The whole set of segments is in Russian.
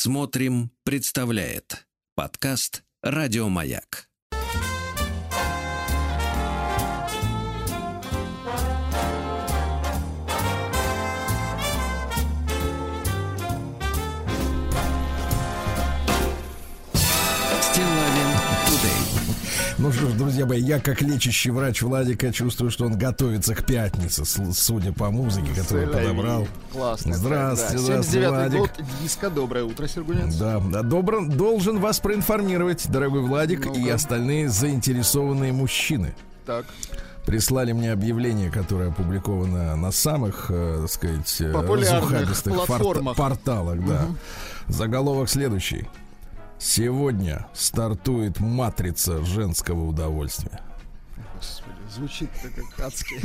Смотрим, представляет подкаст «Радио Маяк». Ну что ж, друзья мои, я как лечащий врач Владика чувствую, что он готовится к пятнице, судя по музыке, которую подобрал. Классно. Здравствуйте, да. 79-й Владик. год диска. Доброе утро, Сергунец. Да, должен вас проинформировать, дорогой Владик, и остальные заинтересованные мужчины. Так. Прислали мне объявление, которое опубликовано на самых, так сказать, разухабистых порталах. Да. Заголовок следующий. Сегодня стартует матрица женского удовольствия. Господи, звучит-то как адски.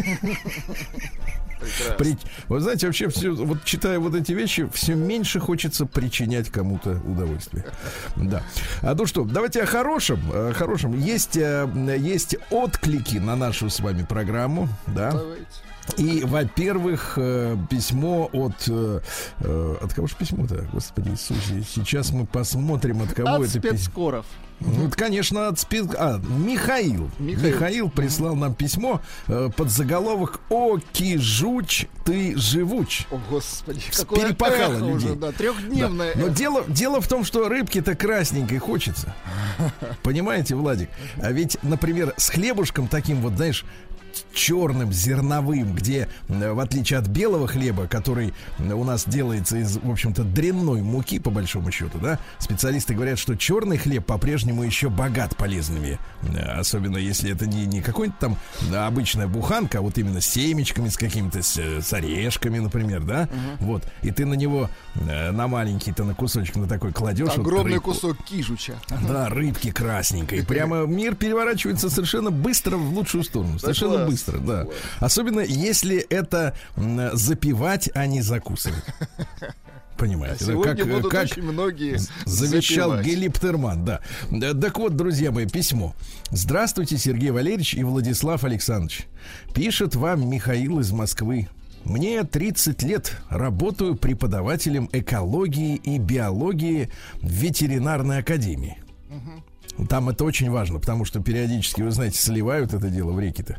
Вы знаете, вообще все, вот читая вот эти вещи, все меньше хочется причинять кому-то удовольствие. Да. Ну что, давайте о хорошем. Есть отклики на нашу с вами программу. Да. Давайте. И, во-первых, письмо от кого же письмо-то? Господи Иисусе, сейчас мы посмотрим, от кого это письмо. Спецскоров. Ну, это, конечно, Михаил. Михаил прислал нам письмо под заголовок «О, кижуч, ты живуч». О, Господи, какое перепахало эхо людей. уже, да, трехдневное. Да. Но дело в том, что рыбки-то красненькой хочется. Понимаете, Владик? А ведь, например, с хлебушком таким вот, знаешь, черным, зерновым, где, в отличие от белого хлеба, который у нас делается из, в общем-то, дрянной муки, по большому счету, да, специалисты говорят, что черный хлеб по-прежнему еще богат полезными, особенно если это не какой-нибудь там обычная буханка, а вот именно с семечками, с какими-то с орешками, например, да, вот, и ты на него, на маленький-то, на кусочек, на такой кладешь. Огромный вот кусок кижуча. Да, рыбки красненькой. Прямо мир переворачивается совершенно быстро в лучшую сторону. Совершенно быстро, да. Особенно если это запивать, а не закусывать. Понимаете, сегодня будут очень многие завещал запивать. Гелиптерман, да. Так вот, друзья мои, письмо. Здравствуйте, Сергей Валерьевич и Владислав Александрович. Пишет вам Михаил из Москвы. Мне 30 лет, работаю преподавателем экологии и биологии в ветеринарной академии. Там это очень важно, потому что периодически, вы знаете, сливают это дело в реки-то.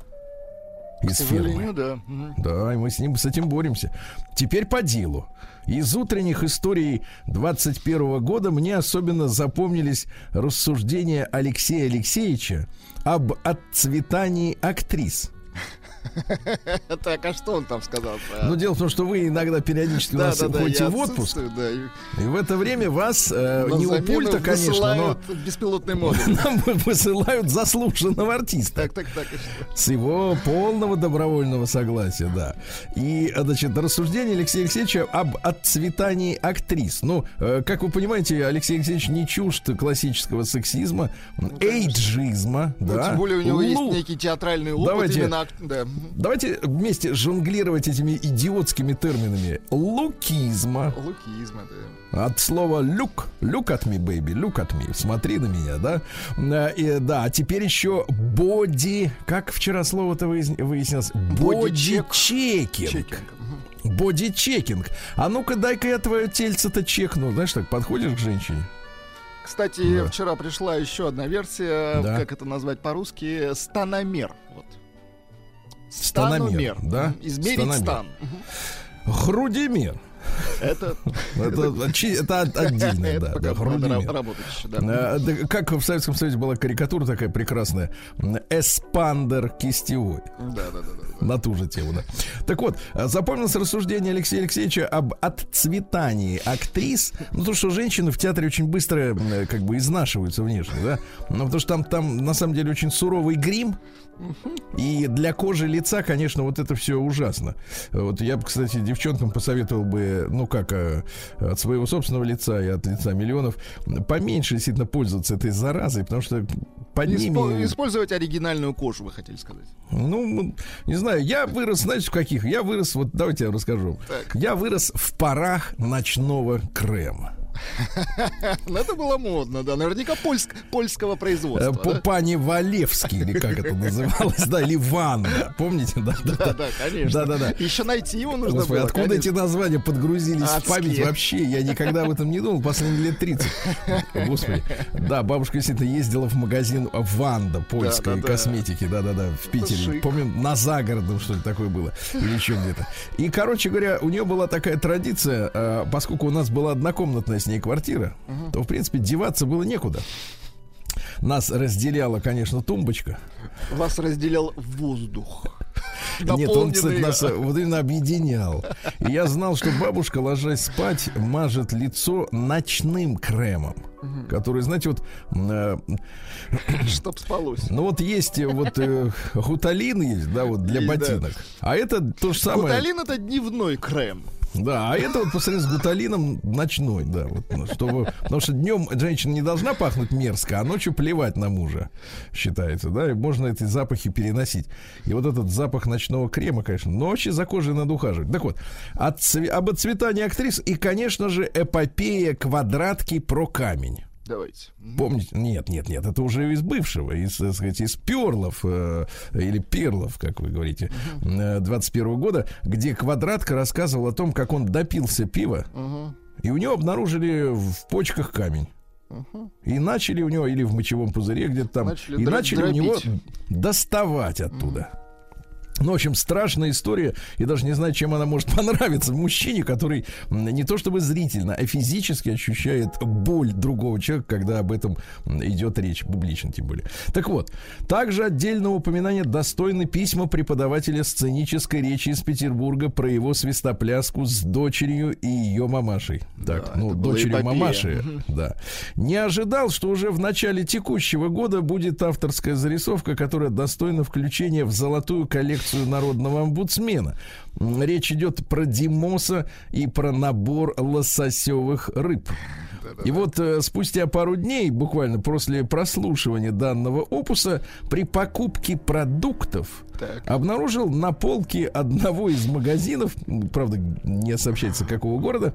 Из фермы. Да. Да, и мы с этим боремся. Теперь по делу. Из утренних историй 21 года мне особенно запомнились рассуждения Алексея Алексеевича об отцветании актрис. Так, а что он там сказал? Ну, дело в том, что вы иногда периодически у нас уходите в отпуск, и в это время вас не у пульта, конечно, но беспилотный модуль. Нам высылают заслуженного артиста. Так. С его полного добровольного согласия, да. И, значит, рассуждение Алексея Алексеевича об отцветании актрис. Ну, как вы понимаете, Алексей Алексеевич не чужд классического сексизма, эйджизма, да. Тем более у него есть некий театральный опыт именно. Давайте вместе жонглировать этими идиотскими терминами. Лукизма, да. От слова look at me, baby, look at me. Смотри на меня, да? А теперь еще body. Как вчера слово-то выяснилось? Боди-чекинг. Боди-чекинг. А ну-ка, дай-ка я твое тельце-то чекну. Знаешь, так подходишь к женщине. Кстати, вчера пришла еще одна версия, как это назвать по-русски, станомер. Вот. Станомер, да? Измерить стан. Грудимер. Это отдельно, да. Грудимер. Как в Советском Союзе была карикатура такая прекрасная. Эспандер кистевой. Да. На ту же тему, да. Так вот, запомнилось рассуждение Алексея Алексеевича об отцветании актрис. Ну, то, что женщины в театре очень быстро как бы изнашиваются внешне, да. Ну, потому что там на самом деле очень суровый грим. И для кожи лица, конечно, вот это все ужасно. Вот я бы, кстати, девчонкам посоветовал бы, ну как, от своего собственного лица и от лица миллионов поменьше действительно пользоваться этой заразой, потому что под ними... Использовать оригинальную кожу, вы хотели сказать? Ну, не знаю, я вырос, знаете, в каких? Я вырос, вот давайте я расскажу. Так. Я вырос в парах ночного крема. Ну, это было модно, да. Наверняка польского производства. Пани Валевский, или как это называлось, да, или Ванда. Помните? Да, конечно. Да. Еще найти его нужно было. Откуда эти названия подгрузились в память вообще? Я никогда об этом не думал последние лет 30. Господи. Да, бабушка действительно ездила в магазин Ванда польской косметики. Да, в Питере. Помню, на Загородном, что ли, такое было. Или еще где-то. И, короче говоря, у нее была такая традиция, поскольку у нас была однокомнатная с ней квартира, то, в принципе, деваться было некуда. Нас разделяла, конечно, тумбочка. Вас разделял воздух. Нет, он, кстати, нас вот именно объединял. И я знал, что бабушка, ложась спать, мажет лицо ночным кремом, который, знаете, вот... Чтоб спалось. Ну вот есть вот гуталин есть, да, вот для ботинок. А это то же самое... Гуталин — это дневной крем. Да, а это вот по сравнению с гуталином ночной, да, вот, чтобы, потому что днем женщина не должна пахнуть мерзко, а ночью плевать на мужа, считается, да, и можно эти запахи переносить. И вот этот запах ночного крема, конечно, ночью за кожей надо ухаживать. Так вот, об отцветании актрис и, конечно же, эпопея «Квадратки про камень». Давайте. Помните? Нет, это уже из бывшего, из, так сказать, из перлов, или перлов, как вы говорите, 21 года, где Квадратка рассказывал о том, как он допился пива, и у него обнаружили в почках камень. И начали у него, или в мочевом пузыре где-то там, начали у него доставать оттуда. Ну, в общем, страшная история, и даже не знаю, чем она может понравиться мужчине, который не то чтобы зрительно, а физически ощущает боль другого человека, когда об этом идет речь, публично тем более. Так вот, также отдельного упоминания достойны письма преподавателя сценической речи из Петербурга про его свистопляску с дочерью и ее мамашей. Так, да, дочерью мамаши, да. Не ожидал, что уже в начале текущего года будет авторская зарисовка, которая достойна включения в золотую коллекцию народного омбудсмена. Речь идет про Димоса и про набор лососевых рыб. И вот спустя пару дней, буквально после прослушивания данного опуса, при покупке продуктов обнаружил на полке одного из магазинов, правда, не сообщается какого города,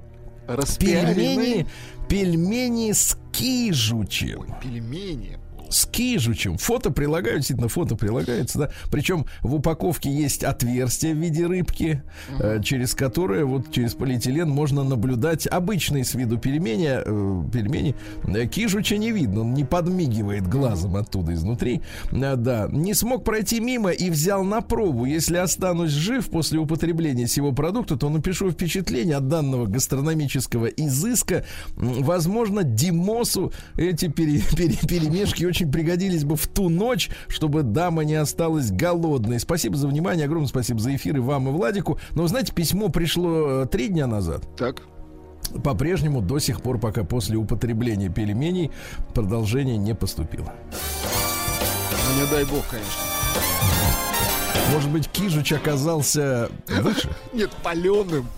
пельмени с кижучем. Ой, пельмени. С кижучем. Фото прилагают, действительно, фото прилагается, да. Причем в упаковке есть отверстие в виде рыбки, через которое, вот через полиэтилен, можно наблюдать обычные с виду пельмени. Кижуча не видно, он не подмигивает глазом оттуда изнутри. Да. Не смог пройти мимо и взял на пробу. Если останусь жив после употребления сего продукта, то напишу впечатление от данного гастрономического изыска. Возможно, Димосу эти перемешки очень пригодились бы в ту ночь, чтобы дама не осталась голодной. Спасибо за внимание, огромное спасибо за эфир и вам, и Владику. Но, вы знаете, письмо пришло 3 дня назад. Так. По-прежнему до сих пор, пока после употребления пельменей, продолжение не поступило. Ну, не дай бог, конечно. Может быть, кижуч оказался выше? Нет, паленым.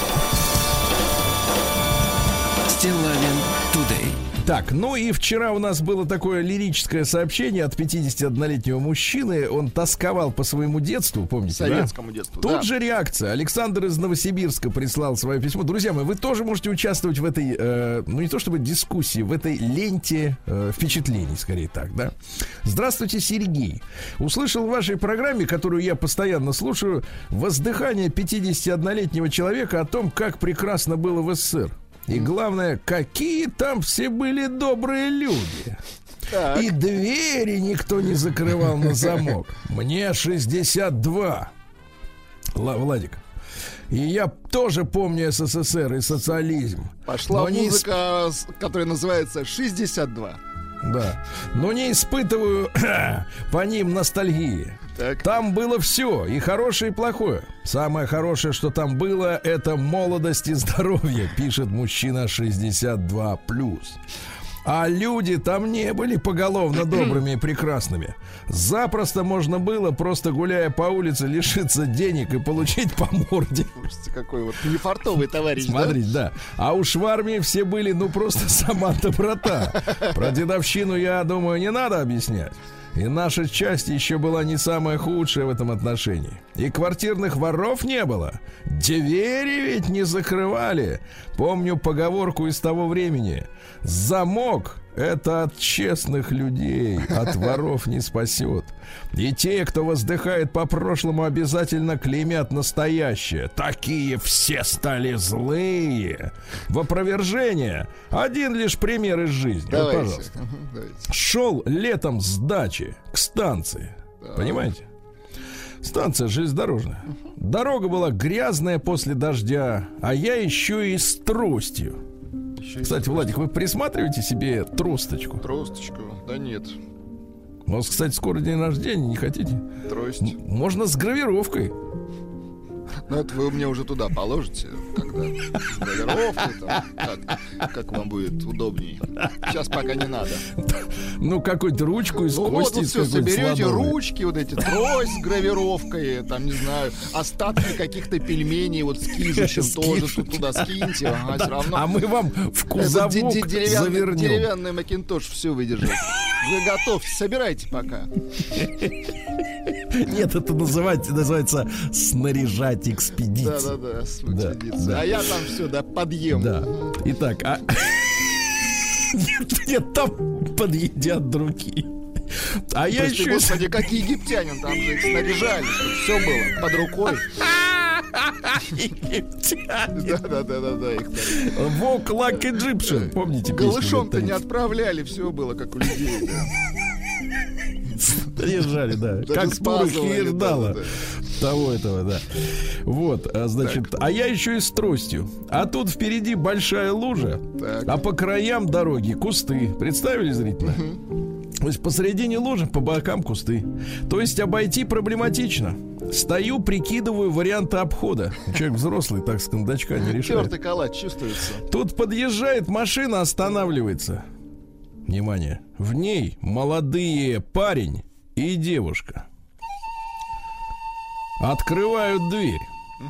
Стиллавин Тудей. Так, ну и вчера у нас было такое лирическое сообщение от 51-летнего мужчины. Он тосковал по своему детству, помните, советскому детству. Тут же реакция. Александр из Новосибирска прислал свое письмо. Друзья мои, вы тоже можете участвовать в этой, ну не то чтобы дискуссии, в этой ленте впечатлений, скорее так, да. Здравствуйте, Сергей. Услышал в вашей программе, которую я постоянно слушаю, воздыхание 51-летнего человека о том, как прекрасно было в СССР. И главное, какие там все были добрые люди. Так. И двери никто не закрывал на замок. Мне 62. Владик. И я тоже помню СССР и социализм. Пошла музыка, которая называется «62». Да. Но не испытываю по ним ностальгии. Так. Там было все, и хорошее, и плохое. Самое хорошее, что там было, это молодость и здоровье, пишет мужчина 62+. А люди там не были поголовно добрыми и прекрасными. Запросто можно было, просто гуляя по улице, лишиться денег и получить по морде. Слушайте, какой вот нефартовый товарищ. Смотрите, да? А уж в армии все были, ну, просто сама доброта. Про дедовщину, я думаю, не надо объяснять. И наша часть еще была не самая худшая в этом отношении. И квартирных воров не было. Двери ведь не закрывали. Помню поговорку из того времени. Замок — это от честных людей, от воров не спасет. И те, кто воздыхает по прошлому, обязательно клеймят настоящее. Такие все стали злые. В опровержение один лишь пример из жизни. Вот, пожалуйста. Шел летом с дачи к станции. Понимаете? Станция железнодорожная. Дорога была грязная после дождя, а я еще и с тростью. Кстати, Владик, вы присматриваете себе тросточку? Тросточку? Да нет. У вас, кстати, скоро день рождения, не хотите? Трость. Можно с гравировкой. Ну, это вы мне уже туда положите, когда с гравировкой там, как вам будет удобней. Сейчас пока не надо. Ну, какую-то ручку из кости. Вот все соберете, ручки, вот эти, трость с гравировкой, там, не знаю, остатки каких-то пельменей, вот с кижучем тоже туда скиньте. Ага, все равно. А мы вам в кузовок завернем. Деревянный Макинтош все выдержит. Вы готовьте, собирайте пока. Нет, это называется снаряжать экспедицию. Да, экспедицию. Да. А я там все, подъем. Да. Итак, нет, там подъедят другие. А я еще... Господи, как египтянин, там же их снаряжали, чтобы все было под рукой. Египтяне. Да, их там. Walk like Egyptian, помните? Голышом-то не отправляли, все было как у людей. Снаряжали, да. Как турочки ждала. Того этого, да. Вот, значит, а я еще и с тростью. А тут впереди большая лужа, а по краям дороги кусты. Представили зрительно? То есть посередине лужи, по бокам кусты. То есть обойти проблематично. Стою, прикидываю варианты обхода. Человек взрослый, так с кондачка не решает. Тёртый калач чувствуется. Тут подъезжает машина, останавливается. Внимание. В ней молодые парень и девушка. Открывают дверь.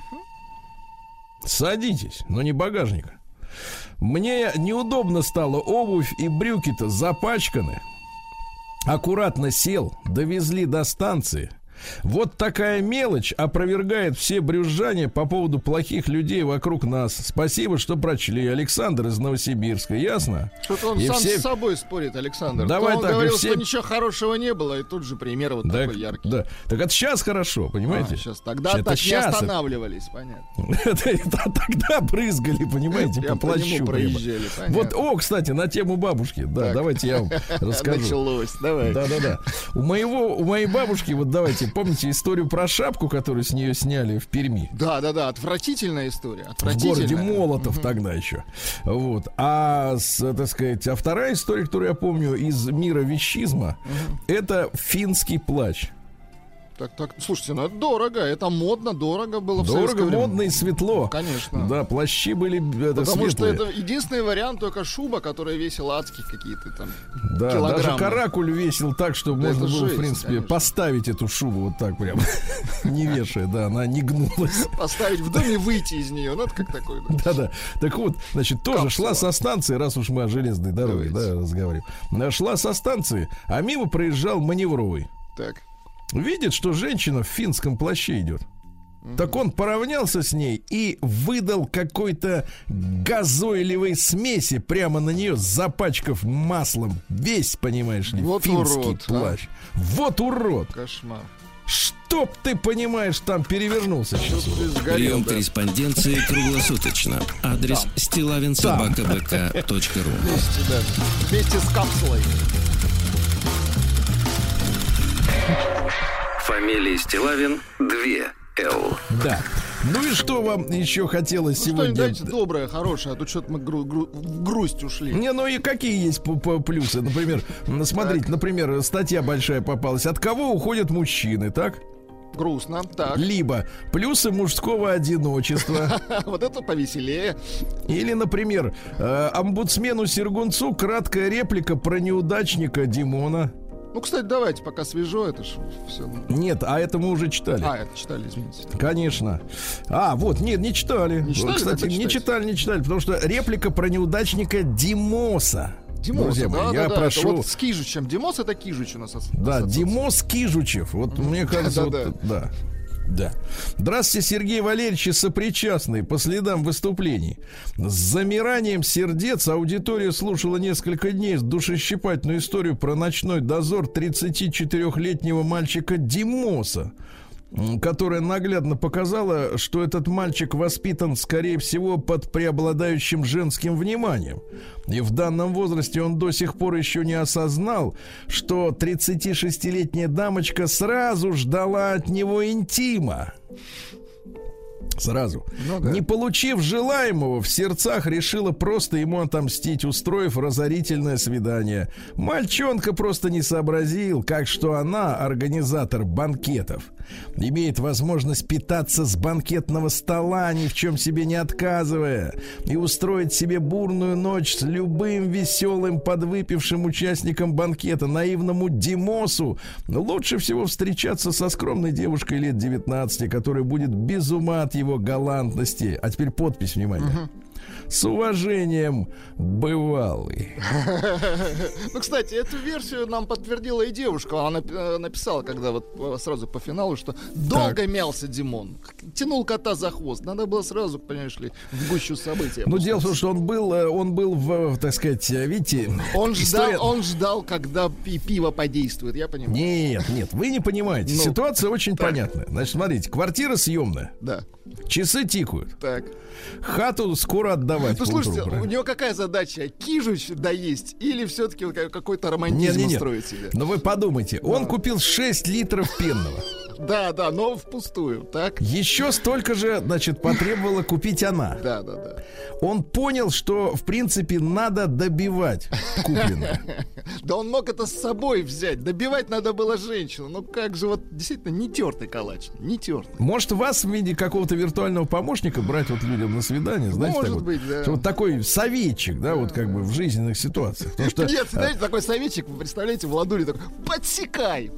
Садитесь, но не багажник. Мне неудобно стало, обувь и брюки-то запачканы. Аккуратно сел, довезли до станции. Вот такая мелочь опровергает все брюзжания по поводу плохих людей вокруг нас. Спасибо, что прочли. Александр из Новосибирска, ясно? Что-то он и сам с собой спорит, Александр. Давай он так, говорил, что ничего хорошего не было, и тут же пример вот такой яркий. Да. Так это сейчас хорошо, понимаете? Сейчас. Тогда это так сейчас не останавливались, понятно. Тогда брызгали, понимаете, по плащу. Проезжали, вот, кстати, на тему бабушки. Да, давайте я вам расскажу. Началось, давай. Да. У моей бабушки, вот давайте, помните историю про шапку, которую с нее сняли в Перми? Да, отвратительная история. В городе Молотов тогда еще. Вот. А вторая история, которую я помню из мира вещизма, это финский плащ. Так, слушайте, это дорого, это модно, дорого было. Дорого, модно и светло. Конечно. Да, плащи были Потому светлые. что это единственный вариант, только шуба, которая весила адские какие-то там килограммы. Даже каракуль весил так, что можно было, в принципе, поставить эту шубу вот так прям, не вешая, да, она не гнулась. Поставить в доме и выйти из нее, ну это как такое. Да. Так вот, значит, тоже шла со станции, раз уж мы о железной дороге, разговариваем. Шла со станции, а мимо проезжал маневровый. Так. Видит, что женщина в финском плаще идет. Так он поравнялся с ней и выдал какой-то газойлевой смеси прямо на нее, запачкав маслом. Весь, понимаешь ли, вот финский урод, плащ. Вот урод. Кошмар. Чтоб ты, понимаешь, там перевернулся. Прием корреспонденции круглосуточно. Адрес stilavinsobakabk.ru. Вместе с капсулой. Фамилия Стилавин 2Л. Да. Ну и что вам еще хотелось сегодня? Дайте доброе, хорошее, а то что-то мы в грусть ушли. Ну и какие есть плюсы? Например, смотрите, например, статья большая попалась. От кого уходят мужчины, так? Грустно, так. Либо плюсы мужского одиночества. Вот это повеселее. Или, например, омбудсмену Сергунцу краткая реплика про неудачника Димона. Ну, кстати, давайте, пока свежо, это ж все. Нет, а это мы уже читали. Это читали, извините. Конечно. Не читали. Не читали, кстати, не читали, потому что реплика про неудачника Димоса. Друзья мои, я прошу. Вот с Кижучем. Димос — это Кижуч у нас. Да, Димос Кижучев. Вот мне кажется, да. Да. Здравствуйте, Сергей Валерьевич, сопричастный по следам выступлений. С замиранием сердец аудитория слушала несколько дней душещипательную историю про ночной дозор 34-летнего мальчика Димоса, которая наглядно показала, что этот мальчик воспитан, скорее всего, под преобладающим женским вниманием. И в данном возрасте он до сих пор еще не осознал, что 36-летняя дамочка сразу ждала от него интима. Сразу. Не получив желаемого, в сердцах решила просто ему отомстить, устроив разорительное свидание. Мальчонка просто не сообразил, как что она, организатор банкетов, имеет возможность питаться с банкетного стола, ни в чем себе не отказывая, и устроить себе бурную ночь с любым веселым подвыпившим участником банкета, наивному Димосу. Лучше всего встречаться со скромной девушкой лет 19, которая будет без ума от его галантности. А теперь подпись, внимание. С уважением, бывалый. Ну, кстати, эту версию нам подтвердила и девушка. Она написала, когда вот сразу по финалу, что долго мялся Димон. Тянул кота за хвост. Надо было сразу, понимаешь ли, в гущу событий. Ну, дело в том, что он был в, так сказать, видите... Он ждал, когда пиво подействует, я понимаю. Нет, вы не понимаете. Ситуация очень понятная. Значит, смотрите, квартира съемная. Да. Часы тикают. Так. Хату скоро отдавать. Ну, слушайте, у него какая задача? Кижуч доесть или все-таки какой-то романтизм устроить себе? Ну, вы подумайте. Он купил 6 литров пенного. Да, но впустую, так? Еще столько же, значит, потребовала купить она. Да. Он понял, что, в принципе, надо добивать купленное. Да он мог это с собой взять. Добивать надо было женщину. Ну как же, вот действительно не тертый калач. Не тертый. Может, вас в виде какого-то виртуального помощника брать вот людям на свидание, знаете? Может быть, да. Вот такой советчик, да, вот как бы в жизненных ситуациях. Нет, знаете, такой советчик, вы представляете, Владули такой: подсекай!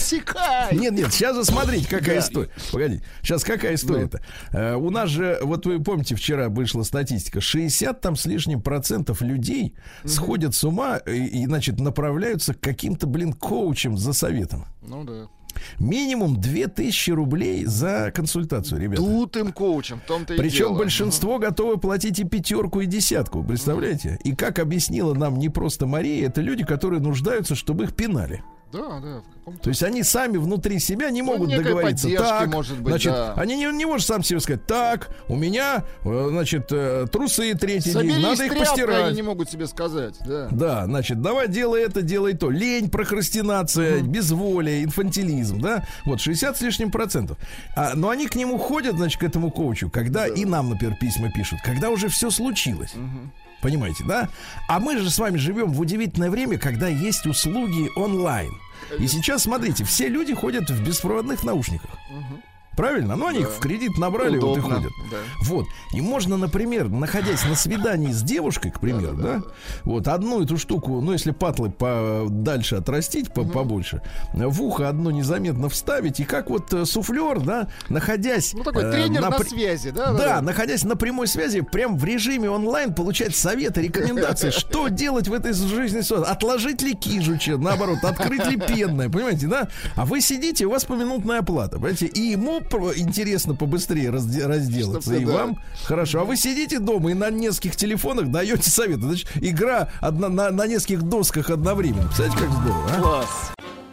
Нет, сейчас же смотрите, какая история. Погодите, сейчас какая история-то? У нас же, вот вы помните, вчера вышла статистика, 60 там с лишним процентов людей сходят с ума и, значит, направляются к каким-то, коучам за советом. Ну да. Минимум 2000 рублей за консультацию, ребята. Тут им коучем, в том-то и причем дело. Большинство готовы платить и 5 и 10, представляете? И как объяснила нам не просто Мария, это люди, которые нуждаются, чтобы их пинали. Да, в каком-то... То есть они сами внутри себя не могут договориться. Так, может быть, значит, они не может сам себе сказать: так, у меня, значит, трусы третий день, надо их постирать. Они не могут себе сказать, да. Да, значит, давай делай это, делай то. Лень, прокрастинация, безволие, инфантилизм, да. Вот, 60 с лишним процентов. Но они к нему ходят, значит, к этому коучу, когда и нам, например, письма пишут, когда уже все случилось. Понимаете, да? А мы же с вами живем в удивительное время, когда есть услуги онлайн. И сейчас, смотрите, все люди ходят в беспроводных наушниках. Правильно? Ну, они их в кредит набрали, удобно, вот и ходят. Да. Вот. И можно, например, находясь на свидании с девушкой, к примеру, да, вот одну эту штуку, ну, если патлы подальше отрастить, побольше, в ухо одно незаметно вставить, и как вот суфлер, да, находясь... Ну, такой тренер на связи, да? Да, находясь на прямой связи, прям в режиме онлайн получать советы, рекомендации, что делать в этой жизненной ситуации. Отложить ли кижуча, наоборот, открыть ли пенное, понимаете, да? А вы сидите, у вас поминутная оплата, понимаете, и ему интересно побыстрее разделаться, и вам хорошо. А вы сидите дома и на нескольких телефонах даете советы. Значит, игра на нескольких досках одновременно. Представляете, как здорово, а? Класс.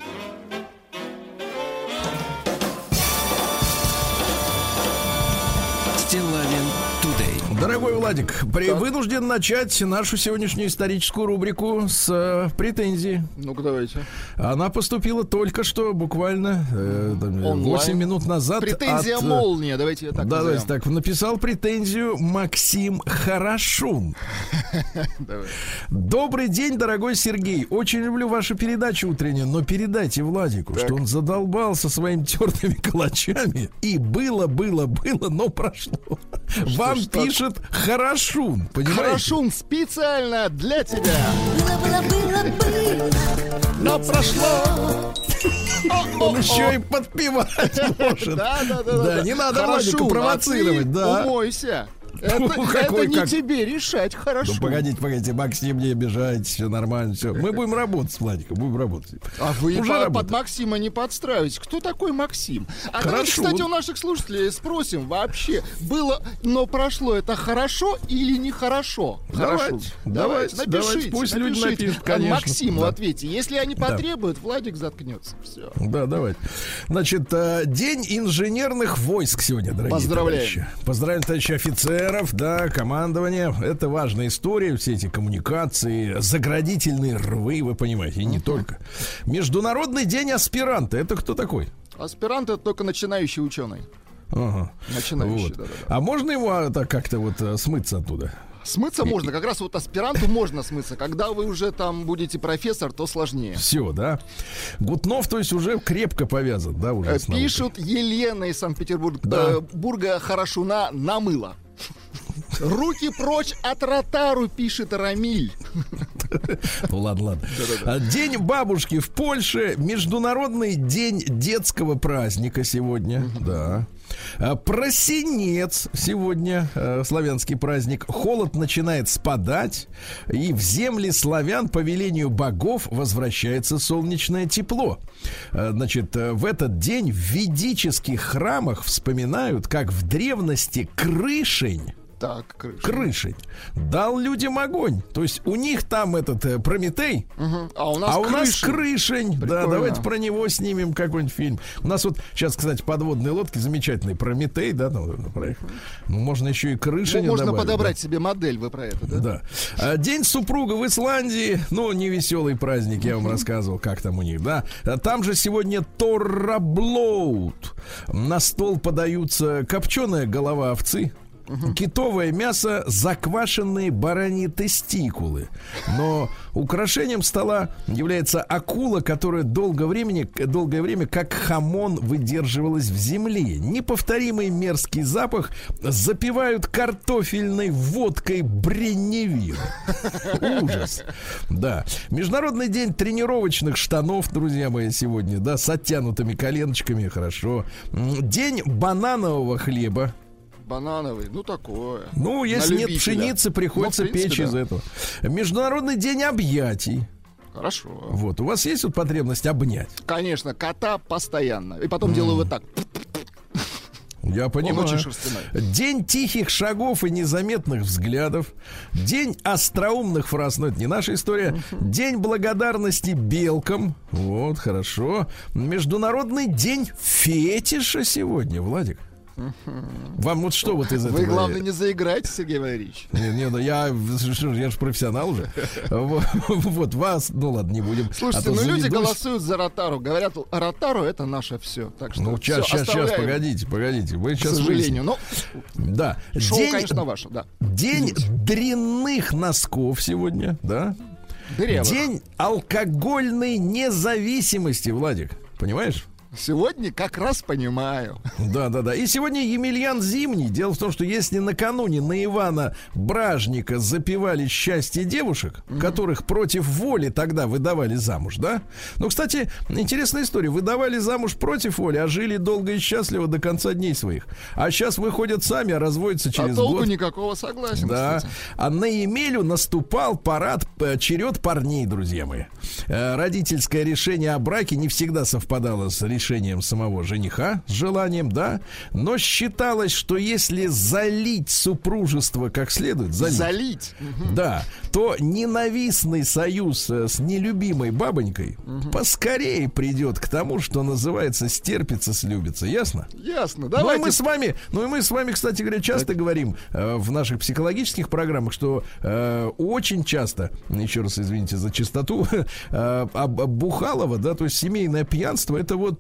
Дорогой Владик, вынужден начать нашу сегодняшнюю историческую рубрику с претензии. Ну-ка, давайте. Она поступила только что, буквально 8 минут назад. Претензия молния, давайте так назовем. Давайте так, написал претензию Максим Хорошун. Добрый день, дорогой Сергей. Очень люблю вашу передачу утреннюю, но передайте Владику, что он задолбал со своими тертыми калачами. И было, но прошло. Вам пишет Хорошун, понимаете? Хорошун специально для тебя. Было, но прошло. Он еще и подпевать может. Да. Не надо Владика провоцировать. Умойся. Это не тебе решать, хорошо. Ну, погодите, Максим, не обижайтесь, все нормально, все. Мы будем работать с Владиком, будем работать. А вы под Максима не подстраиваетесь. Кто такой Максим? А давайте, кстати, у наших слушателей спросим вообще, было, но прошло это хорошо или нехорошо? Давайте, напишите. Пусть люди напишут, конечно. Максиму ответьте. Если они потребуют, Владик заткнется. Все. Да, давайте. Значит, День инженерных войск сегодня, дорогие товарищи. Поздравляем, товарищи офицеров, да, командование. Это важная история, все эти коммуникации, заградительные рвы, вы понимаете, и не только. Международный день аспиранта. Это кто такой? Аспирант — это только начинающий ученый. Ага. Начинающий, вот. да. А можно ему так как-то вот смыться оттуда? Смыться можно, как раз вот аспиранту можно смыться. Когда вы уже там будете профессор, то сложнее. Все, да? Гутнов, то есть, уже крепко повязан, да, уже с наукой. Пишут: Елена из Санкт-Петербурга Хорошуна намыла. Руки прочь от Ротару, пишет Рамиль. Ну ладно. День бабушки в Польше. Международный день детского праздника сегодня. Да. Просенец сегодня, славянский праздник. Холод начинает спадать, и в земли славян по велению богов возвращается солнечное тепло. Значит, в этот день в ведических храмах вспоминают, как в древности Крышень. Так, Крышень дал людям огонь. То есть у них там этот Прометей, а у нас Крышень. Прикольно. Да, давайте про него снимем какой-нибудь фильм. У нас вот сейчас, кстати, подводные лодки замечательные. Прометей, да, ну, можно еще и Крышень можно добавить, подобрать себе модель, вы про это, да? Да. День супруга в Исландии. Ну, невеселый праздник, я вам рассказывал, как там у них, да. Там же сегодня Торраблоут. На стол подаются копченая голова овцы, китовое мясо, заквашенные бараньи тестикулы. Но украшением стола является акула, которая долгое время как хамон выдерживалась в земле. Неповторимый мерзкий запах запивают картофельной водкой бренневин. Ужас. Да. Международный день тренировочных штанов, друзья мои, сегодня, да, с оттянутыми коленочками, хорошо. День бананового хлеба. Банановый, ну такое. Ну, если нет пшеницы, приходится печь из этого. Международный день объятий. Хорошо. Вот, у вас есть вот потребность обнять? Конечно, кота постоянно. И потом делаю вот так. Я понимаю. День тихих шагов и незаметных взглядов. День остроумных фраз. Но это не наша история. День благодарности белкам. Вот, хорошо. Международный день фетиша сегодня, Владик. Вам вот что вот из этого? Вы, главное, не заиграйте, Сергей Валерьевич. Не, ну я же профессионал уже. Вот вас, ну ладно, не будем. Слушайте, ну люди голосуют за Ротару. Говорят, Ротару — это наше все. Так что ну, сейчас, погодите. Вы сейчас, к сожалению, но да. Шоу, конечно, ваше, да. День дрянных носков сегодня, да? День алкогольной независимости, Владик. Понимаешь? Сегодня как раз понимаю. Да. И сегодня Емельян Зимний. Дело в том, что если накануне на Ивана Бражника запевали счастье девушек, которых против воли тогда выдавали замуж, да? Ну, кстати, интересная история. Выдавали замуж против воли, а жили долго и счастливо до конца дней своих. А сейчас выходят сами, а разводятся через год. А толку никакого, согласен. Да. Кстати. А на Емелю наступал черед парней, друзья мои. Родительское решение о браке не всегда совпадало с решением самого жениха, с желанием, да, но считалось, что если залить супружество как следует, да, то ненавистный союз с нелюбимой бабонькой поскорее придет к тому, что называется стерпится, слюбится, ясно? Ясно, давайте. Ну и мы с вами, кстати говоря, часто говорим в наших психологических программах, что очень часто, еще раз извините за чистоту, бухалово, да, то есть семейное пьянство, это вот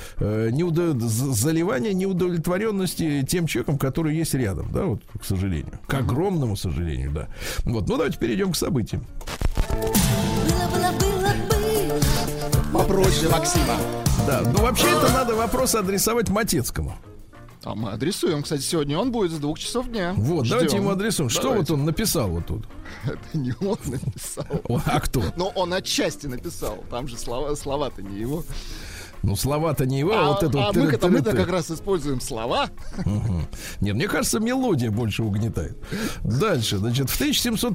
заливание неудовлетворенности тем человеком, который есть рядом, да, вот, к сожалению. К огромному сожалению, да. Вот, ну давайте перейдем к событиям. Попроще Максима. Да, ну вообще это надо вопрос адресовать Матецкому. А мы адресуем, кстати, сегодня он будет с 2 часов дня. Вот, ждем. Давайте ему адресуем. Давайте. Что вот он написал вот тут? Это не он написал. А кто? Но он отчасти написал. Там же слова-то не его. Ну, слова-то не его, А вот это вот... мы-то как раз используем слова. Нет, мне кажется, мелодия больше угнетает. Дальше, значит, в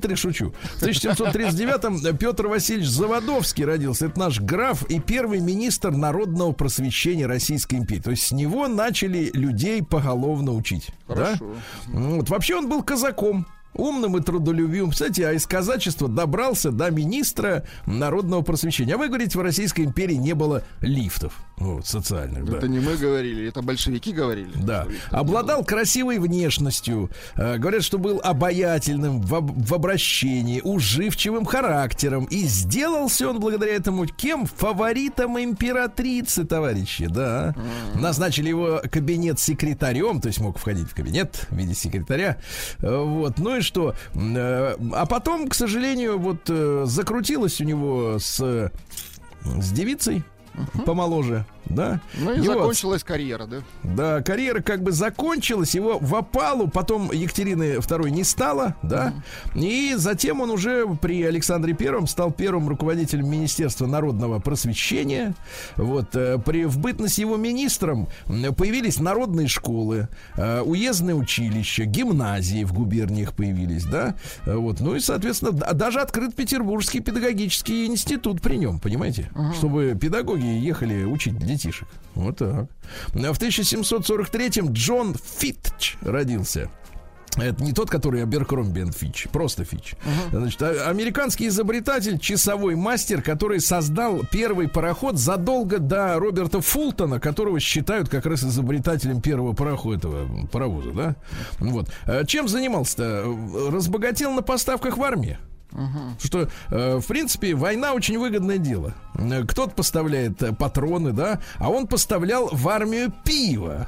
1739-м Петр Васильевич Заводовский родился. Это наш граф и первый министр народного просвещения Российской империи. То есть с него начали людей поголовно учить. Хорошо. Да? Вот. Вообще он был казаком. Умным и трудолюбивым. Кстати, а из казачества добрался до министра народного просвещения. А вы говорите, в Российской империи не было лифтов. Вот, социальных. Это да. не мы говорили, это большевики говорили. Да. Обладал красивой внешностью. Говорят, что был обаятельным в обращении, уживчивым характером. И сделался он благодаря этому кем? Фаворитом императрицы, товарищи. Да. Назначили его кабинет-секретарем, то есть мог входить в кабинет в виде секретаря. Вот. Ну и что? А потом, к сожалению, вот закрутилось у него с девицей помоложе, да? Ну и закончилась карьера, да? Да, карьера как бы закончилась, его в опалу, потом Екатерины II не стало, да? И затем он уже при Александре I стал первым руководителем Министерства народного просвещения. Вот, в бытность его министром появились народные школы, уездные училища, гимназии в губерниях появились, да? Вот, ну и, соответственно, даже открыт Петербургский педагогический институт при нем, понимаете? Чтобы педагоги ехали учить детишек. Вот так. В 1743-м Джон Фитч родился. Это не тот, который Аберкромби энд Фич, просто Фич. Значит, американский изобретатель, часовой мастер, который создал первый пароход задолго до Роберта Фултона, которого считают как раз изобретателем первого паровоза, да? Вот. Чем занимался-то? Разбогател на поставках в армии. Что, в принципе, война очень выгодное дело. Кто-то поставляет патроны, да, а он поставлял в армию пиво.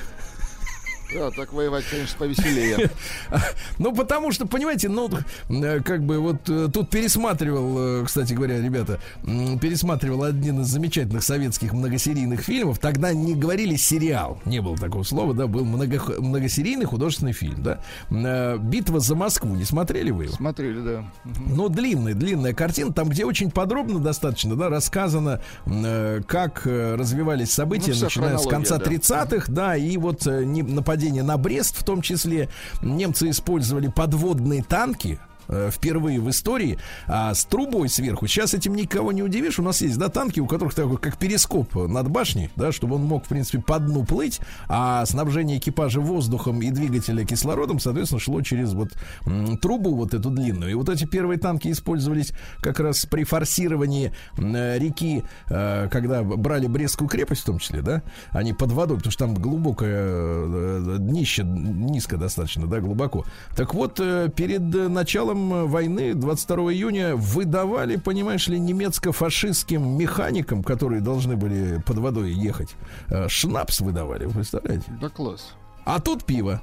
Да, так воевать, конечно, повеселее. Ну, потому что, понимаете, ну, как бы вот тут пересматривал, кстати говоря, ребята, пересматривал один из замечательных советских многосерийных фильмов. Тогда не говорили сериал, не было такого слова, да, был многосерийный художественный фильм, да. «Битва за Москву». Не смотрели вы его? Смотрели, да. Ну, длинная картина, там, где очень подробно достаточно, да, рассказано, как развивались события, начиная с конца 30-х, да, и вот нападение на Брест в том числе. Немцы использовали подводные танки впервые в истории, с трубой сверху. Сейчас этим никого не удивишь. У нас есть, да, танки, у которых такой, как перископ над башней, да, чтобы он мог, в принципе, по дну плыть, а снабжение экипажа воздухом и двигателя кислородом, соответственно, шло через вот трубу вот эту длинную. И вот эти первые танки использовались как раз при форсировании реки, когда брали Брестскую крепость, в том числе, да, они под водой, потому что там глубокое днище, низко достаточно, да, глубоко. Так вот, перед началом войны 22 июня выдавали, понимаешь ли, немецко-фашистским механикам, которые должны были под водой ехать, шнапс выдавали, вы представляете? Да класс. А тут пиво.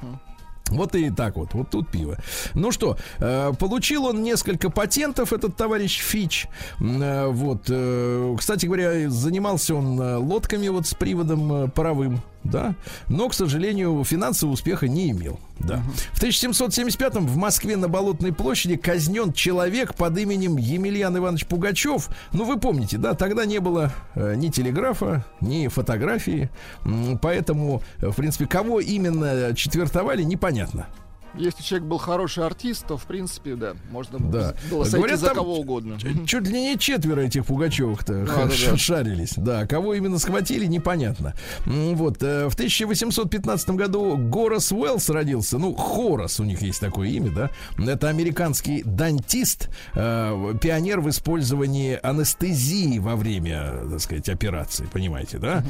Вот и так вот тут пиво. Ну что, получил он несколько патентов, этот товарищ Фич. Вот, кстати говоря, занимался он лодками вот с приводом паровым, да, но, к сожалению, финансового успеха не имел. Да. В 1775-м в Москве на Болотной площади казнен человек под именем Емельян Иванович Пугачев. Ну, вы помните, да, тогда не было ни телеграфа, ни фотографии, поэтому, в принципе, кого именно четвертовали, непонятно. Если человек был хороший артист, то, в принципе, да, можно было сойти говорят, за кого угодно. Чуть ли не четверо этих Пугачевых-то шарились. Да, кого именно схватили, непонятно. Вот. В 1815 году Горас Уэллс родился. Ну, Хорас у них есть такое имя, да. Это американский дантист, пионер в использовании анестезии во время, так сказать, операции, понимаете, да.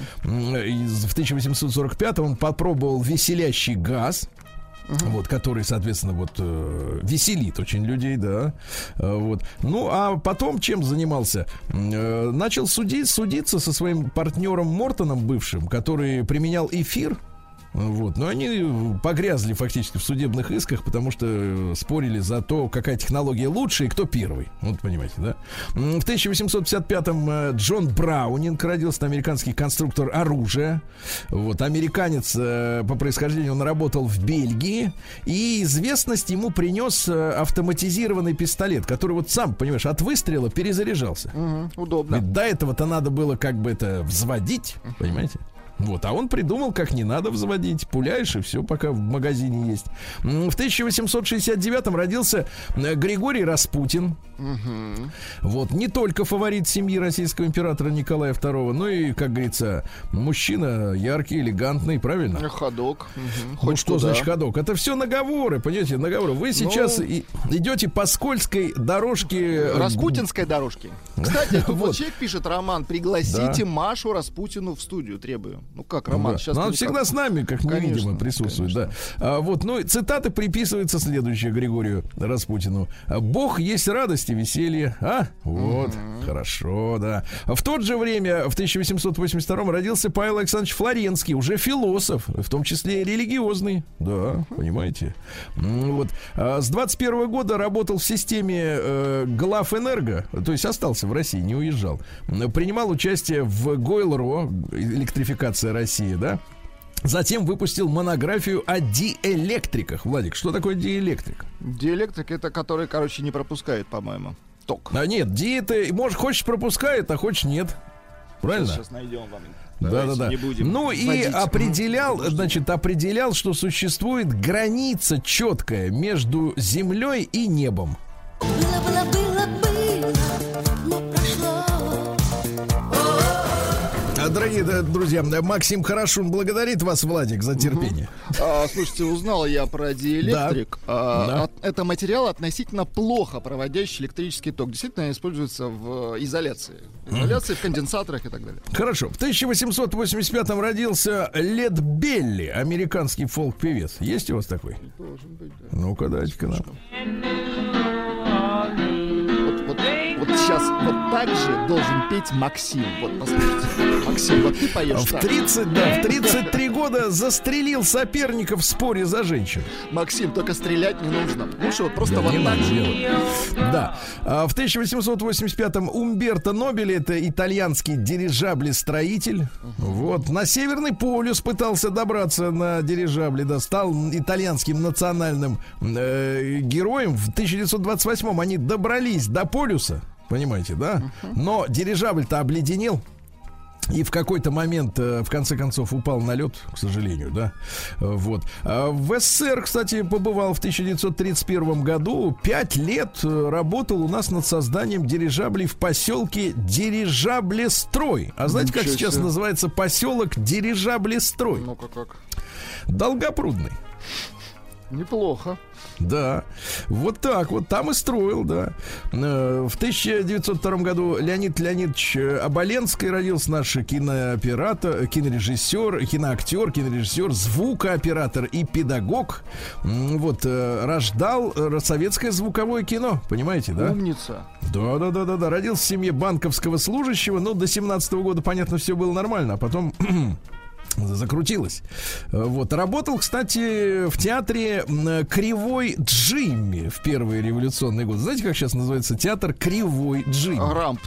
В 1845 он попробовал веселящий газ, вот, который, соответственно, вот веселит очень людей, да. Вот. Ну, а потом чем занимался? Начал судиться со своим партнером Мортоном бывшим, который применял эфир. Вот. Но они погрязли фактически в судебных исках, потому что спорили за то, какая технология лучше и кто первый. Вот понимаете, да? В 1855-м Джон Браунинг родился, американский конструктор оружия. Вот. Американец по происхождению, он работал в Бельгии. И известность ему принес автоматизированный пистолет, который вот сам, понимаешь, от выстрела перезаряжался. Удобно. Ведь до этого-то надо было как бы это взводить, понимаете? Вот, а он придумал, как не надо взводить. Пуляешь, и все, пока в магазине есть. В 1869-м родился Григорий Распутин. Вот, не только фаворит семьи российского императора Николая II, но и, как говорится, мужчина яркий, элегантный, правильно? Ходок. Ну, что значит ходок? Это все наговоры, понимаете, наговоры. Вы сейчас идете по скользкой дорожке... Распутинской дорожке. Кстати, вот человек пишет, Роман, пригласите Машу Распутину в студию, требую. Ну как, Роман, сейчас... Но он всегда с нами, как невидимо, присутствует, да. Вот, ну, цитаты приписываются следующие Григорию Распутину. «Бог есть радость и веселье». Вот, хорошо, да. В то же время, в 1882-м, родился Павел Александрович Флоренский, уже философ, в том числе и религиозный. Да, понимаете. Вот. С 21 года работал в системе Главэнерго, то есть остался в России, не уезжал. Принимал участие в Гойл-Ро, электрификация России, да. Затем выпустил монографию о диэлектриках. Владик, что такое диэлектрик? Диэлектрик — это который, короче, не пропускает, по-моему, ток. Нет, ди это, может, хочешь пропускает, а хочешь нет. Правильно? Сейчас найдем вам. Да. Ну и определял, что существует граница четкая между землей и небом. Было, но прошло. Дорогие друзья, Максим Хорошун благодарит вас, Владик, за терпение. Слушайте, узнал я про диэлектрик. Это материал относительно плохо проводящий электрический ток. Действительно используется в изоляции. В конденсаторах и так далее. Хорошо. В 1885-м родился Лед Белли, американский фолк-певец. Есть у вас такой? Должен быть, да. Ну-ка, дайте-ка нам. Вот сейчас вот так же должен петь Максим. Вот, послушайте. Максим, вот ты поешь так. В 33 года застрелил соперника в споре за женщин. Максим, только стрелять не нужно. Лучше вот просто вот так же. Да. В 1885-м Умберто Нобеле, это итальянский дирижаблестроитель. Вот. На Северный полюс пытался добраться на дирижабле, да, стал итальянским национальным героем. В 1928-м они добрались до полюса, понимаете, да? Но дирижабль-то обледенел. И в какой-то момент, в конце концов, упал на лед, к сожалению, да. Вот. В СССР, кстати, побывал в 1931 году. 5 лет работал у нас над созданием дирижаблей в поселке Дирижаблестрой. А знаете, как сейчас называется поселок Дирижаблестрой? Ну-ка как? Долгопрудный. Неплохо. Да, вот так вот, там и строил, да. В 1902 году Леонид Леонидович Оболенский родился, наш кинооператор, киноактер, звукооператор и педагог. Вот, рождал советское звуковое кино, понимаете, да? Умница. Да. Родился в семье банковского служащего, но до 17-го года, понятно, все было нормально, а потом... закрутилось. Вот. Работал, кстати, в театре Кривой Джимми в первые революционные годы. Знаете, как сейчас называется театр Кривой Джимми? Рампт.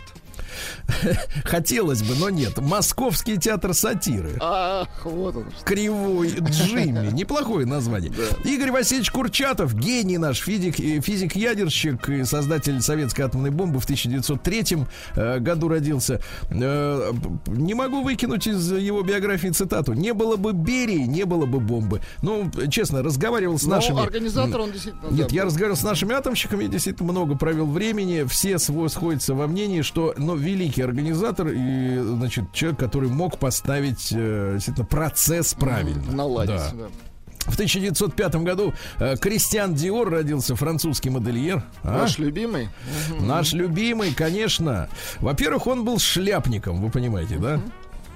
Хотелось бы, но нет. Московский театр сатиры. Ах, вот он. Кривой Джимми. Неплохое название. Да. Игорь Васильевич Курчатов, гений наш, физик-ядерщик и создатель советской атомной бомбы, в 1903 году родился. Не могу выкинуть из его биографии цитату: не было бы Берии, не было бы бомбы. Ну, честно, разговаривал с нашими... организатор он действительно... Нет, я разговаривал с нашими атомщиками, действительно много провел времени. Все сходятся во мнении, что, великий организатор и, значит, человек, который мог поставить действительно процесс правильно. Наладить, да. В 1905 году Кристиан Диор родился, французский модельер. Наш любимый. Наш любимый, конечно. Во-первых, он был шляпником, вы понимаете, да?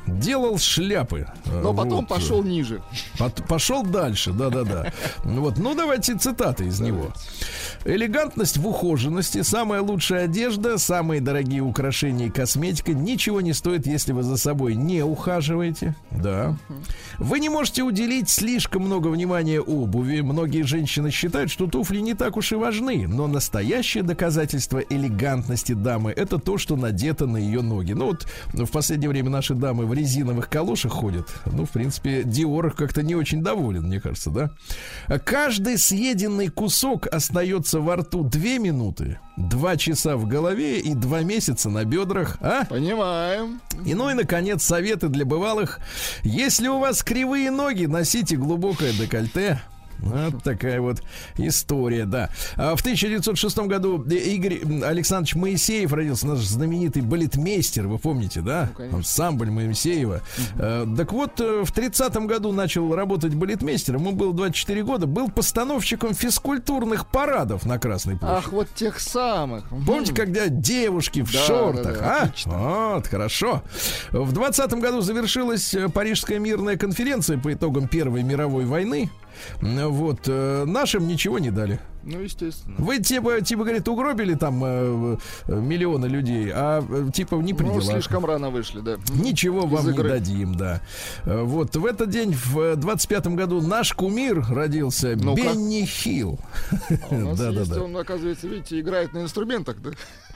делал шляпы. Но потом пошел ниже. Пошел дальше, да-да-да. Вот, ну давайте цитаты из него. Элегантность в ухоженности, самая лучшая одежда, самые дорогие украшения и косметика ничего не стоит, если вы за собой не ухаживаете. Да. Вы не можете уделить слишком много внимания обуви. Многие женщины считают, что туфли не так уж и важны, но настоящее доказательство элегантности дамы — это то, что надето на ее ноги. Ну вот в последнее время наши дамы в резиновых калошах ходят. Ну, в принципе, Диор как-то не очень доволен, мне кажется, да? Каждый съеденный кусок остается во рту 2 минуты, 2 часа в голове и 2 месяца на бедрах. А? Понимаем. И ну и, наконец, советы для бывалых. Если у вас кривые ноги, носите глубокое декольте. Вот такая вот история, да. В 1906 году Игорь Александрович Моисеев родился, наш знаменитый балетмейстер, вы помните, да? Ансамбль Моисеева. Так вот, в 30-м году начал работать балетмейстером, ему было 24 года, был постановщиком физкультурных парадов на Красной площади. Ах, вот тех самых. Помните, когда девушки в шортах, Вот, хорошо. В 20-м году завершилась Парижская мирная конференция по итогам Первой мировой войны. Вот, нашим ничего не дали. Ну, естественно. Вы, типа, говорит, угробили там миллионы людей, а типа не при делах. Слишком рано вышли, да. Ничего вам не дадим, да. Вот, в этот день, в 25-м году, наш кумир родился, Бенни Хилл. А у нас есть, он, оказывается, видите, играет на инструментах, да?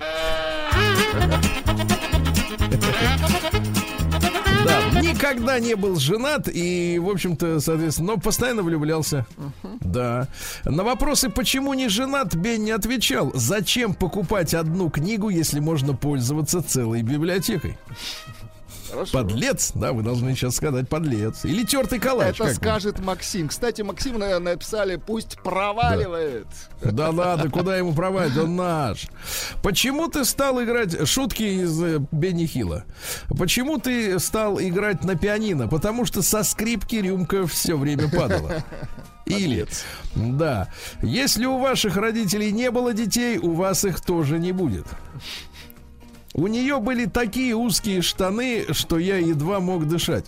Да, никогда не был женат и, в общем-то, соответственно, но постоянно влюблялся. Да. На вопросы, почему не женат, Бенни отвечал: зачем покупать одну книгу, если можно пользоваться целой библиотекой? Хорошо. Подлец, да, вы должны сейчас сказать подлец. Или тертый калач. Это скажет Максим. Кстати, Максим, наверное, написали: пусть проваливает. Да ладно, куда ему проваливать, он наш. Почему ты стал играть... Шутки из Бенни Хилла. Почему ты стал играть на пианино? Потому что со скрипки рюмка все время падала. Или, да, если у ваших родителей не было детей, у вас их тоже не будет. У нее были такие узкие штаны, что я едва мог дышать.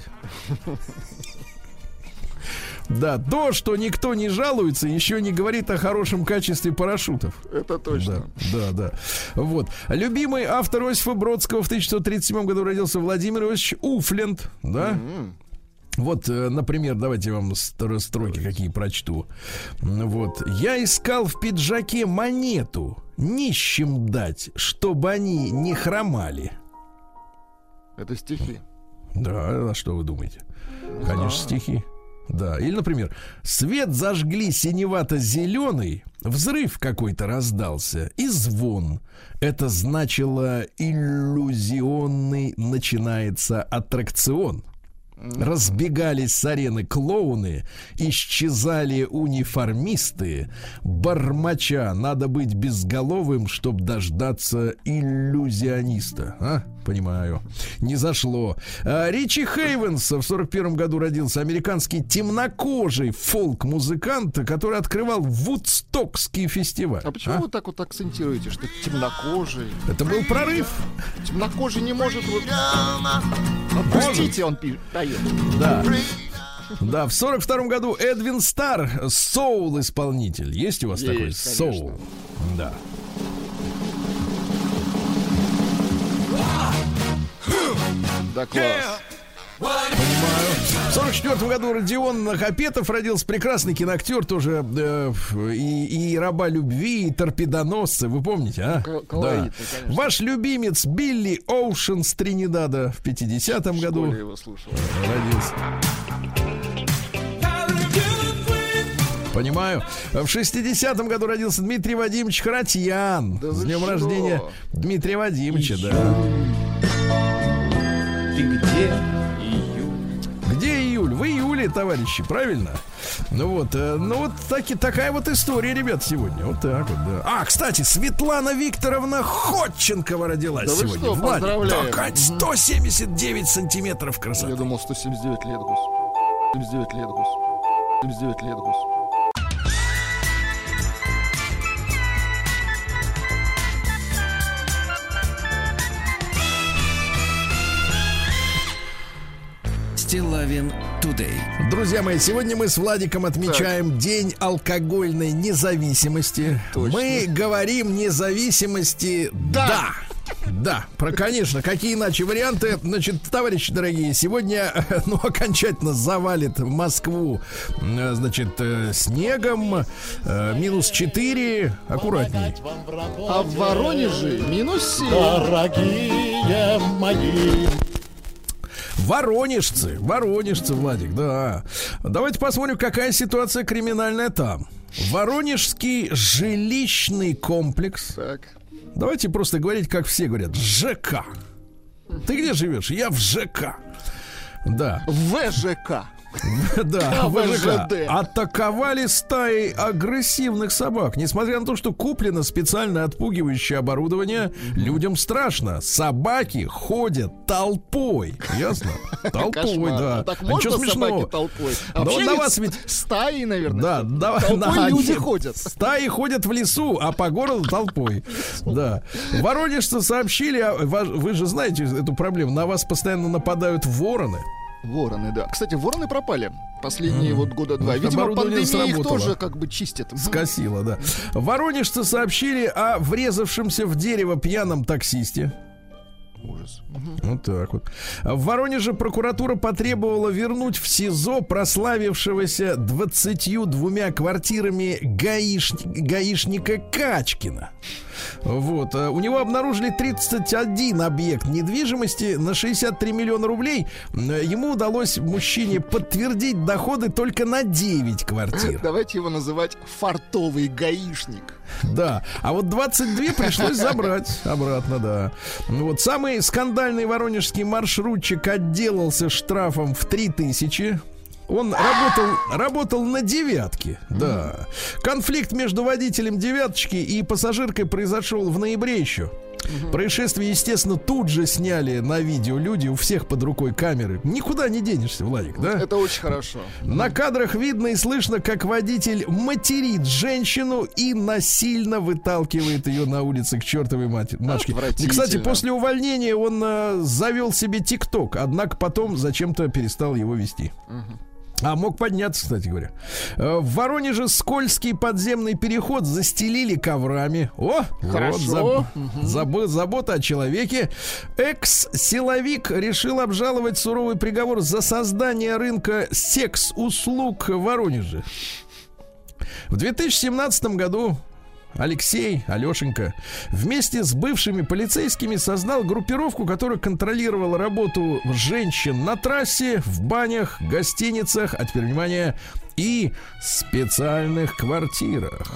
Да, то, что никто не жалуется, еще не говорит о хорошем качестве парашютов. Это точно. Да. Вот. Любимый автор Иосифа Бродского в 1937 году родился Владимир Иосифович Уфленд. Да? Вот, например, давайте я вам строки какие прочту. Вот. Я искал в пиджаке монету нищим дать, чтобы они не хромали. Это стихи. Да, а что вы думаете? Конечно, стихи. Да, или, например, свет зажгли синевато-зеленый, взрыв какой-то раздался и звон. Это значило иллюзионный начинается аттракцион. Разбегались с арены клоуны, исчезали униформисты, бормоча: надо быть безголовым, чтоб дождаться иллюзиониста. А? Понимаю. Не зашло. Ричи Хейвенс в 41 году родился, американский темнокожий фолк-музыкант, который открывал Вудстокский фестиваль. А почему вы так вот акцентируете, что темнокожий? Это был прорыв. Темнокожий не может... Простите, он поет. Да. Да, в 42 году Эдвин Старр, соул-исполнитель. Есть у вас такой соул? Да. Да, класс. Понимаю. В 44 году Родион Хапетов родился, прекрасный киноактер тоже, и «Раба любви», и «Торпедоносцы», вы помните, а? Да. Ваш любимец Билли Оушен с Тринидада в 50-м году родился. Понимаю. В 60-м году родился Дмитрий Вадимович Харатьян. Да, с днем рождения Дмитрия Вадимовича, да. И где июль? Где июль? В июле, товарищи, правильно? Ну вот такая вот история, ребят, сегодня. Вот так вот, да. А, кстати, Светлана Викторовна Ходченкова родилась сегодня. Что, поздравляем. Так, 179 сантиметров красоты. Я думал, 179 лет, господи. 79 лет, господи. 79 лет, господи. Стиллавин Тудей. Друзья мои, сегодня мы с Владиком отмечаем День алкогольной независимости. Точно. Мы говорим независимости «да». Да, конечно, какие иначе варианты. Значит, товарищи дорогие, сегодня, окончательно завалит Москву, значит, снегом, минус 4, аккуратней. А в Воронеже минус 7. Дорогие мои. Воронежцы, Владик, да. Давайте посмотрим, какая ситуация криминальная там. Воронежский жилищный комплекс. Так. Давайте просто говорить, как все говорят. ЖК. Ты где живешь? Я в ЖК. Да. ВЖК. Да, ВЖК. ВЖД. Атаковали стаей агрессивных собак. Несмотря на то, что куплено специально отпугивающее оборудование, людям страшно. Собаки ходят толпой. Ясно? Толпой, Кошмар. да. Так А ничего можно смешного. собаки толпой? Да Вообще вот на ведь вас ведь... стаи, наверное. Да, Толпой люди ходят. Стаи ходят в лесу, а по городу толпой. Да. Воронежцы сообщили, вы же знаете эту проблему, на вас постоянно нападают вороны. Вороны, да. Кстати, вороны пропали последние вот года два. Видимо, Оборудование пандемия их сработало. тоже как бы чистит. Скосило, да. Воронежцы сообщили о врезавшемся в дерево пьяном таксисте. Ужас. Вот так вот. В Воронеже прокуратура потребовала вернуть в СИЗО прославившегося 22 квартирами гаишника Качкина. Вот. У него обнаружили 31 объект недвижимости на 63 миллиона рублей. Ему удалось, мужчине, подтвердить доходы только на 9 квартир. Давайте его называть фартовый гаишник. Да, а вот 22 пришлось забрать обратно, да. Вот самый скандальный воронежский маршрутчик отделался штрафом в 3000. Он работал на девятке, да. Конфликт между водителем девяточки и пассажиркой произошел в ноябре еще. Происшествие, естественно, тут же сняли на видео люди, у всех под рукой камеры. Никуда не денешься, Владик, да? Это очень хорошо. На кадрах видно и слышно, как водитель материт женщину и насильно выталкивает ее на улице к чертовой матушке. И, Отвратительно. кстати, после увольнения он завел себе ТикТок, однако потом зачем-то перестал его вести. А мог подняться, кстати говоря. В Воронеже скользкий подземный переход застелили коврами. О, Хорошо. Вот забота о человеке. Экс-силовик решил обжаловать суровый приговор за создание рынка секс-услуг в Воронеже. В 2017 году Алешенька, вместе с бывшими полицейскими создал группировку, которая контролировала работу женщин на трассе, в банях, гостиницах, а теперь внимание, и специальных квартирах.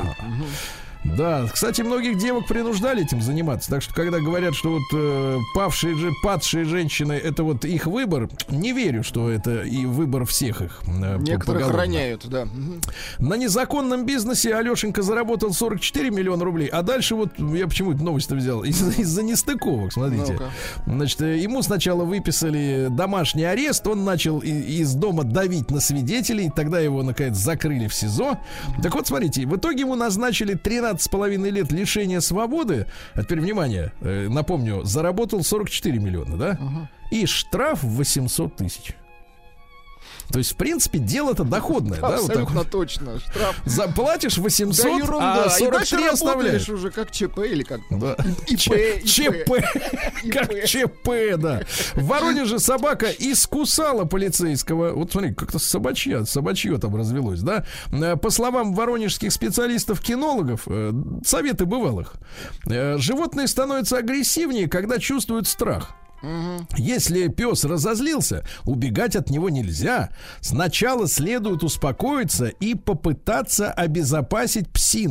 Да, кстати, многих девок принуждали этим заниматься. Так что, когда говорят, что вот падшие женщины, это вот их выбор, не верю, что это и выбор всех их. Некоторых роняют, да. На незаконном бизнесе Алешенька заработал 44 миллиона рублей. А дальше вот, я почему-то новость взял, из-за нестыковок, смотрите. Ну-ка. Значит, ему сначала выписали домашний арест, он начал из дома давить на свидетелей, тогда его, наконец, закрыли в СИЗО. Так вот, смотрите, в итоге ему назначили 13,5 лет лишения свободы. А теперь, внимание, напомню, заработал 44 миллиона, да? И штраф в 800 тысяч. То есть, в принципе, дело-то доходное. Да, Абсолютно вот точно. Штраф. Заплатишь 800, Да ерунда. а И дальше 43 оставляешь. работаешь уже как ЧП или как Да. ИП. ЧП. Как ЧП, да. В Воронеже собака искусала полицейского. Вот смотри, как-то собачье там развелось, да. По словам воронежских специалистов-кинологов, советы бывалых, животные становятся агрессивнее, когда чувствуют страх. Если пес разозлился, убегать от него нельзя. Сначала следует успокоиться и попытаться обезопасить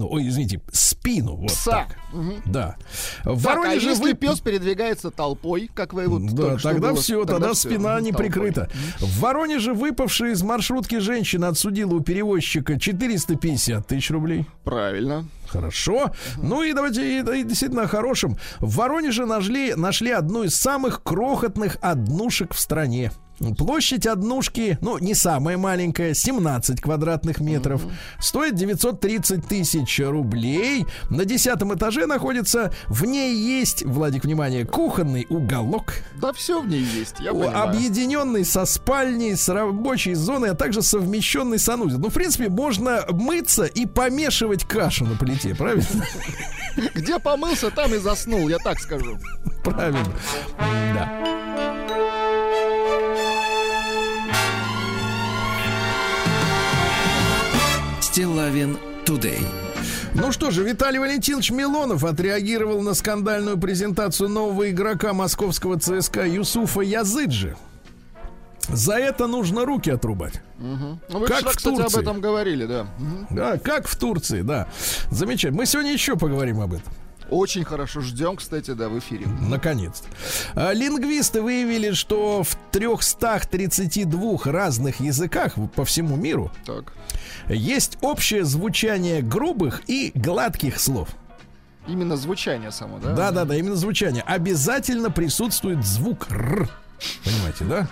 спину. Вот Пса. так. Да. В Так, а Воронеже если пес передвигается толпой, как вы вот да, только что тогда было, все, тогда всё, спина не толпой. прикрыта. В Воронеже выпавшая из маршрутки женщина отсудила у перевозчика 450 тысяч рублей. Правильно. Хорошо. Ну и давайте и действительно о хорошем. В Воронеже нашли одну из самых крохотных однушек в стране. Площадь однушки, ну, не самая маленькая, 17 квадратных метров. Стоит 930 тысяч рублей. На 10-м этаже находится. В ней есть, Владик, внимание, кухонный уголок. Да все в ней есть, я понимаю. Объединенный со спальней, с рабочей зоной, а также совмещенный санузел. Ну, в принципе, можно мыться и помешивать кашу на плите, правильно? Где помылся, там и заснул, я так скажу. Правильно. Да. Стиллавин Today. Ну что же, Виталий Валентинович Милонов отреагировал на скандальную презентацию нового игрока московского ЦСКА Юсуфа Языджи. За это нужно руки отрубать. Ну, вы как вчера, в кстати, Турции. об этом говорили, да. Да, как в Турции, да. Замечательно. Мы сегодня еще поговорим об этом. Очень хорошо. Ждем, кстати, да, в эфире. Наконец-то. Лингвисты выявили, что в 332 разных языках по всему миру Так. есть общее звучание грубых и гладких слов. Именно звучание само, да? Да, именно звучание. Обязательно присутствует звук «р». Понимаете, да?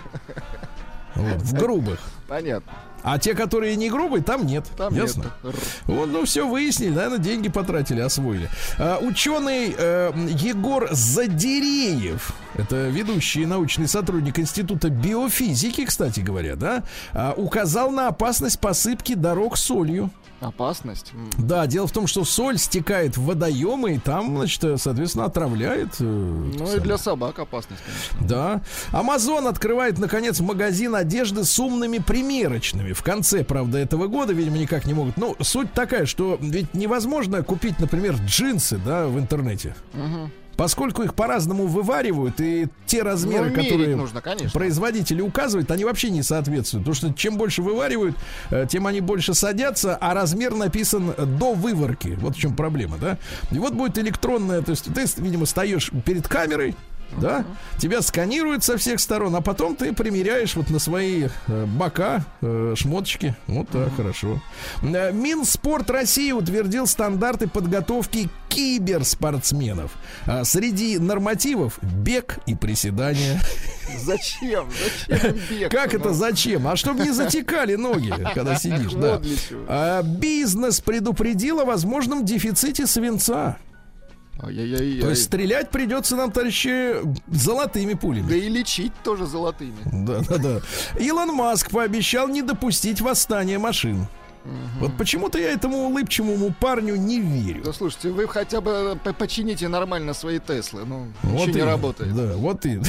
Вот, в грубых. Понятно. А те, которые не грубые, там нет. Там ясно? нет. Вот, ну все выяснили, наверное, деньги потратили, освоили. Ученый Егор Задиреев, это ведущий научный сотрудник Института биофизики, кстати говоря, да, указал на опасность посыпки дорог солью. Опасность. Да, дело в том, что соль стекает в водоемы, и там, значит, соответственно, отравляет. Ну и для собак опасность, конечно. Да. Амазон открывает, наконец, магазин одежды с умными примерочными. В конце, правда, этого года, видимо, никак не могут. Ну, суть такая, что ведь невозможно купить, например, джинсы, да, в интернете. Поскольку их по-разному вываривают, и те размеры, которые нужно, производители указывают, они вообще не соответствуют. Потому что чем больше вываривают, тем они больше садятся, а размер написан до выварки. Вот в чем проблема, да? И вот будет электронная, то есть ты, видимо, стоишь перед камерой, да, тебя сканируют со всех сторон, а потом ты примеряешь вот на свои бока шмоточки. Вот так, хорошо. Минспорт России утвердил стандарты подготовки киберспортсменов. Среди нормативов бег и приседания. Зачем? Зачем бег? Как это зачем? А чтобы не затекали ноги, когда сидишь. Да. Бизнес предупредил о возможном дефиците свинца. То есть стрелять придется нам, товарищи, золотыми пулями. Да и лечить тоже золотыми. Да. Илон Маск пообещал не допустить восстания машин. Вот почему-то я этому улыбчивому парню не верю. Да слушайте, вы хотя бы почините нормально свои Теслы. Ну, вот ничего не работает. Да, вот и...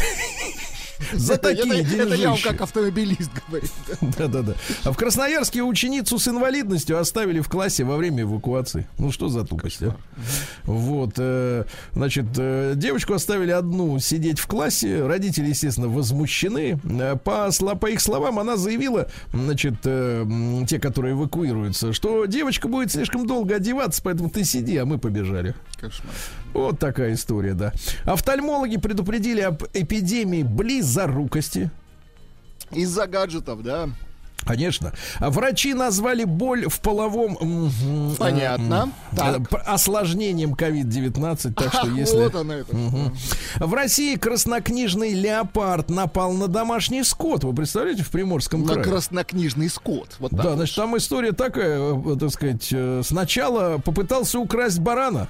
За такие деньжищи. Это я вам как автомобилист говорю. Да. А в Красноярске ученицу с инвалидностью оставили в классе во время эвакуации. Ну что за тупость, а? Вот, значит, девочку оставили одну сидеть в классе. Родители, естественно, возмущены. По их словам, она заявила, значит, те, которые эвакуируются, что девочка будет слишком долго одеваться, поэтому ты сиди, а мы побежали. Кошмар. Вот такая история, да. Офтальмологи предупредили об эпидемии близорукости. Из-за гаджетов, да. Конечно. Врачи назвали боль в половом... Понятно. осложнением COVID-19. Так что если... Вот оно это. В России краснокнижный леопард напал на домашний скот. Вы представляете, в Приморском крае? На краснокнижный скот. Вот да, так. значит, там история такая, так сказать, сначала попытался украсть барана.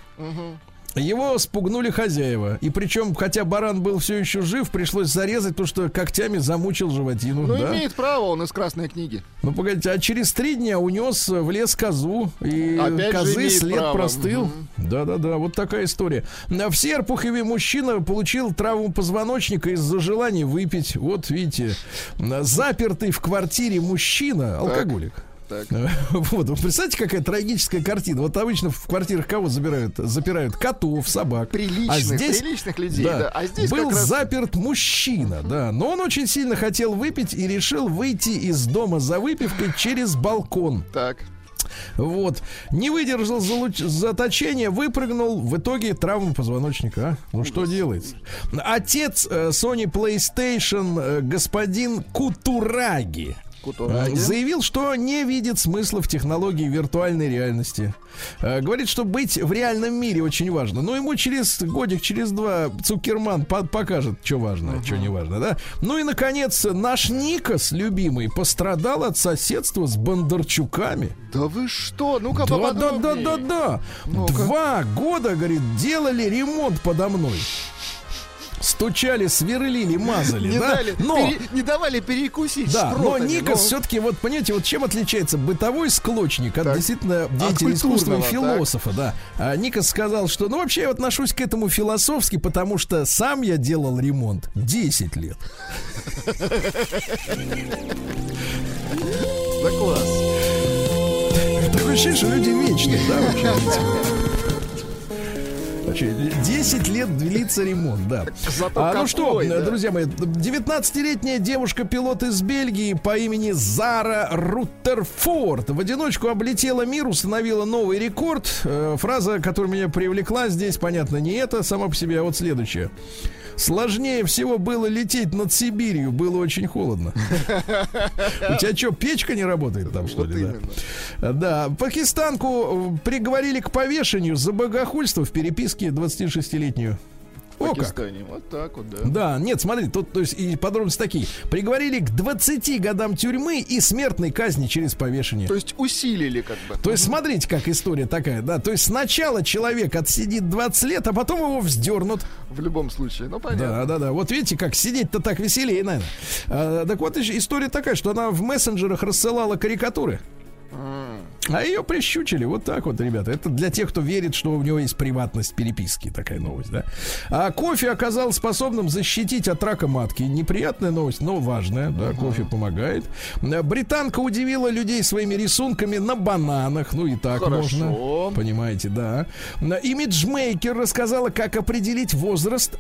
Его спугнули хозяева. И причем, хотя баран был все еще жив, пришлось зарезать, потому что когтями замучил животину. Ну, да? имеет право, он из Красной книги. Ну, погодите, а через 3 дня унес в лес козу. И опять козы след право. простыл. Да, вот такая история. В Серпухове мужчина получил травму позвоночника из-за желания выпить. Вот, видите, запертый в квартире мужчина, алкоголик. Так. Вот, вы представляете, какая трагическая картина. Вот обычно в квартирах кого запирают? Котов, собак. Приличных людей. Да. А здесь был как раз... заперт мужчина, да. Но он очень сильно хотел выпить и решил выйти из дома за выпивкой через балкон. Так. Вот. Не выдержал заточения, выпрыгнул. В итоге травма позвоночника. Ну что делается? Отец Sony PlayStation, господин Кутураги, Кутураги. Заявил, что не видит смысла в технологии виртуальной реальности. Говорит, что быть в реальном мире очень важно. Но ему через годик, через два Цукерман покажет, что важно, что не важно, да? Ну и, наконец, наш Никос, любимый, пострадал от соседства с Бондарчуками. Да вы что? Ну-ка, Да. поподробнее. Ну-ка. 2 года, говорит, делали ремонт подо мной. Стучали, сверлили, мазали, Не, да? дали, Но не давали перекусить да, но шпротами, Никос но- все-таки, вот понимаете, вот чем отличается бытовой склочник от Так. действительно деятеля искусства и культурного, философа, да. А Никос сказал, что, ну, вообще я отношусь к этому философски, потому что сам я делал ремонт 10 лет. Да класс. Такое ощущение, что люди вечные, да, вообще. 10 лет длится ремонт, да. Зато Ну какой, что, да. друзья мои, 19-летняя девушка-пилот из Бельгии по имени Зара Руттерфорд в одиночку облетела мир, установила новый рекорд. Фраза, которая меня привлекла здесь, понятно, не это сама по себе, а вот следующая. Сложнее всего было лететь над Сибирью, было очень холодно. У тебя что, печка не работает там, что Вот ли? именно. Да, пакистанку приговорили к повешению за богохульство в переписке 26-летнюю. В О, как. Пакистане. Вот так вот, да. Да, нет, смотри, тут то есть, и подробности такие. Приговорили к 20 годам тюрьмы и смертной казни через повешение. То есть усилили как бы. То есть, смотрите, как история такая, да. То есть сначала человек отсидит 20 лет, а потом его вздернут. В любом случае. Ну, понятно. Да. Вот видите, как сидеть-то так веселее, наверное. Так вот, история такая, что она в мессенджерах рассылала карикатуры. А ее прищучили. Вот так вот, ребята. Это для тех, кто верит, что у него есть приватность переписки. Такая новость, да. А кофе оказался способным защитить от рака матки. Неприятная новость, но важная. Да, кофе помогает. Британка удивила людей своими рисунками на бананах. Ну и так Хорошо. можно. Понимаете, да. Имиджмейкер рассказала, как определить возраст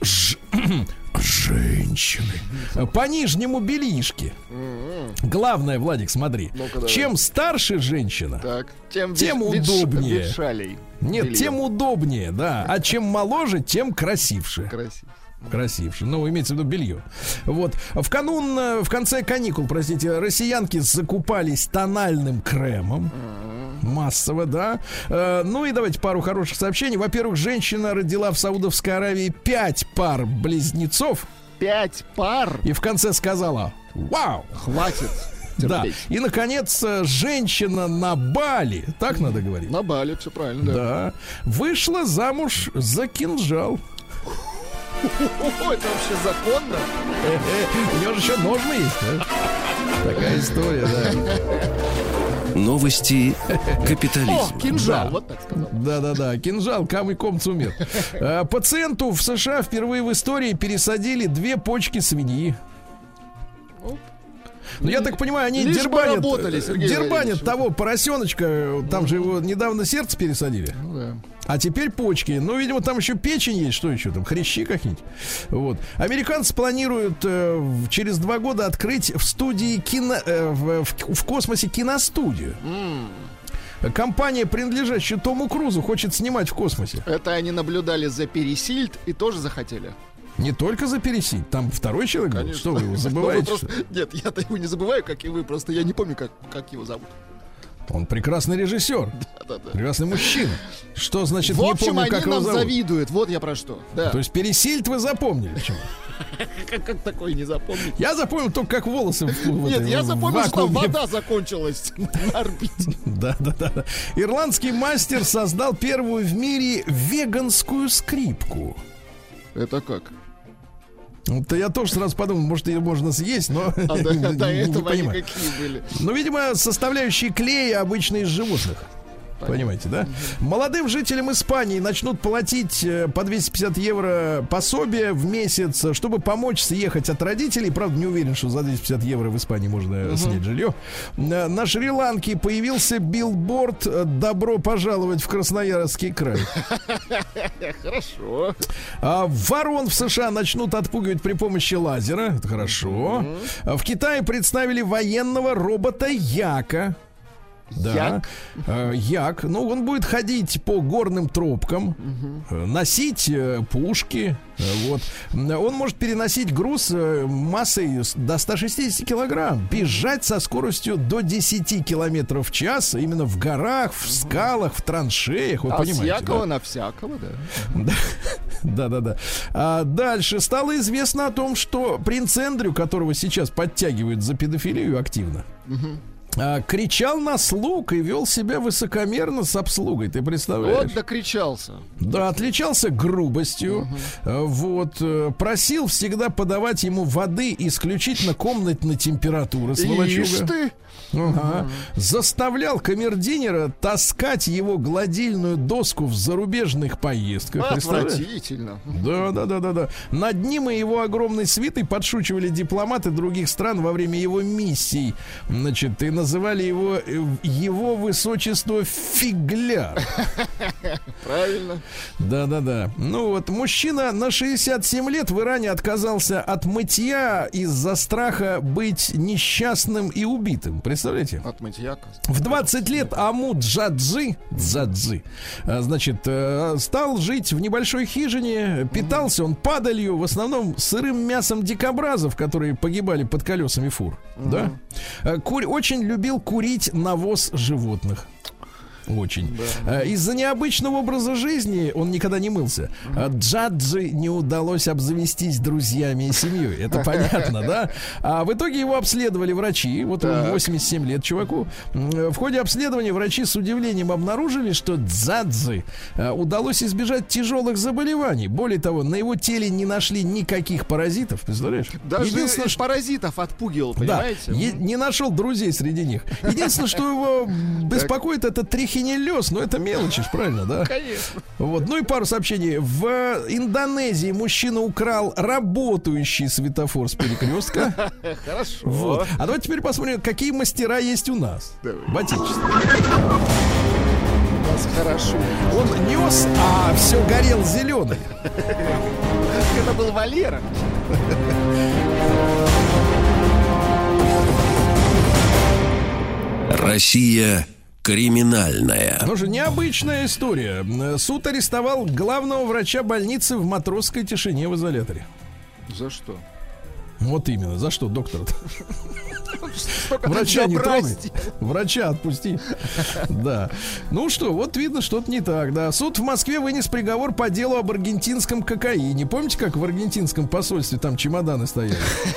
женщины по нижнему бельишке. Главное, Владик, смотри. Ну-ка, давай. Чем старше женщина, Так, тем удобнее. ветшалей. нет, Белье. тем удобнее, да. А чем моложе, тем красивше. Красиво. Красивше. Ну, имеется в виду белье. Вот. В конце каникул, простите, россиянки закупались тональным кремом. Массово, да. Ну и давайте пару хороших сообщений. Во-первых, женщина родила в Саудовской Аравии 5 пар близнецов. 5 пар. И в конце сказала: вау! Хватит. Да. терпеть. И, наконец, женщина на Бали, так надо говорить, На Бали, все правильно, да. да, вышла замуж за кинжал. О, это вообще законно? У него же еще ножны есть, да? Такая история, да. Новости капитализма. О, кинжал, Да. вот так сказал. Да, кинжал, кам и ком цумер. Пациенту в США впервые в истории пересадили 2 почки свиньи. Ну, я так понимаю, они Лишь бы дербанят, работали, Сергей дербанят Валерьевич. того поросеночка. Там же его недавно сердце пересадили. Ну да. А теперь почки. Ну, видимо, там еще печень есть. Что еще там? Хрящи какие-нибудь. Вот. Американцы планируют через 2 года открыть в студии в космосе киностудию. Компания, принадлежащая Тому Крузу, хочет снимать в космосе. Это они наблюдали за Пересильд и тоже захотели. Не только за Пересиль. Там второй человек был. Что вы его забываете? Ну, вы что просто- ли? Нет, я-то его не забываю, как и вы. Просто я не помню, как его зовут. Он прекрасный режиссер. Да-да-да. Прекрасный мужчина. Что значит В не общем, помню, они как его нам зовут? завидуют. Вот я про что. Да. То есть Пересильд вы запомнили? Почему? Как такое не запомнить? Я запомнил только, как волосы Нет, я запомнил, что вакууме. вода закончилась на орбите. Да. Ирландский мастер создал первую в мире веганскую скрипку. Это как? Вот я тоже сразу подумал, может, ее можно съесть, но А до не этого они понимаю. какие были? Ну, видимо, составляющие клея обычно из животных. Понимаете, да? Молодым жителям Испании начнут платить по 250 евро пособие в месяц, чтобы помочь съехать от родителей. Правда, не уверен, что за 250 евро в Испании можно снять жилье. На Шри-Ланке появился билборд «Добро пожаловать в Красноярский край». Хорошо. А ворон в США начнут отпугивать при помощи лазера. Это хорошо. В Китае представили военного робота Яка. Да. Як. Ну, он будет ходить по горным тропкам, носить пушки. Вот. Он может переносить груз массой до 160 килограмм, бежать со скоростью до 10 километров в час, именно в горах, в скалах, в траншеях. Вы понимаете, с якого да? на всякого, да. Да. А дальше стало известно о том, что принц Эндрю, которого сейчас подтягивают за педофилию активно, кричал на слуг и вел себя высокомерно с обслугой. Ты представляешь? Вот докричался. Да, отличался грубостью. Вот. Просил всегда подавать ему воды исключительно комнатной температуры, сволочуга. Ишь ты! Ага. Заставлял камердинера таскать его гладильную доску в зарубежных поездках. Отвратительно. Да. Над ним и его огромной свитой подшучивали дипломаты других стран во время его миссий. Значит, и называли его высочество Фигляр. Правильно. Да. Ну вот, мужчина на 67 лет в Иране отказался от мытья из-за страха быть несчастным и убитым. Представляете? От мытья. В 20 лет Аму Джадзи, значит, стал жить в небольшой хижине. Питался он падалью, в основном сырым мясом дикобразов, которые погибали под колесами фур. Да? Очень любил курить навоз животных. Очень. Да. Из-за необычного образа жизни он никогда не мылся. Джаджи не удалось обзавестись друзьями и семьей. Это понятно, да? А в итоге его обследовали врачи. Вот ему 87 лет чуваку. В ходе обследования врачи с удивлением обнаружили, что Джаджи удалось избежать тяжелых заболеваний. Более того, на его теле не нашли никаких паразитов. Представляешь? Даже паразитов отпугивал, понимаете? Да, не нашел друзей среди них. Единственное, что его беспокоит, это трихинеллез, но это мелочи, правильно, да? Конечно. Вот. Ну и пару сообщений. В Индонезии мужчина украл работающий светофор с перекрестка. Хорошо. Вот. А давайте теперь посмотрим, какие мастера есть у нас. В Отечестве. У нас хорошо. Он нес, а все горел зеленый. Это был Валера. Россия криминальная. Ну же, необычная история. Суд арестовал главного врача больницы в матросской тишине в изоляторе. За что? Вот именно. За что, доктор? Врача не трогай. Врача отпусти. Да. Ну что, вот видно, что-то не так, да. Суд в Москве вынес приговор по делу об аргентинском кокаине. Помните, как в аргентинском посольстве там чемоданы стояли?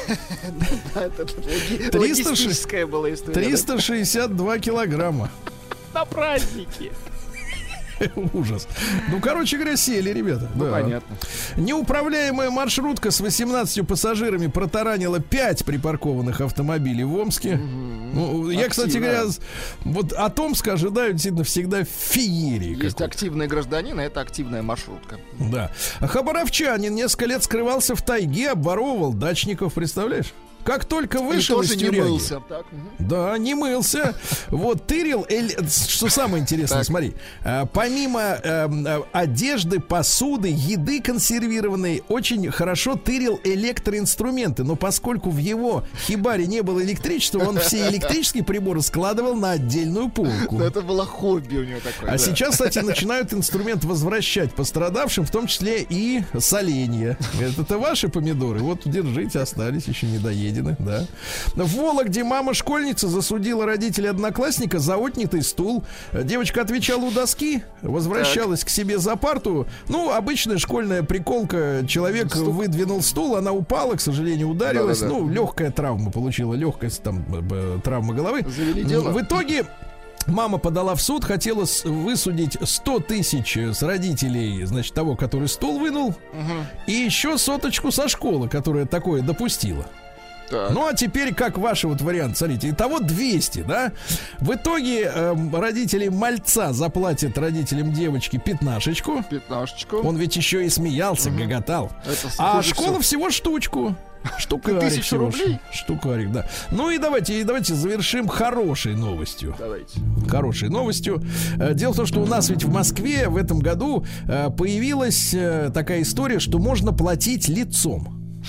362 килограмма. На праздники. Ужас. Ну, короче говоря, сели, ребята. Ну, да. Понятно. Неуправляемая маршрутка с 18 пассажирами протаранила 5 припаркованных автомобилей в Омске. Ну, я, кстати говоря, вот от Омска ожидаю действительно всегда феерии. Есть активные гражданины, это активная маршрутка. Да. Хабаровчанин несколько лет скрывался в тайге, обворовывал дачников, представляешь? Как только вышел из тюряги, не мылся. Так, да, не мылся. Вот, тырил, что самое интересное, так. Смотри, помимо одежды, посуды, еды консервированной, очень хорошо тырил электроинструменты. Но поскольку в его хибаре не было электричества, он все электрические приборы складывал на отдельную полку. Это было хобби у него такое. А сейчас, кстати, начинают инструмент возвращать пострадавшим, в том числе и соленья. Это ваши помидоры? Вот, держите, остались, еще не доедены. Да. В Вологде мама-школьница засудила родителей одноклассника за отнятый стул. Девочка отвечала у доски, возвращалась к себе за парту. Ну, обычная школьная приколка. Человек выдвинул стул, она упала, к сожалению, ударилась. Да. Ну, легкая травма получила, легкая там травма головы. В итоге мама подала в суд, хотела высудить 100 тысяч с родителей, значит, того, который стул вынул, и еще 100 со школы, которая такое допустила. Так. Ну, а теперь, как ваш вот вариант, смотрите, итого 200, да? В итоге родители мальца заплатят родителям девочки 15. Он ведь еще и смеялся, гоготал. А школа всего штучку. Штукарик. 1000 рублей? Штукарик, да. Ну и давайте завершим хорошей новостью. Давайте. Хорошей новостью. Дело в том, что у нас ведь в Москве в этом году появилась такая история, что можно платить лицом.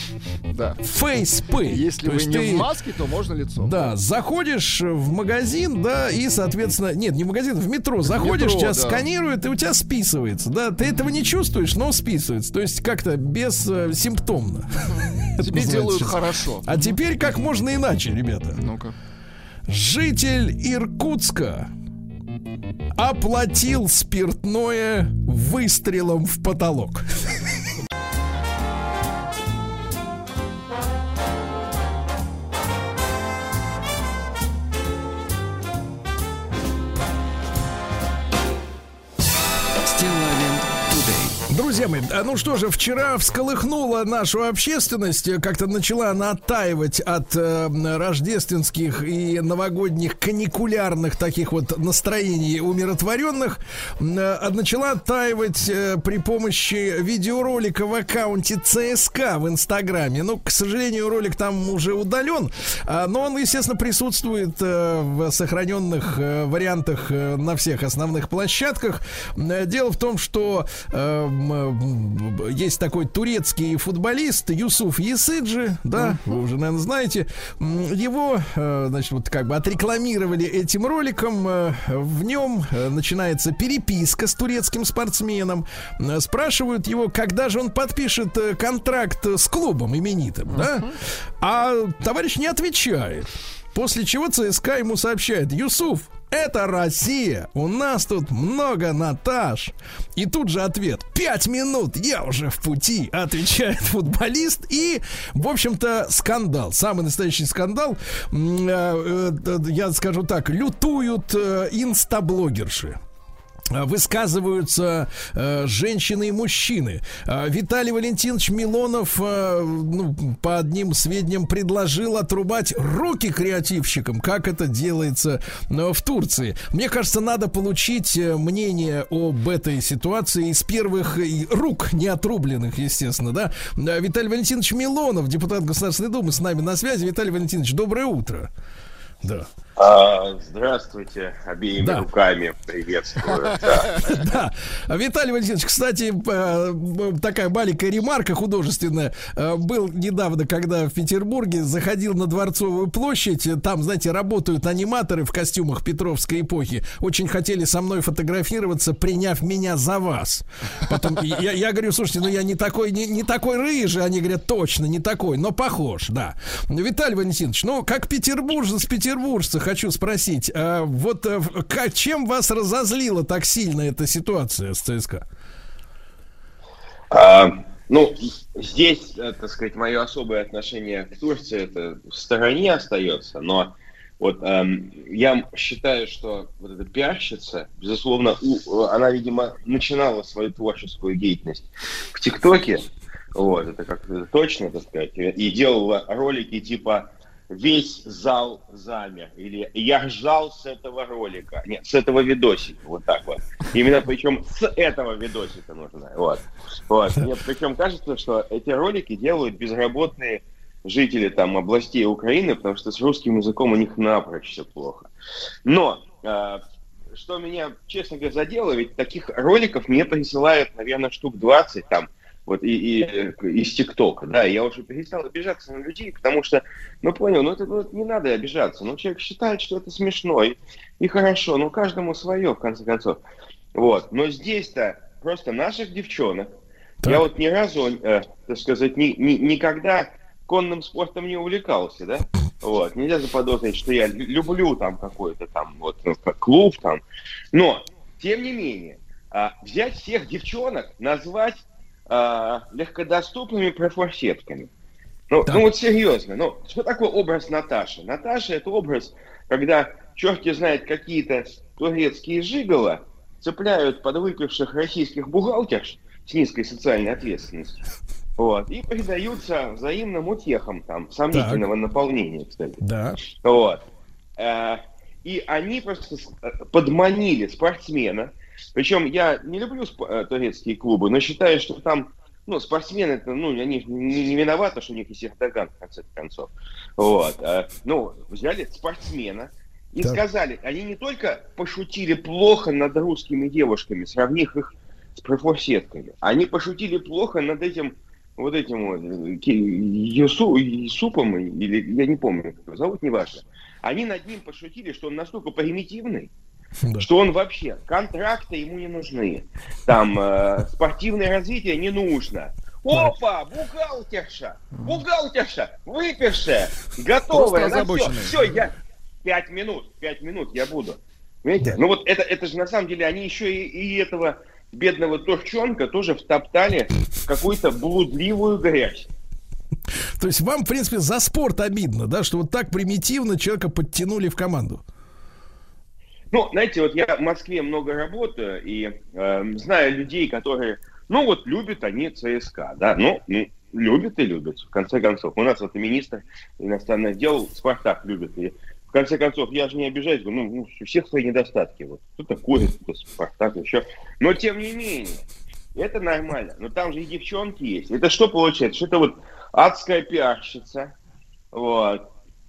Да. FacePay. Если То вы есть не ты, в маске, то можно лицом. да, заходишь в магазин, да, и, соответственно, нет, не в магазин, в метро заходишь, метро, тебя да. сканируют, и у тебя списывается, да, ты этого не чувствуешь, но списывается, то есть как-то бессимптомно. Тебе делают хорошо. А теперь как можно иначе, ребята. Ну-ка. Житель Иркутска оплатил спиртное выстрелом в потолок. Друзья мои, ну что же, вчера всколыхнула нашу общественность, как-то начала она оттаивать от рождественских и новогодних каникулярных таких вот настроений умиротворенных, начала оттаивать при помощи видеоролика в аккаунте ЦСКА в Инстаграме. Ну, к сожалению, ролик там уже удален, но он, естественно, присутствует в сохраненных вариантах на всех основных площадках. Дело в том, что есть такой турецкий футболист Юсуф Есиджи, да, вы уже, наверное, знаете. Его, значит, вот как бы отрекламировали этим роликом. В нем начинается переписка с турецким спортсменом. Спрашивают его, когда же он подпишет контракт с клубом именитым, да? А товарищ не отвечает. После чего ЦСКА ему сообщает: Юсуф, это Россия, у нас тут много Наташ. И тут же ответ: 5 минут, я уже в пути, отвечает футболист. И, в общем-то, скандал, самый настоящий скандал. Я скажу так, лютуют инстаблогерши. Высказываются женщины и мужчины. Виталий Валентинович Милонов, по одним сведениям, предложил отрубать руки креативщикам, как это делается в Турции. Мне кажется, надо получить мнение об этой ситуации из первых рук, не отрубленных, естественно, да. Виталий Валентинович Милонов, депутат Государственной Думы, с нами на связи. Виталий Валентинович, доброе утро. Да. Здравствуйте, обеими руками приветствую. Да. Виталий Валентинович, кстати, такая маленькая ремарка художественная. Был недавно, когда в Петербурге, заходил на Дворцовую площадь. Там, знаете, работают аниматоры в костюмах Петровской эпохи. Очень хотели со мной фотографироваться, приняв меня за вас. Потом я говорю: слушайте, ну я не такой рыжий. Они говорят: точно не такой, но похож, да. Виталий Валентинович, ну как петербуржцы, хочу спросить, вот чем вас разозлила так сильно эта ситуация с ЦСКА? Ну, здесь, так сказать, мое особое отношение к Турции, это в стороне остается, но вот я считаю, что вот эта пиарщица, безусловно, она, видимо, начинала свою творческую деятельность в ТикТоке, вот, это как-то точно, так сказать, и делала ролики типа «Весь зал замер» или «Я ржал с этого ролика». Нет, с этого видосика, вот так вот. Именно причем с этого видосика нужно. Вот. Мне причем кажется, что эти ролики делают безработные жители там областей Украины, потому что с русским языком у них напрочь все плохо. Но, что меня, честно говоря, задело, ведь таких роликов мне присылают, наверное, штук 20 там, вот и из ТикТока, да, я уже перестал обижаться на людей, потому что, понял, это не надо обижаться, человек считает, что это смешно и хорошо, каждому свое, в конце концов, вот, но здесь-то просто наших девчонок, так. Я вот ни разу, так сказать, никогда конным спортом не увлекался, да, вот, нельзя заподозрить, что я люблю там какой-то там, вот, клуб там, но, тем не менее, взять всех девчонок, назвать легкодоступными профорсетками. Ну вот серьезно, что такое образ Наташи? Наташа — это образ, когда черти знает какие-то турецкие жиголо цепляют подвыпивших российских бухгалтерш с низкой социальной ответственностью, вот, и предаются взаимным утехам там сомнительного наполнения, кстати. Да. Вот. И они просто подманили спортсмена. Причем я не люблю турецкие клубы, но считаю, что там, спортсмены, они не виноваты, что у них есть Эрдоган, в конце концов. Вот. Взяли спортсмена и сказали, они не только пошутили плохо над русскими девушками, сравнив их с профорсетками, они пошутили плохо над этим вот этим вот Юсупом, или я не помню, как его зовут, неважно. Они над ним пошутили, что он настолько примитивный, что он вообще, контракты ему не нужны, там, спортивное развитие не нужно. Опа, бухгалтерша, выпившая, готовая на все, я 5 минут я буду. Понимаете? Ну вот это же на самом деле, они еще и этого бедного торчонка тоже втоптали в какую-то блудливую грязь. То есть вам, в принципе, за спорт обидно, да, что вот так примитивно человека подтянули в команду? Ну, знаете, вот я в Москве много работаю и знаю людей, которые, ну вот любят они ЦСКА, да, ну любят и любят, в конце концов. У нас вот министр иностранных дел Спартак любит, и в конце концов, я же не обижаюсь, говорю, ну у всех свои недостатки, вот кто-то курит, кто-то Спартак, еще, но тем не менее, это нормально, но там же и девчонки есть. Это что получается? Что это вот адская пиарщица, вот,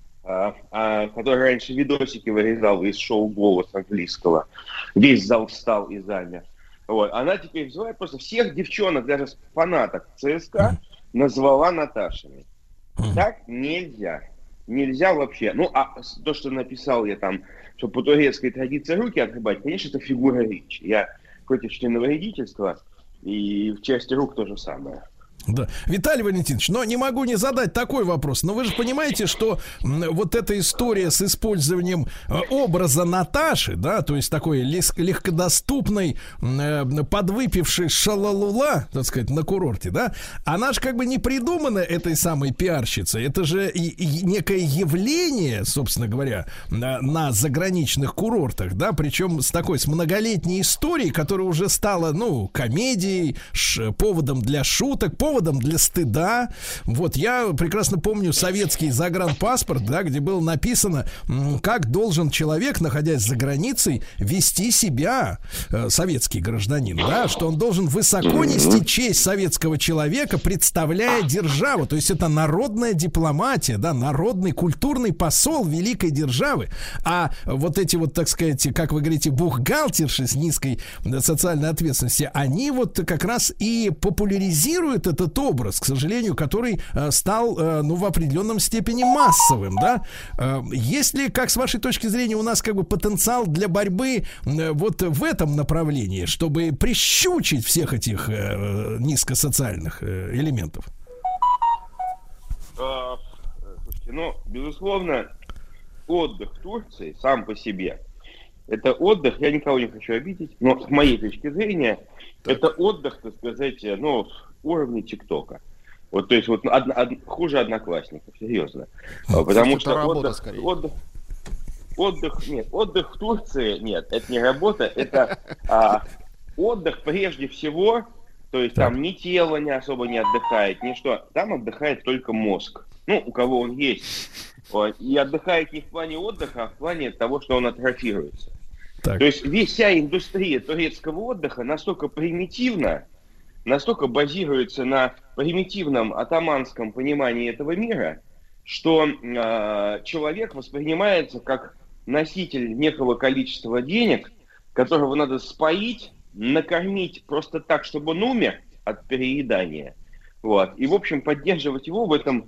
который раньше видосики вырезал из шоу «Голос» английского. Весь зал встал и замер. Вот. Она теперь называет просто всех девчонок, даже фанаток ЦСКА, назвала Наташами. Так нельзя. Нельзя вообще. Ну, а то, что написал я там, что по турецкой традиции руки отрубать, конечно, это фигура речи. Я против членовредительства, и в части рук то же самое. Да. Виталий Валентинович, но не могу не задать такой вопрос. Но вы же понимаете, что вот эта история с использованием образа Наташи, да, то есть такой легкодоступной, подвыпившей шалалула, так сказать, на курорте, да, она же как бы не придумана этой самой пиарщицей. Это же и некое явление, собственно говоря, на заграничных курортах, да, причем с многолетней историей, которая уже стала, ну, комедией, поводом для шуток, поводом для стыда. Вот я прекрасно помню советский загранпаспорт, да, где было написано, как должен человек, находясь за границей, вести себя, советский гражданин, да, что он должен высоко нести честь советского человека, представляя державу. То есть это народная дипломатия, да, народный культурный посол великой державы. А вот эти вот, так сказать, как вы говорите, бухгалтерши с низкой социальной ответственностью, они вот как раз и популяризируют этот образ, к сожалению, который стал, ну, в определенном степени массовым, да. Есть ли, как с вашей точки зрения, у нас как бы потенциал для борьбы вот в этом направлении, чтобы прищучить всех этих низкосоциальных элементов? Слушайте, ну, безусловно, отдых в Турции сам по себе, это отдых, я никого не хочу обидеть, но с моей точки зрения, это отдых, так сказать, ну, уровня ТикТока. Вот, то есть, вот хуже Одноклассников, серьезно. Потому что отдых в Турции, нет, это не работа, это отдых прежде всего, то есть там ни тело не особо не отдыхает, ничто, там отдыхает только мозг. Ну, у кого он есть. Вот. И отдыхает не в плане отдыха, а в плане того, что он атрофируется. Так. То есть вся индустрия турецкого отдыха настолько примитивна, настолько базируется на примитивном атаманском понимании этого мира, что человек воспринимается как носитель некого количества денег, которого надо споить, накормить просто так, чтобы он умер от переедания. Вот. И, в общем, поддерживать его в этом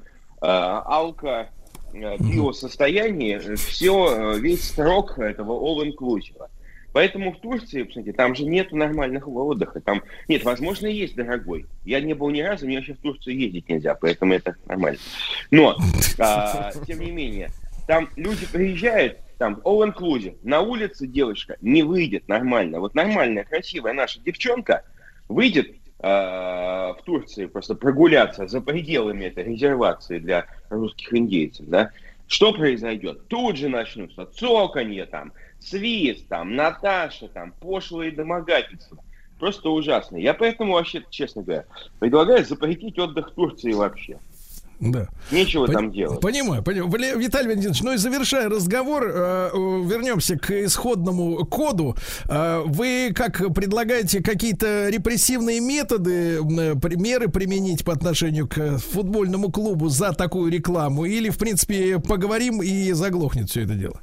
биосостоянии весь срок этого all-inclusive. Поэтому в Турции, посмотрите, там же нет нормального отдыха. Там нет, возможно, и есть дорогой. Я не был ни разу, мне вообще в Турцию ездить нельзя, поэтому это нормально. Но, тем не менее, там люди приезжают, там all-inclusive, на улице девочка не выйдет нормально. Вот нормальная, красивая наша девчонка выйдет в Турции просто прогуляться за пределами этой резервации для русских индейцев, да, что произойдет? Тут же начнутся цоканье, там, свист, там, Наташа, там, пошлые домогательства. Просто ужасно. Я поэтому вообще, честно говоря, предлагаю запретить отдых в Турции вообще. Да. Нечего там делать. Понимаю. Виталий Валентинович, ну и завершая разговор, вернемся к исходному коду. Вы как предлагаете какие-то репрессивные методы, меры применить по отношению к футбольному клубу за такую рекламу? Или, в принципе, поговорим и заглохнет все это дело?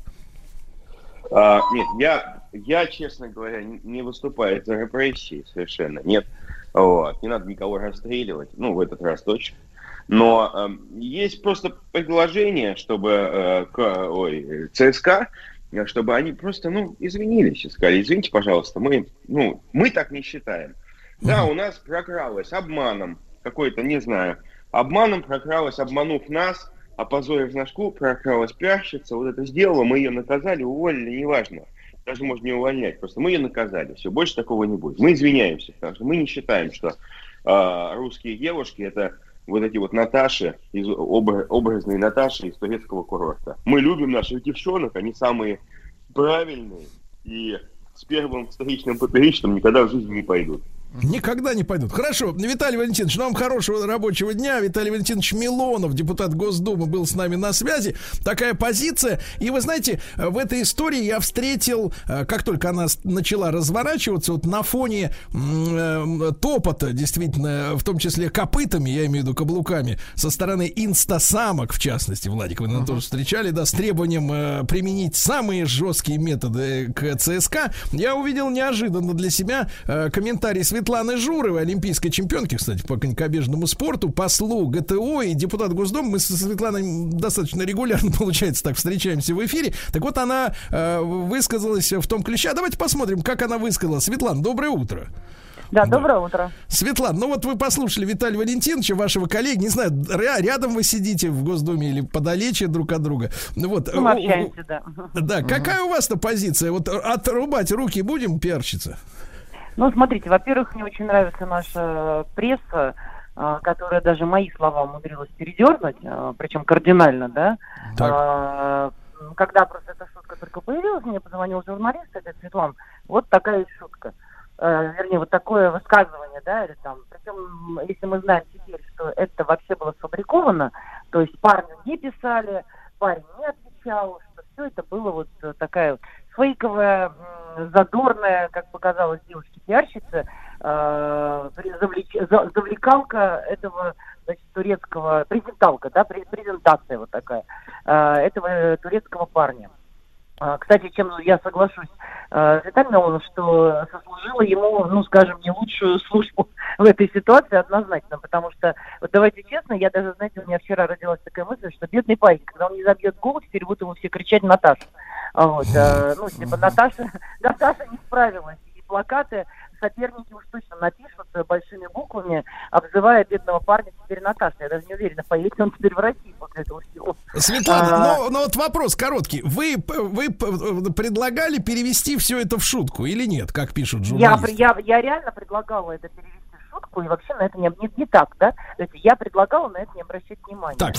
Нет, я, честно говоря, не выступаю за репрессии совершенно. Нет. Вот. Не надо никого расстреливать, ну, в этот раз точно. Но есть просто предложение, чтобы ЦСКА, чтобы они просто, извинились и сказали: извините, пожалуйста, мы так не считаем. Да, у нас прокралось обманом, какой-то, не знаю, прокралось, обманув нас, опозорив наш клуб, прокралась пиарщица, вот это сделала, мы ее наказали, уволили, неважно. Даже можно не увольнять, просто мы ее наказали, все, больше такого не будет. Мы извиняемся, потому что мы не считаем, что русские девушки это вот эти вот Наташи, образные Наташи из турецкого курорта. Мы любим наших девчонок, они самые правильные и с первым встречным поперечным никогда в жизни не пойдут. Никогда не пойдут. Хорошо, Виталий Валентинович, вам хорошего рабочего дня. Виталий Валентинович Милонов, депутат Госдумы, был с нами на связи. Такая позиция. И вы знаете, в этой истории я встретил, как только она начала разворачиваться, вот на фоне топота, действительно, в том числе копытами, я имею в виду каблуками, со стороны инстасамок, в частности, Владик, вы наверное, тоже встречали, да, с требованием применить самые жесткие методы к ЦСКА, я увидел неожиданно для себя комментарий Светланы Журовой, олимпийской чемпионки, кстати, по конькобежному спорту, послу ГТО и депутат Госдумы. Мы со Светланой достаточно регулярно, получается, так встречаемся в эфире. Так вот, она высказалась в том ключе. А давайте посмотрим, как она высказалась. Светлана, доброе утро. Да, доброе утро. Светлана, ну вот вы послушали Виталия Валентиновича, вашего коллеги, не знаю, рядом вы сидите в Госдуме или подалече друг от друга. Вот. Мы общаемся, да. Да, какая у вас-то позиция? Вот отрубать руки будем, пиарщица? Ну, смотрите, во-первых, мне очень нравится наша пресса, которая даже мои слова умудрилась передернуть, причем кардинально, да. Когда просто эта шутка только появилась, мне позвонил журналист, и говорит: Светлана, вот такая шутка. Вернее, вот такое высказывание, да, или там, причем, если мы знаем теперь, что это вообще было сфабриковано, то есть парню не писали, парень не отвечал, что все это было вот такая вот фейковая, задорная, как показалось девушке-пиарщице, завлекалка этого, значит, турецкого, презентация вот такая, этого турецкого парня. Кстати, чем я соглашусь с Виталием Милоновым, что сослужила ему, ну, скажем, не лучшую службу в этой ситуации однозначно, потому что, вот давайте честно, я даже, знаете, у меня вчера родилась такая мысль, что бедный парень, когда он не забьет гол, теперь будут ему все кричать «Наташа». Вот, ну, типа, Наташа не справилась, и плакаты соперники уж точно напишут большими буквами, обзывая бедного парня теперь Наташей. Я даже не уверена, поедет он теперь в Россию после этого всего. Светлана, но вот вопрос короткий. Вы предлагали перевести все это в шутку или нет, как пишут журналисты? Я реально предлагала это перевести в шутку, и вообще на это не так, да? То есть я предлагала на это не обращать внимания. Так.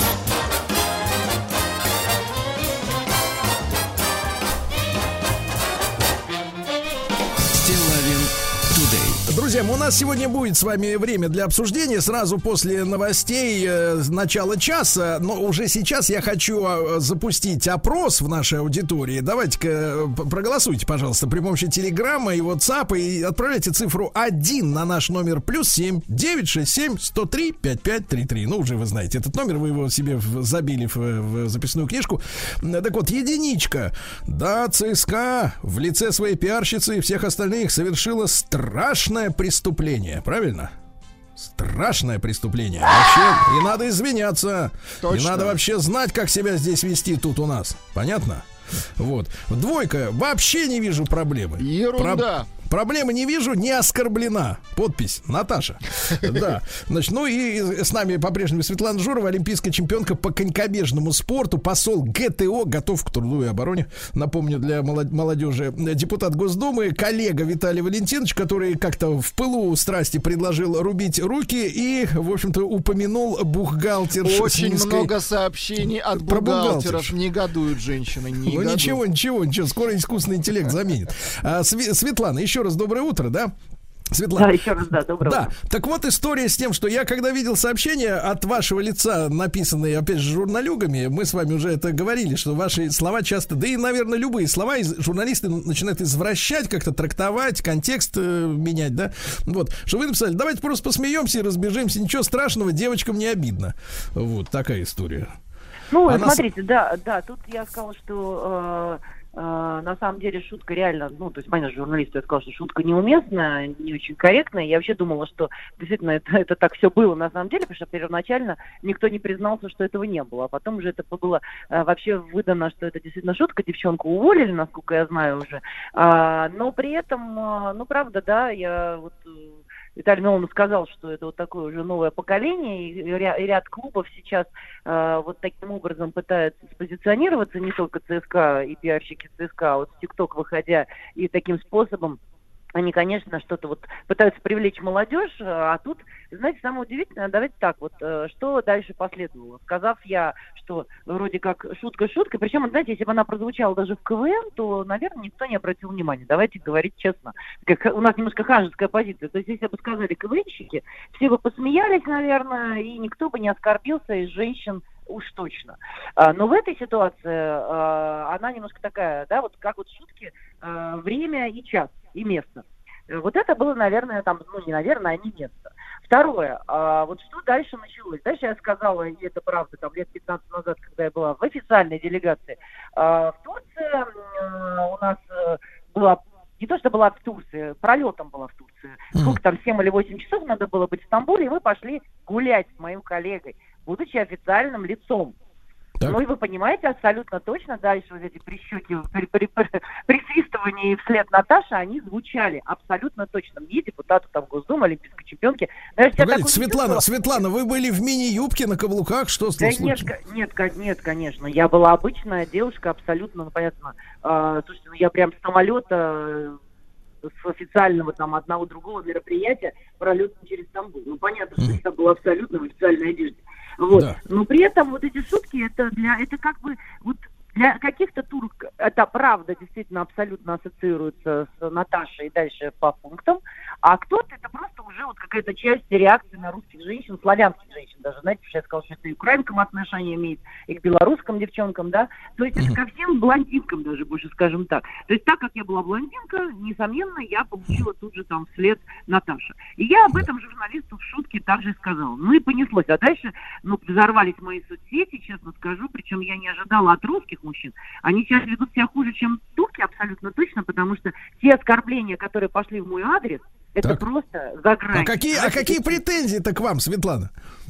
Друзья, у нас сегодня будет с вами время для обсуждения сразу после новостей начала часа, но уже сейчас я хочу запустить опрос в нашей аудитории. Давайте-ка проголосуйте, пожалуйста, при помощи телеграмма и WhatsApp и отправляйте цифру 1 на наш номер +7 967 103 5533. Ну, уже вы знаете этот номер, вы его себе забили в записную книжку. Так вот, единичка. Да, ЦСКА в лице своей пиарщицы и всех остальных совершила страшное преступление, правильно? Страшное преступление. Вообще, и надо извиняться. Точно. И надо вообще знать, как себя здесь вести тут у нас. Понятно? Вот. Двойка. Вообще не вижу проблемы. Ерунда. Проблемы не вижу, не оскорблена. Подпись Наташа. Да. Значит, ну и с нами по-прежнему Светлана Журова, олимпийская чемпионка по конькобежному спорту, посол ГТО, готов к труду и обороне. Напомню для молодежи, депутат Госдумы, коллега Виталий Валентинович, который как-то в пылу страсти предложил рубить руки и, в общем-то, упомянул бухгалтершу. Очень много сообщений от бухгалтеров. Негодуют женщины. Ну ничего, скоро искусственный интеллект заменит. Светлана, еще раз доброе утро, да? Светлана. Да, еще раз, да, доброе утро. Так вот история с тем, что я когда видел сообщения от вашего лица, написанные, опять же, журналюгами, мы с вами уже это говорили, что ваши слова часто, да и, наверное, любые слова журналисты начинают извращать, как-то трактовать, контекст менять, да? Вот, что вы написали, давайте просто посмеемся и разбежимся, ничего страшного, девочкам не обидно. Вот, такая история. Ну, смотрите, да, тут я сказала, что на самом деле шутка реально, ну, то есть, понятно, журналисту я сказала, что шутка неуместная, не очень корректная. Я вообще думала, что действительно это так все было на самом деле, потому что первоначально никто не признался, что этого не было. А потом уже это было вообще выдано, что это действительно шутка. Девчонку уволили, насколько я знаю уже. Но при этом, ну, правда, да, я вот... Виталий Милонов сказал, что это вот такое уже новое поколение, и ряд клубов сейчас вот таким образом пытаются спозиционироваться, не только ЦСКА и пиарщики ЦСКА, а вот в ТикТок выходя и таким способом они, конечно, что-то вот пытаются привлечь молодежь, а тут, знаете, самое удивительное, давайте так, вот что дальше последовало. Сказав я, что вроде как шутка шуткой, причем, знаете, если бы она прозвучала даже в КВН, то, наверное, никто не обратил внимания. Давайте говорить честно. У нас немножко ханжеская позиция. То есть, если бы сказали КВНщики, все бы посмеялись, наверное, и никто бы не оскорбился из женщин уж точно. Но в этой ситуации она немножко такая, да, вот как вот шутки, время и час, и место. Вот это было, наверное, там, ну, не наверное, а не место. Второе, вот что дальше началось? Дальше я сказала, и это правда, там лет 15 назад, когда я была в официальной делегации в Турции, у нас была, не то что была в Турции, пролетом была в Турции. Сколько там, 7 или 8 часов надо было быть в Стамбуле, и мы пошли гулять с моим коллегой, будучи официальным лицом. Так. Ну и вы понимаете абсолютно точно, дальше вот эти прищуки, присвистывания вслед Наташи, они звучали абсолютно точно. Мне, депутату там Госдумы, олимпийской чемпионки. Погодите, Светлана, вы были в мини-юбке на каблуках? Что случилось? Нет, конечно. Я была обычная девушка, абсолютно, ну, понятно. Слушайте, ну я прям с самолета с официального там одного другого мероприятия пролет через Стамбул. Ну понятно, что я была абсолютно в официальной одежде. Вот. Да. Но при этом вот эти шутки, это как бы вот для каких-то турок это правда действительно абсолютно ассоциируется с Наташей и дальше по пунктам, а кто-то это просто уже вот какая-то часть реакции на русских женщин, славянских женщин даже, знаете, потому что я сказала, что это и к украинкам отношение имеет, и к белорусским девчонкам, да, то есть это ко всем блондинкам даже, больше скажем так. То есть так как я была блондинка, несомненно, я получила тут же там вслед Наташа. И я об этом журналисту в шутке также сказала. Ну и понеслось. А дальше, ну, взорвались мои соцсети, честно скажу, причем я не ожидала от русских мужчин. Они сейчас ведут себя хуже, чем турки, абсолютно точно, потому что те оскорбления, которые пошли в мой адрес, это так. Просто за грань. А какие претензии-то к вам, Светлана?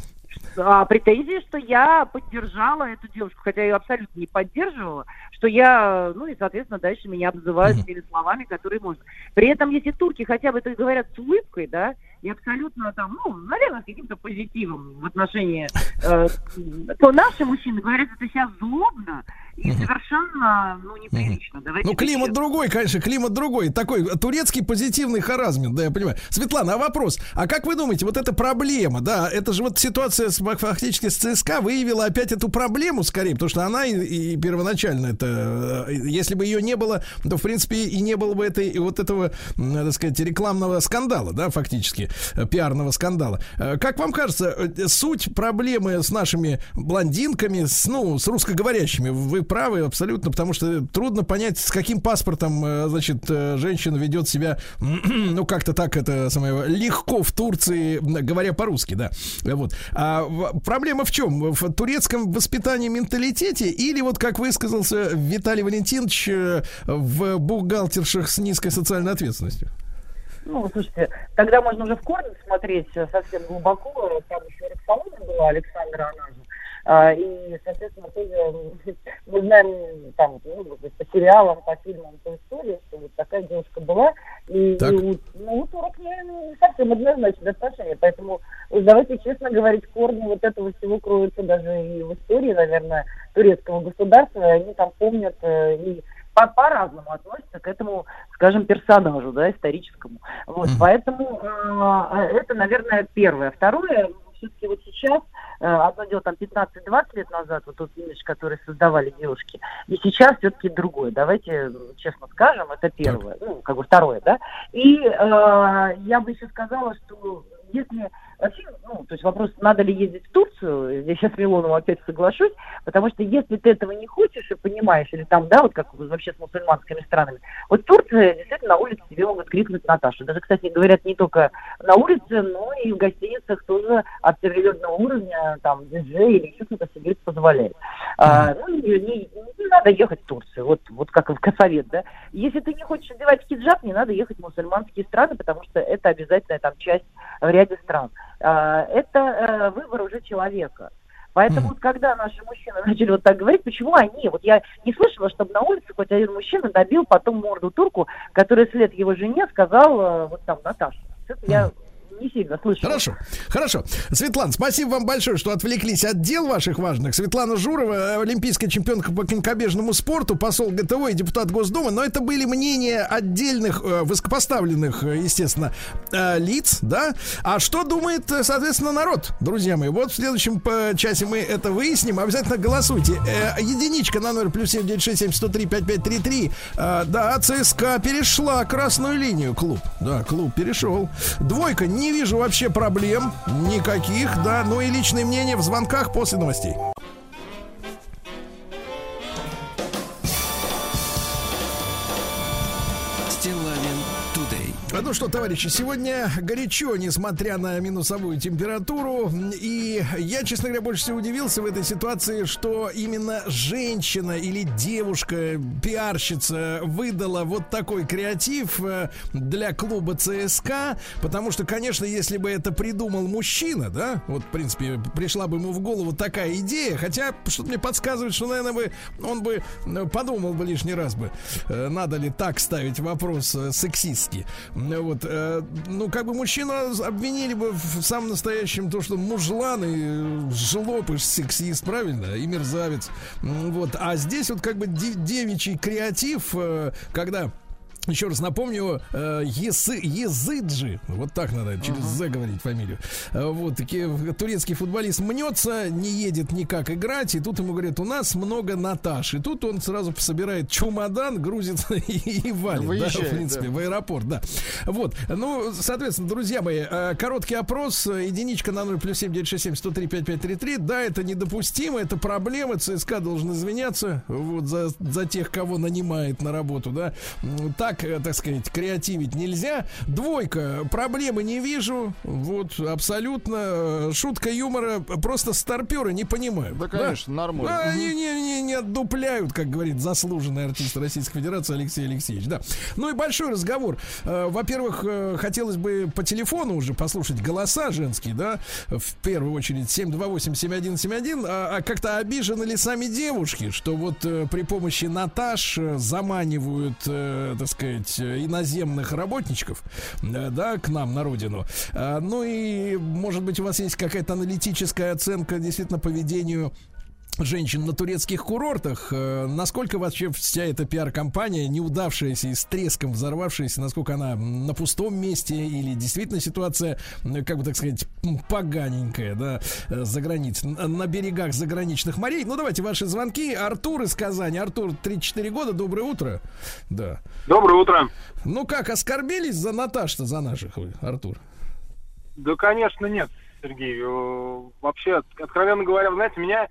Претензии, что я поддержала эту девушку, хотя я ее абсолютно не поддерживала, что я, ну и, соответственно, дальше меня обзывают теми словами, которые можно. При этом, если турки хотя бы это говорят с улыбкой, да, и абсолютно там, ну, наверное, с каким-то позитивом в отношении, то наши мужчины говорят это сейчас злобно и совершенно, ну, неприлично. Давайте климат другой, конечно, климат другой. Такой турецкий позитивный харазмент, да, я понимаю. Светлана, а вопрос, а как вы думаете, вот эта проблема, да, это же вот ситуация фактически с ЦСКА выявила опять эту проблему скорее, потому что она и первоначально это, если бы ее не было, то, в принципе, и не было бы этого, так сказать, рекламного скандала, да, фактически, пиарного скандала. Как вам кажется, суть проблемы с нашими блондинками, с русскоговорящими, вы правы абсолютно, потому что трудно понять, с каким паспортом, значит, женщина ведет себя, ну, как-то так это самое легко в Турции, говоря по-русски, да. Вот. А проблема в чем? В турецком воспитании, менталитете или вот, как высказался Виталий Валентинович, в бухгалтершах с низкой социальной ответственностью? Ну, слушайте, тогда можно уже в корне смотреть совсем глубоко. Там еще Роксолана была, Александра, она же. И, соответственно, тоже мы знаем там, по сериалам, по фильмам, по истории, что вот такая девушка была. И у турок не совсем однозначное отношение. Поэтому давайте честно говорить, корни вот этого всего кроются даже и в истории, наверное, турецкого государства. И они там помнят и по-разному относятся к этому, скажем, персонажу, да, историческому. Вот, поэтому это, наверное, первое. Второе, все-таки вот сейчас, одно дело там 15-20 лет назад, вот тот имидж, который создавали девушки, и сейчас все-таки другое. Давайте честно скажем, это первое. Ну, как бы второе, да. И я бы еще сказала, что если вообще, то есть вопрос, надо ли ездить в Турцию, здесь сейчас с Милоновым опять соглашусь, потому что если ты этого не хочешь и понимаешь, или там, да, вот как вообще с мусульманскими странами, вот Турция, действительно, на улице тебе могут крикнуть Наташа. Даже, кстати, говорят, не только на улице, но и в гостиницах тоже от определенного уровня, там, диджей или еще кто-то себе это позволяет. Не надо ехать в Турцию, вот как в совет, да. Если ты не хочешь одевать хиджаб, не надо ехать в мусульманские страны, потому что это обязательная там часть в ряде стран. Это выбор уже человека. Поэтому, когда наши мужчины начали вот так говорить, почему они, вот я не слышала, чтобы на улице хоть один мужчина добил потом морду турку, который вслед его жене сказал, вот там, Наташа. Это я не сильно слышу. Хорошо. Светлана, спасибо вам большое, что отвлеклись от дел ваших важных. Светлана Журова, олимпийская чемпионка по конькобежному спорту, посол ГТО и депутат Госдумы. Но это были мнения отдельных высокопоставленных, естественно, лиц, да? А что думает, соответственно, народ, друзья мои? Вот в следующем часе мы это выясним. Обязательно голосуйте. Единичка на номер +7 967 103 5533. Да, ЦСКА перешла красную линию, клуб. Да, клуб перешел. Двойка, не вижу вообще проблем никаких, да, ну и личное мнение в звонках после новостей. Ну что, товарищи, сегодня горячо, несмотря на минусовую температуру. И я, честно говоря, больше всего удивился в этой ситуации, что именно женщина или девушка, пиарщица, выдала вот такой креатив для клуба ЦСКА. Потому что, конечно, если бы это придумал мужчина, да, вот, в принципе, пришла бы ему в голову такая идея. Хотя, что-то мне подсказывает, что, наверное, он бы подумал бы лишний раз бы, надо ли так ставить вопрос сексистский. Вот, как бы мужчину обвинили бы в самом настоящем то, что мужлан и жлоб, и сексист, правильно, и мерзавец. Вот, а здесь вот как бы девичий креатив, когда... Еще раз напомню, Езыджи, вот так надо через «З» говорить фамилию. Вот, турецкий футболист мнется, не едет никак играть, и тут ему говорят, у нас много Наташ. И тут он сразу собирает чемодан, грузится и валит, выезжает, да, в принципе, в аэропорт, да. Вот, ну, соответственно, друзья мои, короткий опрос, единичка на 0 +7 967 103 5533. Да, это недопустимо, это проблема, ЦСКА должен извиняться вот за тех, кого нанимает на работу, да. Так сказать, креативить нельзя. Двойка, проблемы не вижу. Вот, абсолютно. Шутка юмора, просто старперы не понимают. Да, конечно, нормально. Да, они не отдупляют, как говорит заслуженный артист Российской Федерации Алексей Алексеевич. Да. Ну и большой разговор. Во-первых, хотелось бы по телефону уже послушать голоса женские, да, в первую очередь 728-7171. А как-то обижены ли сами девушки, что вот при помощи Наташ заманивают, так сказать, иноземных работничков, да, к нам на родину. Ну и, может быть, у вас есть какая-то аналитическая оценка действительно поведению женщин на турецких курортах. Насколько вообще вся эта пиар-компания, неудавшаяся и с треском взорвавшаяся, насколько она на пустом месте или действительно ситуация, как бы так сказать, поганенькая, да, за границей, на берегах заграничных морей. Ну, давайте ваши звонки. Артур из Казани. Артур, 34 года, доброе утро. Да. Доброе утро. Ну как, оскорбились за Наташ-то, за наших вы, Артур? Да, конечно, нет, Сергей. Вообще, откровенно говоря, знаете, меня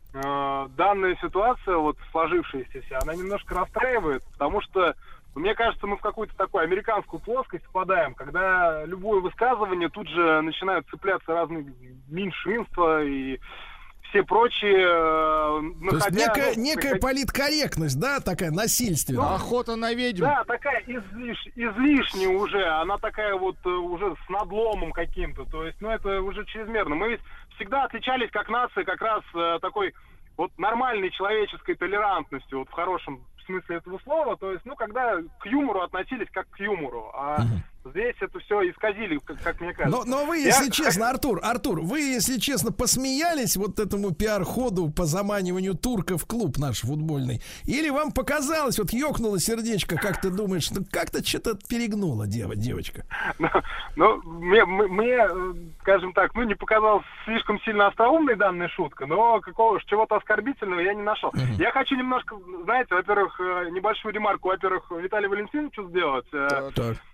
данная ситуация, вот сложившаяся вся, она немножко расстраивает, потому что, мне кажется, мы в какую-то такую американскую плоскость попадаем, когда любое высказывание тут же начинают цепляться разные меньшинства и все прочие, находя... То есть некая политкорректность, да, такая насильственная. Ну, охота на ведьм. Да, такая излишняя уже, она такая вот уже с надломом каким-то, то есть, ну, это уже чрезмерно. Мы ведь всегда отличались как нация как раз такой вот нормальной человеческой толерантностью, вот в хорошем смысле этого слова, то есть, ну, когда к юмору относились как к юмору, а здесь это все исказили, как мне кажется. Но вы, если честно, Артур, вы, если честно, посмеялись вот этому пиар-ходу по заманиванию турка в клуб наш футбольный? Или вам показалось, вот ёкнуло сердечко, как ты думаешь, ну, как-то что-то перегнула девочка? Ну, мне, скажем так, ну, не показалась слишком сильно остроумной данная шутка, но чего-то оскорбительного я не нашел. Я хочу немножко, знаете, во-первых, небольшую ремарку, во-первых, Виталию Валентиновичу сделать. Так.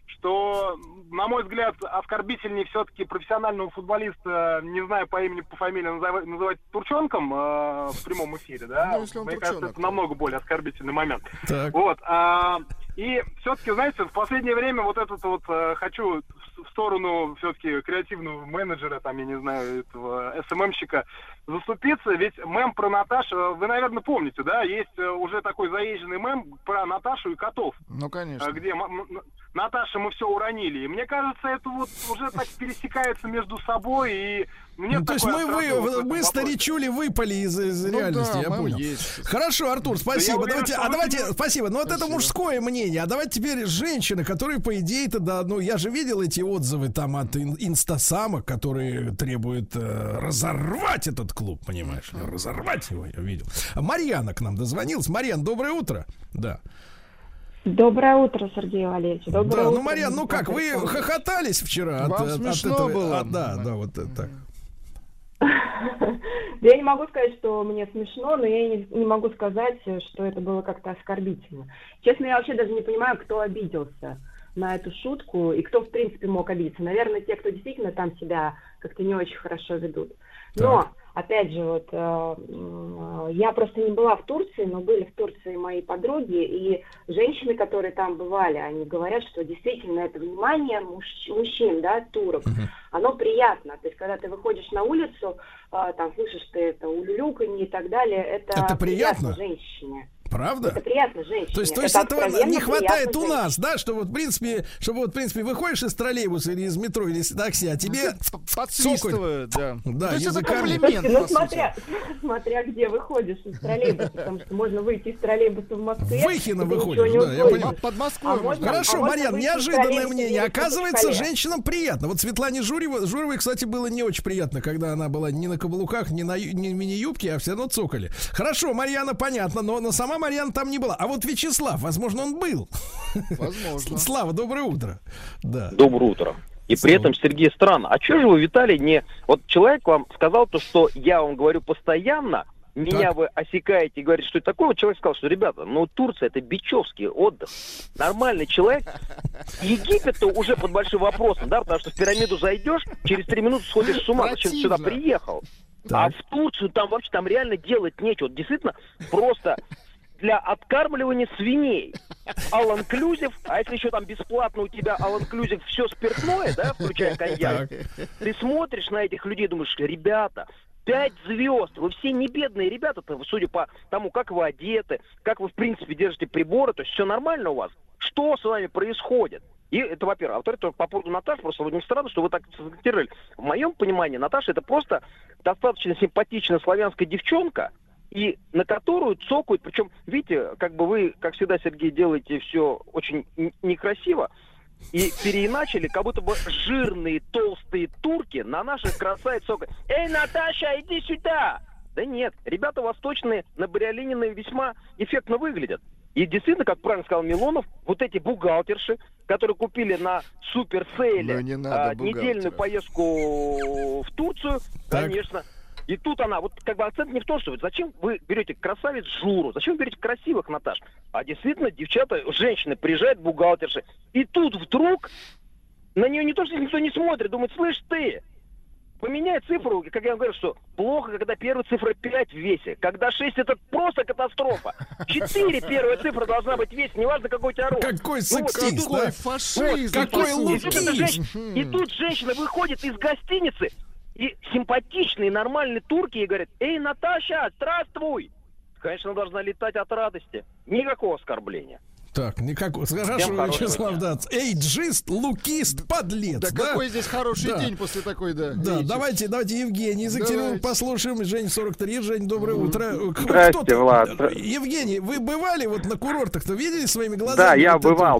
что, на мой взгляд, оскорбительнее все-таки профессионального футболиста, не знаю по имени, по фамилии, называть турчонком в прямом эфире, да? Ну, если он Мне турчонок, кажется, это намного более оскорбительный момент. Так. Вот. И все-таки, знаете, в последнее время вот этот вот хочу в сторону все-таки креативного менеджера, там, я не знаю, этого СММщика заступиться, ведь мем про Наташу, вы, наверное, помните, да, есть уже такой заезженный мем про Наташу и котов. Ну, конечно. Где Наташа, мы все уронили. И мне кажется, это вот уже так пересекается между собой, и мне то есть мы старичули выпали из реальности, я понял. Хорошо, Артур, спасибо. уверен, Давайте, спасибо. Но вот это мужское мнение. А давайте теперь женщины, которые, по идее-то, да, ну, я же видел эти отзывы там от инстасамок, которые требуют разорвать этот клуб, понимаешь? Разорвать его, я видел. Марьяна к нам дозвонилась. Марьян, доброе утро. Да. Доброе утро, Сергей Валерьевич. Доброе утро. Ну, Марьян, ну как, вы хохотались вчера? Вам смешно было? Да, вот так. Я не могу сказать, что мне смешно, но я не могу сказать, что это было как-то оскорбительно. Честно, я вообще даже не понимаю, кто обиделся на эту шутку и кто, в принципе, мог обидеться. Наверное, те, кто действительно там себя как-то не очень хорошо ведут. Но, опять же, вот я просто не была в Турции, но были в Турции мои подруги, и женщины, которые там бывали, они говорят, что действительно это внимание мужчин, да, турок, оно приятно. То есть, когда ты выходишь на улицу, там слышишь ты это улюлюканье и так далее, это приятно женщине. Правда? Это приятно женщине. То есть этого не хватает у нас, да, что вот в принципе, выходишь из троллейбуса или из метро или из такси, а тебе подсвистывают, да. Да, то есть это языками. комплимент, Ну, по сути. смотря где выходишь из троллейбуса, потому что можно выйти из троллейбуса в Москве. В Выхино выходишь, да, я понимаю. Под Москвой можно. Хорошо, Марьян, неожиданное мнение. Оказывается, женщина. женщинам приятно. Вот Светлане Журовой, кстати, было не очень приятно, когда она была не на каблуках, не в мини-юбке, а все равно цокали. Хорошо, Марьяна, понятно, но сама Марьяна там не была. А вот Вячеслав, возможно, он был. Возможно. Слава, доброе утро. Да. Доброе утро. И при этом, Сергей, странно. А что же вы, Виталий, не... Вот человек вам сказал то, что я вам говорю постоянно, меня вы осекаете и говорите, что это такое. Вот человек сказал, что, ребята, ну Турция — это бичевский отдых. Нормальный человек. Египет-то уже под большим вопросом, да, потому что в пирамиду зайдешь, через 3 минуты сходишь с ума, зачем ты сюда приехал. А в Турцию там вообще там реально делать нечего. Действительно, просто... для откармливания свиней. All-inclusive, а если еще там бесплатно у тебя all-inclusive все спиртное, да, включая коньяк, ты смотришь на этих людей и думаешь, ребята, 5 звезд, вы все не бедные ребята-то, судя по тому, как вы одеты, как вы, в принципе, держите приборы, то есть все нормально у вас. Что с вами происходит? И это, во-первых. А во-вторых, по поводу Наташи, просто вот не странно, что вы так сфокусировали. В моем понимании, Наташа — это просто достаточно симпатичная славянская девчонка, и на которую цокают, причем, видите, как бы вы, как всегда, Сергей, делаете все очень некрасиво, и переиначили, как будто бы жирные, толстые турки на наших красавиц цокают. Эй, Наташа, иди сюда! Да нет, ребята восточные, набриолиненные весьма эффектно выглядят. И действительно, как правильно сказал Милонов, вот эти бухгалтерши, которые купили на суперсейле недельную поездку в Турцию, конечно... И тут она, вот как бы акцент не в том, что зачем вы берете красавиц Журу, зачем вы берете красивых Наташ, а действительно девчата, женщины приезжают бухгалтерши, и тут вдруг на нее не то, что никто не смотрит, думает, слышь ты, поменяй цифру, как я вам говорю, что плохо, когда первая цифра 5 в весе, когда 6 это просто катастрофа, 4 первая цифра должна быть в весе, неважно какой у тебя рост. Какой сексист, какой фашизм, какой лукист. И тут женщина выходит из гостиницы, и симпатичные, нормальные турки и говорят, эй, Наташа, здравствуй! Конечно, она должна летать от радости. Никакого оскорбления. Так, никакого. Хорошо, Вячеслав, да. Эйджист, лукист, подлец. Да, какой здесь хороший день после такой, Да, давайте Евгений из Екатеринбурга послушаем. Жень, 43. Жень, доброе утро. Здрасте, Влад. Евгений, вы бывали вот на курортах-то, видели своими глазами? Да, я бывал.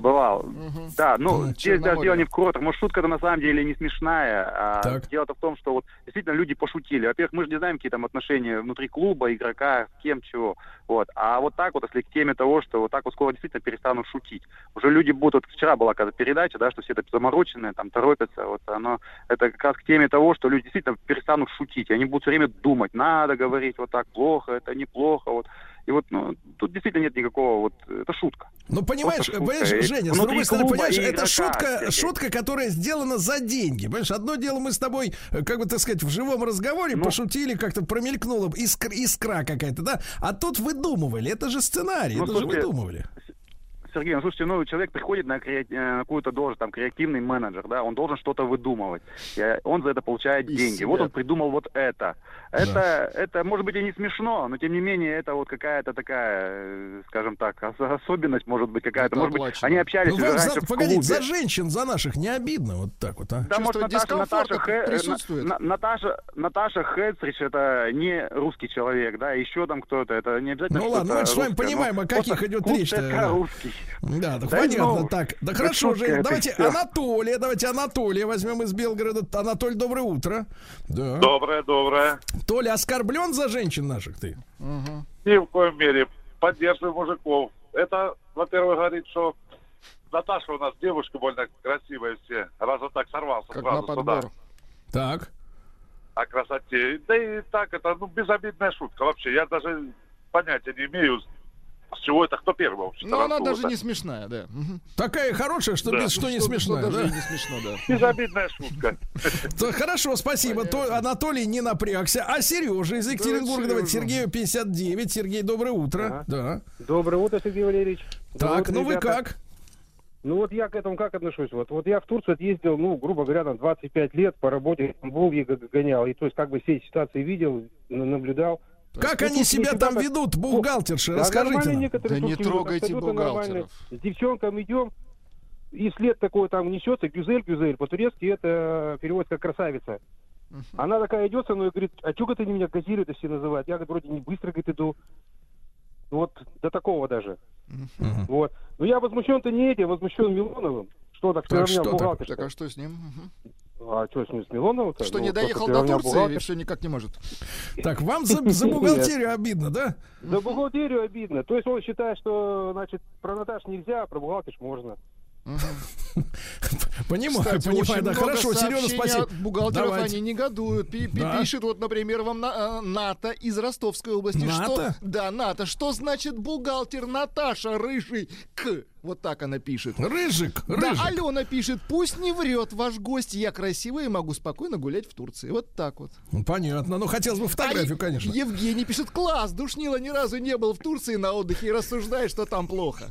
Да, ну, здесь даже дело не в курортах. Может, шутка-то на самом деле не смешная. Дело-то в том, что вот действительно люди пошутили. Во-первых, мы же не знаем, какие там отношения внутри клуба, игрока, с кем, чего. Вот. А вот так вот, если к теме того, что вот так вот скоро действительно перестанут шутить. Уже люди будут... Вчера была какая-то передача, да, что все это замороченные, там, торопятся. Вот оно... Это как раз к теме того, что люди действительно перестанут шутить. И они будут все время думать, надо говорить вот так, плохо, это неплохо. Вот. И вот, ну, тут действительно нет никакого, вот, это шутка. Ну, понимаешь, Женя, с другой стороны, понимаешь, это шутка, которая сделана за деньги. Понимаешь, одно дело мы с тобой, как бы, так сказать, в живом разговоре пошутили, как-то промелькнула искра какая-то, да? А тут выдумывали, это же сценарий, это же выдумывали. Сергей, ну слушайте, ну человек приходит на какую-то должность, там, креативный менеджер, да, он должен что-то выдумывать. Он за это получает деньги. Вот он придумал вот это. Это, может быть, и не смешно, но тем не менее, это вот какая-то такая, скажем так, особенность, может быть, какая-то. Может быть, они общались уже раньше в клубе. Погодите, за женщин, за наших не обидно вот так вот, а? Да, может, Наташа Хецрич, это не русский человек, да, еще там кто-то, это не обязательно. Ну ладно, мы с вами понимаем, о каких идет речь-то. Русский. Да, да, понятно, так. Да хорошо, Жень, давайте Анатолия возьмем из Белгорода. Анатолий, доброе утро. Да. Доброе. Толя, оскорблен за женщин наших ты? Ни в коем мере. Поддерживаю мужиков. Это, во-первых, говорит, что Наташа у нас девушка больно красивая все. Раз он так сорвался как сразу сюда. Так. О красоте. Да и так, это безобидная шутка вообще. Я даже понятия не имею, с чего это, кто первый вообще. Ну, она даже не смешная, да. Такая хорошая, что без что не смешная, да? Не смешно, да. Безобидная шутка. Хорошо, спасибо. Анатолий не напрягся. А Сережа из Екатеринбурга, давайте, Сергею 59. Сергей, доброе утро. Да. Доброе утро, Сергей Валерьевич. Так, ну вы как? Ну вот я к этому как отношусь? Вот я в Турцию отъездил, ну, грубо говоря, на 25 лет по работе в Волге гонял. И то есть как бы все эти ситуации видел, наблюдал. Как они себя там ведут, бухгалтерши? Расскажите нам. Да не трогайте бухгалтеров. С девчонками идем, и след такой там несется, гюзель, по-турецки это переводится как красавица. Она такая идет со мной и говорит, а чё ты меня газиры это все называют? Я, говорит, вроде не быстро, говорит, иду. Вот до такого даже. Вот. Но я возмущен-то не этим, возмущен Милоновым. Что так приравнял бухгалтер? Так а что с ним? А что с ним, с Милоновым? Что не доехал до Турции и все никак не может. Так, вам за бухгалтерию обидно, да? За бухгалтерию обидно. То есть он считает, что, значит, про Наташу нельзя, а про бухгалтерш можно. Понимаю, да, хорошо, Сережа, спасибо. Бухгалтеров они негодуют. Пишет, вот, например, вам Ната из Ростовской области. Ната? Да, Ната. Что значит бухгалтер Наташа Рыжий К? Вот так она пишет. Рыжик. Да, Алена пишет, пусть не врет ваш гость, я красивая и могу спокойно гулять в Турции. Вот так вот. Понятно, ну хотелось бы фотографию, конечно. Евгений пишет, класс, Душнила ни разу не был в Турции на отдыхе и рассуждает, что там плохо.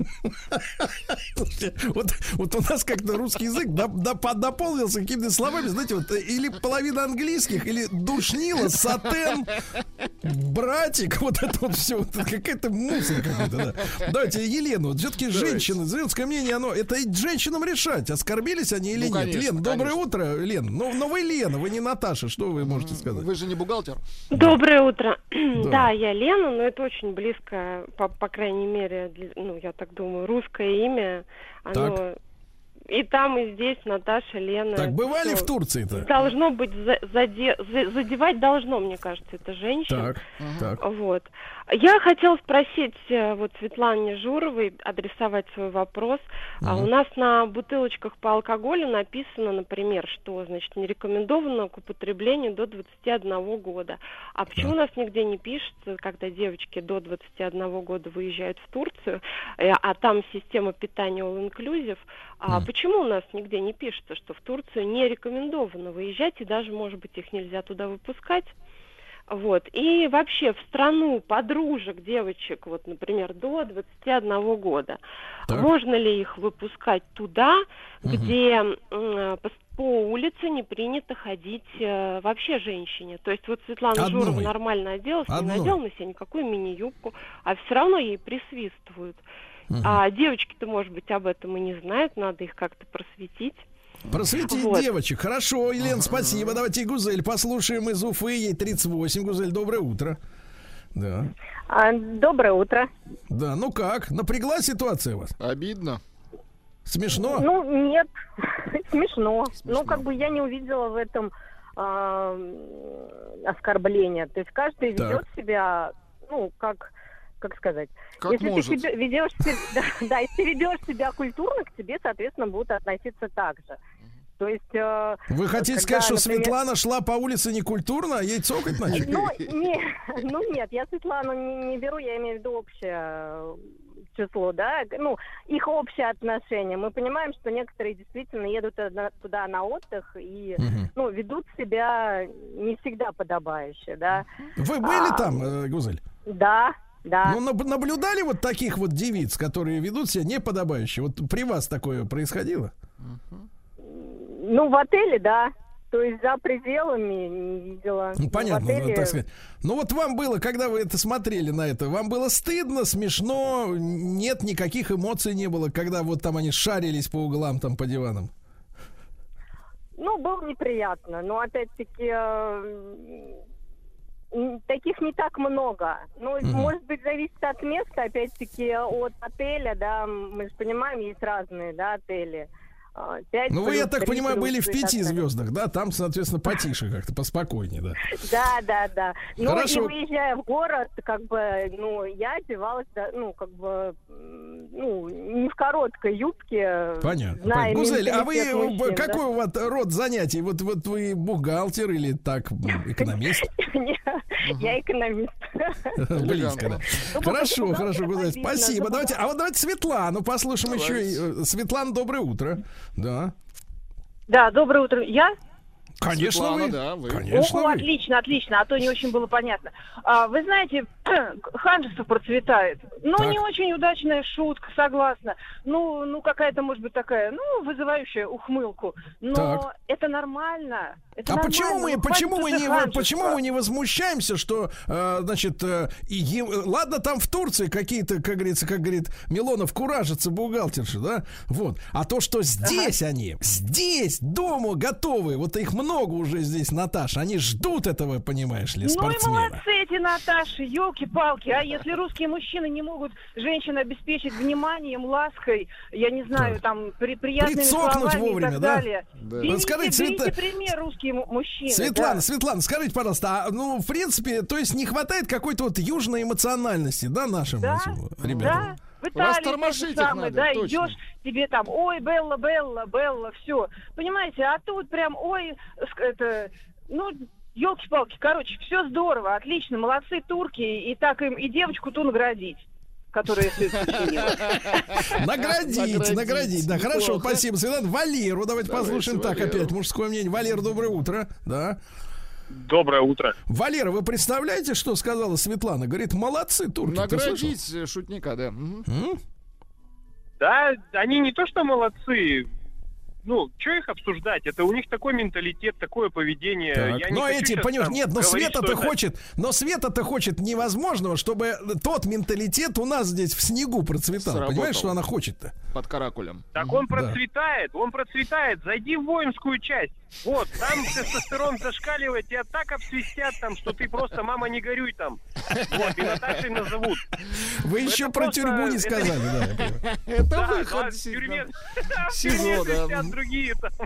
Вот у нас как-то русский язык дополнился какими-то словами, знаете, вот или половина английских, или Душнила, Сатен, братик, вот это вот все, вот какая-то мусор какой-то, да. Давайте Елену, вот все-таки женщины, женское мнение, это женщинам решать, оскорбились они или нет. Конечно, Лен, доброе утро, Лен. Но вы Лена, вы не Наташа, что вы можете сказать? Вы же не бухгалтер. Доброе утро. Да, я Лена, но это очень близко, по крайней мере, ну, я так думаю, русское имя, оно... И там, и здесь Наташа, Лена. Так, бывали в Турции-то? Должно быть, задевать должно, мне кажется, это женщина. Так. Вот. Я хотела спросить вот Светлане Журовой, адресовать свой вопрос. У нас на бутылочках по алкоголю написано, например, что, значит, не рекомендовано к употреблению до 21 года. А почему у нас нигде не пишется, когда девочки до 21 года выезжают в Турцию, а там система питания all-inclusive, почему у нас нигде не пишется, что в Турцию не рекомендовано выезжать, и даже, может быть, их нельзя туда выпускать? Вот. И вообще в страну подружек девочек, вот, например, до 21 года, можно ли их выпускать туда, где по улице не принято ходить вообще женщине? То есть вот Светлана Журова нормально оделась, не надела на себя никакую мини-юбку, а все равно ей присвистывают. А девочки-то, может быть, об этом и не знают, надо их как-то просветить. Просветить девочек. Хорошо, Елена, спасибо. Давайте Гузель послушаем из Уфы. Ей 38. Гузель, доброе утро. Да. Доброе утро. Да, ну как? Напрягла ситуация у вас? Обидно. Смешно? Ну, нет. Смешно. Ну, как бы я не увидела в этом оскорбления. То есть каждый ведет себя, ну, как сказать, как если может. ты ведешь, если ведешь себя культурно, к тебе, соответственно, будут относиться так же. То есть... Вы хотите сказать, что Светлана шла по улице некультурно, а ей цокать начали? Нет, я Светлану не беру, я имею в виду общее число, да, ну, их общее отношение. Мы понимаем, что некоторые действительно едут туда на отдых и, ну, ведут себя не всегда подобающе, да. Вы были там, Гузель? Да. Да. Ну, наблюдали вот таких вот девиц, которые ведут себя неподобающе? Вот при вас такое происходило? Ну, в отеле, да. То есть за пределами не видела. Ну, понятно, отеле... так сказать. Ну, вот вам было, когда вы это смотрели на это, вам было стыдно, смешно, нет, никаких эмоций не было, когда вот там они шарились по углам, там, по диванам? Ну, было неприятно, но опять-таки... Таких не так много. Ну, может быть, зависит от места, опять-таки, от отеля, да, мы же понимаем, есть разные, да, отели. 5 ну, вы, я так понимаю, были в 5 так звездах, да? Там, соответственно, потише как-то, поспокойнее, да? Да. Ну, хорошо. И выезжая в город, как бы, ну, я одевалась, да, ну, как бы, ну, не в короткой юбке. Понятно. Гузель, а вы, мужчин, какой у вас род занятий? Вот вы бухгалтер или так, экономист? Я экономист. Близко, да. Хорошо, Гузель, спасибо. Давайте Светлану послушаем еще. Светлана, доброе утро. Да. Да, доброе утро. Я? Конечно, Светлана, вы. Да, вы. Конечно, вы. Отлично, а то не очень было понятно. Вы знаете, ханжество процветает. Ну, так. Не очень удачная шутка, согласна. Ну, какая-то, может быть, такая, ну, вызывающая ухмылку. Но так. Это нормально. Это почему нормально. мы не возмущаемся, что, значит, ладно, там в Турции какие-то, как говорится, как говорит Милонов, куражатся бухгалтерши, да? Вот. А то, что здесь они, здесь, дома готовы, вот их много уже здесь, Наташа, они ждут этого, понимаешь ли, спортсмена. Ну и молодцы эти Наташи, елки-палки, а если русские мужчины не могут женщин обеспечить вниманием, лаской, я не знаю, там, приятными словами вовремя, и так далее. Да. Берите пример, русские мужчины. Светлана, скажите, пожалуйста, ну, в принципе, то есть не хватает какой-то вот южной эмоциональности, да, нашим этим ребятам? Да. В Италии самое, да, идешь, тебе там, ой, Белла, все. Понимаете, а тут прям, ой, это, ну, елки-палки, короче, все здорово, отлично, молодцы турки, и так им и девочку ту наградить, которая все это сочинила. Наградить, да, хорошо, спасибо, Светлана. Валеру давайте послушаем, так, опять мужское мнение. Валер, доброе утро, да. Доброе утро. Valeria, вы представляете, что сказала Светлана? Говорит, молодцы турки. Наградить шутника, да. Да, они не то что молодцы. Ну, что их обсуждать? Это у них такой менталитет, такое поведение. Я но не эти, понимаешь, нет, но Света-то это... хочет невозможного, чтобы тот менталитет у нас здесь в снегу процветал. Сработал. Понимаешь, что она хочет-то? Под каракулем. Так он процветает, Зайди в воинскую часть. Вот, там тестостерон зашкаливает, тебя так обсвистят там, что ты просто, мама, не горюй там. Вот, и Наташей назовут. Вы еще про тюрьму не сказали, да. Это выход. В тюрьме свистят другие там.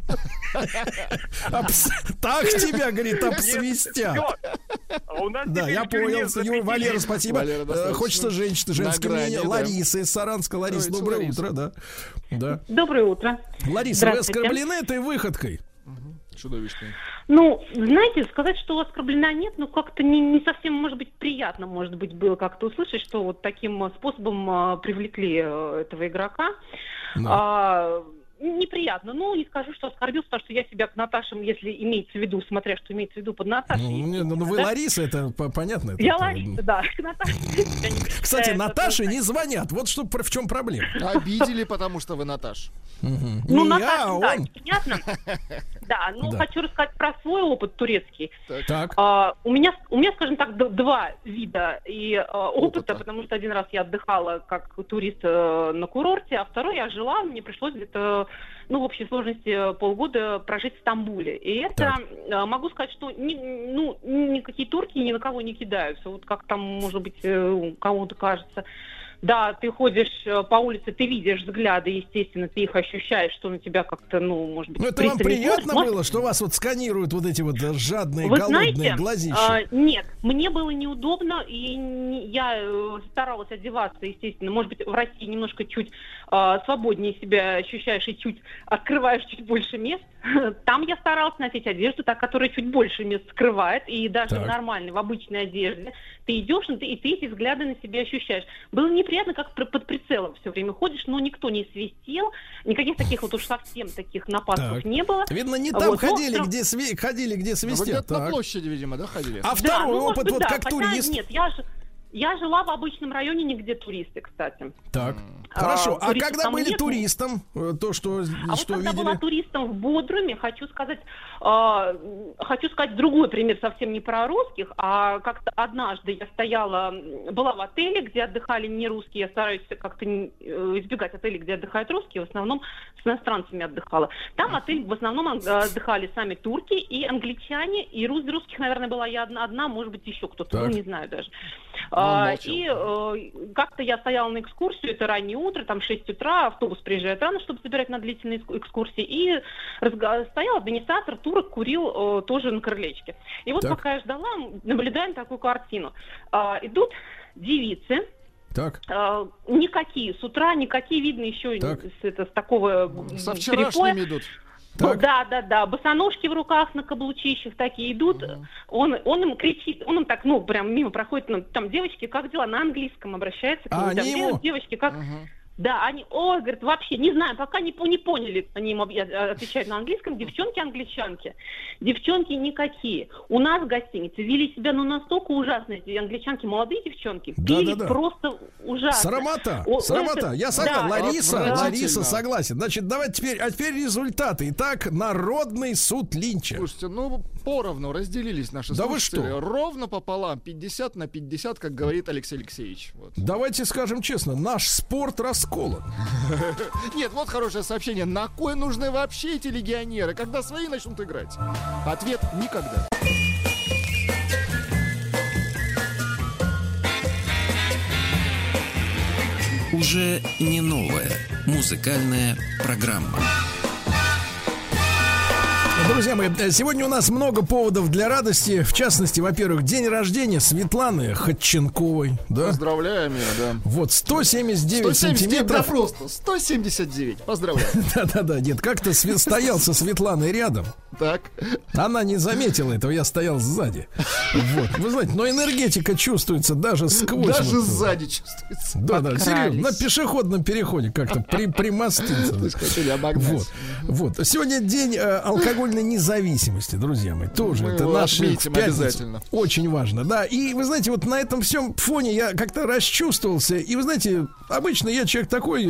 Так тебя, говорит, обсвистят. Да, я понял. Валера, спасибо. Хочется женское мнение. Лариса из Саранска. Лариса, доброе утро, да. Доброе утро. Лариса, вы оскорблены этой выходкой? Чудовищный. Ну, знаете, сказать, что оскорблена нет, но как-то не совсем, может быть, приятно, может быть, было как-то услышать, что вот таким способом привлекли этого игрока. Да. Неприятно, но не скажу, что оскорбился, потому что я себя к Наташам, если имеется в виду, смотря что имеется в виду под Наташей. Ну вы, да? Лариса, это понятно. Я Лариса, да. К Наташе. Кстати, Наташе не звонят. Вот что, в чем проблема. Обидели, потому что вы Наташ. Ну, Наташа, да, понятно. Да, ну хочу рассказать про свой опыт турецкий. Так. У меня, скажем так, два вида опыта, потому что один раз я отдыхала как турист на курорте, а второй я жила, мне пришлось где-то, в общей сложности полгода прожить в Стамбуле. И это, могу сказать, что никакие турки ни на кого не кидаются. Вот как там, может быть, кому-то кажется. Да, ты ходишь по улице, ты видишь взгляды, естественно, ты их ощущаешь, что на тебя как-то, может быть, это вам приятно было, что вас вот сканируют вот эти вот жадные, голодные глазища? Нет, мне было неудобно, и я старалась одеваться, естественно. Может быть, в России немножко чуть свободнее себя ощущаешь и чуть открываешь чуть больше мест. Там я старалась носить одежду, которая чуть больше мест скрывает, и даже в нормальной, в обычной одежде ты идешь, и ты эти взгляды на себя ощущаешь. Было неприятно, как под прицелом все время ходишь, но никто не свистел, никаких таких вот уж совсем таких нападков не было. Видно, не там ходили, где свистят. На площади, видимо, ходили? А второй опыт, вот как турист? Нет, я жила в обычном районе, нигде туристы, кстати. Так, хорошо. А когда были туристом, то что когда видели? была туристом в Бодруме, хочу сказать другой пример, совсем не про русских, а как-то однажды я была в отеле, где отдыхали не русские, я стараюсь как-то избегать отелей, где отдыхают русские, в основном с иностранцами отдыхала. Там отель в основном отдыхали сами турки и англичане, и русских, наверное, была я одна, может быть, еще кто-то, не знаю даже. И как-то я стояла на экскурсию, это раннее утро, там 6 утра, автобус приезжает рано, чтобы собирать на длительные экскурсии, и стоял администратор, турок, курил тоже на крылечке. И вот пока я ждала, наблюдаем такую картину. Идут девицы, никакие, с утра никакие, видно еще с такого со вчерашними идут. Да, босоножки в руках на каблучищах такие идут, он им кричит, он им так, прям мимо проходит, там, девочки, как дела, на английском обращается к ним, девочки, как... Да, они, говорят, вообще, не знаю, пока не поняли, они им отвечают на английском, девчонки-англичанки. Девчонки никакие. У нас в гостинице вели себя, настолько ужасно, эти англичанки, молодые девчонки, пили просто ужасно. Срамота, я согласен, Лариса согласен. Значит, давайте теперь результаты. Итак, Народный суд Линча. Слушайте, поровну разделились наши слушатели. Да вы что? Ровно пополам, 50 на 50, как говорит Алексей Алексеевич. Вот. Давайте скажем честно, наш спорт расколот. Нет, вот хорошее сообщение. На кой нужны вообще эти легионеры, когда свои начнут играть? Ответ — никогда. Уже не новая музыкальная программа. Друзья мои, сегодня у нас много поводов для радости. В частности, во-первых, день рождения Светланы Ходченковой. Да? Поздравляем ее, да. Вот, 179 сантиметров. Да, просто 179. Поздравляю. Да, нет, как-то стоял со Светланой рядом. Так. Она не заметила этого, я стоял сзади. Вот. Вы знаете, но энергетика чувствуется даже сквозь. Даже сзади чувствуется. Да, серьезно. На пешеходном переходе как-то примостился. Хотели обогнать. Вот. Сегодня день алкогольной независимости, друзья мои. Тоже это наш обязательно. Очень важно, да. И вы знаете, вот на этом всем фоне я как-то расчувствовался. И вы знаете, обычно я человек такой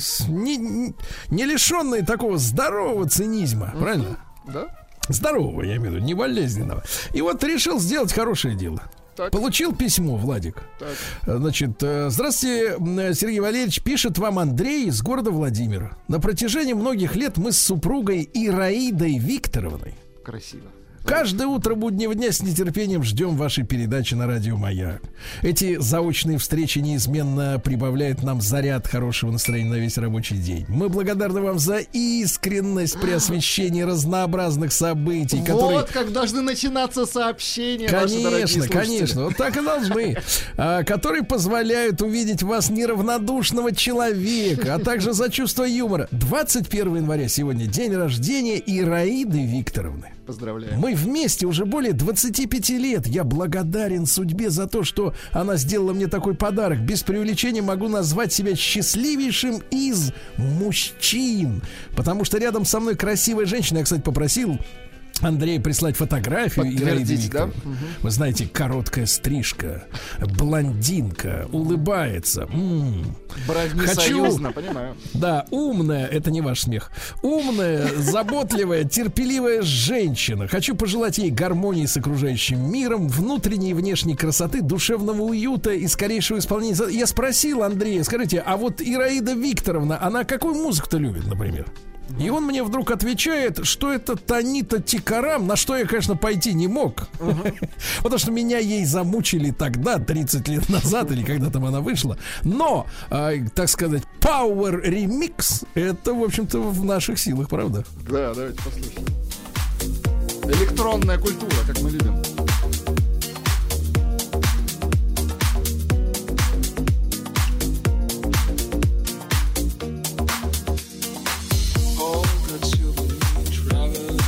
не лишенный такого здорового цинизма, правильно? Да. Здорового, я имею в виду, не болезненного. И вот решил сделать хорошее дело. Так. Получил письмо, Владик. Так. Значит, здравствуйте, Сергей Валерьевич, пишет вам Андрей из города Владимира. На протяжении многих лет мы с супругой Ираидой Викторовной. Красиво. Каждое утро буднего дня с нетерпением ждем вашей передачи на радио «Маяк». Эти заочные встречи неизменно прибавляют нам заряд хорошего настроения на весь рабочий день. Мы благодарны вам за искренность при освещении разнообразных событий, которые... Вот как должны начинаться сообщения, Конечно, вот так и должны. Которые позволяют увидеть вас неравнодушного человека, а также за чувство юмора. 21 января сегодня день рождения Ираиды Викторовны. Поздравляю. Мы вместе уже более 25 лет. Я благодарен судьбе за то, что она сделала мне такой подарок. Без преувеличения могу назвать себя счастливейшим из мужчин. Потому что рядом со мной красивая женщина. Я, кстати, попросил Андрея прислать фотографию Ираиды Викторовны. Да? Вы знаете, короткая стрижка, блондинка, улыбается. Брать несоюзно, понимаю. Да, умная, это не ваш смех. Умная, заботливая, терпеливая женщина. Хочу пожелать ей гармонии с окружающим миром, внутренней и внешней красоты, душевного уюта и скорейшего исполнения. Я спросил Андрея, скажите, а вот Ираида Викторовна, она какую музыку-то любит, например? И он мне вдруг отвечает, что это Танита Тикарам, на что я, конечно, пойти не мог. Потому что меня ей замучили тогда, 30 лет назад, или когда там она вышла. Но, так сказать, Power Remix, это, в общем-то, в наших силах, правда? Да, давайте послушаем. Электронная культура, как мы любим. Traveling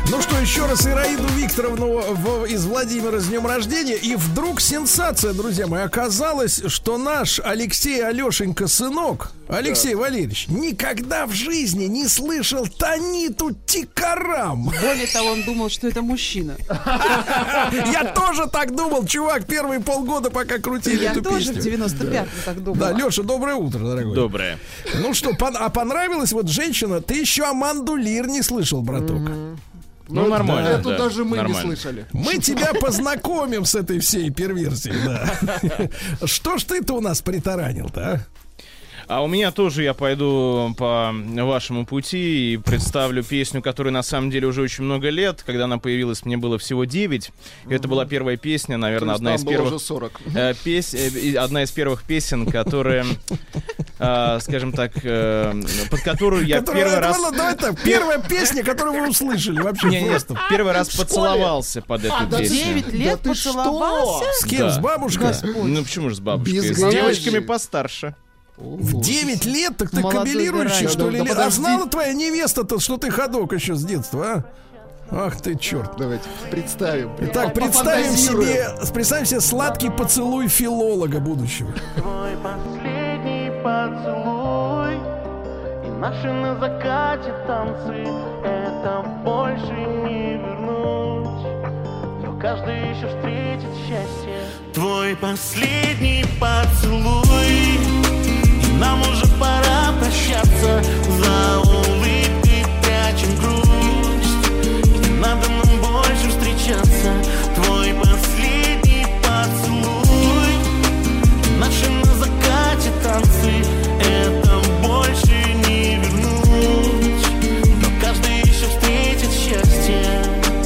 Ну что, еще раз Ираиду Викторовну из Владимира с днем рождения. И вдруг сенсация, друзья мои. Оказалось, что наш Алексей Алешенька сынок, Алексей Валерьевич, никогда в жизни не слышал Таниту Тикарам. Более того, он думал, что это мужчина. Я тоже так думал, чувак, первые полгода, пока крутили эту песню. Я тоже в 95-м так думал. Да, Леша, доброе утро, дорогой. Доброе. Ну что, понравилось? Вот женщина, ты еще Аманду Лир не слышал, браток. Ну, нормально. Это да, даже мы нормально. не слышали. Мы тебя познакомим с этой всей перверсией, да. Что ж ты-то у нас притаранил-то, а? А у меня тоже, я пойду по вашему пути и представлю песню, которой на самом деле уже очень много лет. Когда она появилась, мне было всего 9. Это была первая песня, наверное, одна из первых... уже 40. Одна из первых песен, которая, скажем так, под которую я первый раз... Давай так, первая песня, которую вы услышали вообще просто. Первый раз поцеловался под эту песню. 9 лет поцеловался? С кем? С бабушкой? Ну почему же с бабушкой? С девочками постарше. В 9 лет? Так ты кабелирующий, что ли? А знала твоя невеста-то, что ты ходок еще с детства, а? Ах ты, черт. Давайте представим. Итак, представим себе сладкий поцелуй филолога будущего. Твой последний поцелуй и наши на закате танцы, это больше не вернуть, но каждый еще встретит счастье. Твой последний поцелуй, нам уже пора прощаться, за улыбкой прячем грусть, не надо нам больше встречаться. Твой последний поцелуй, наши на закате танцы, это больше не вернуть, но каждый еще встретит счастье.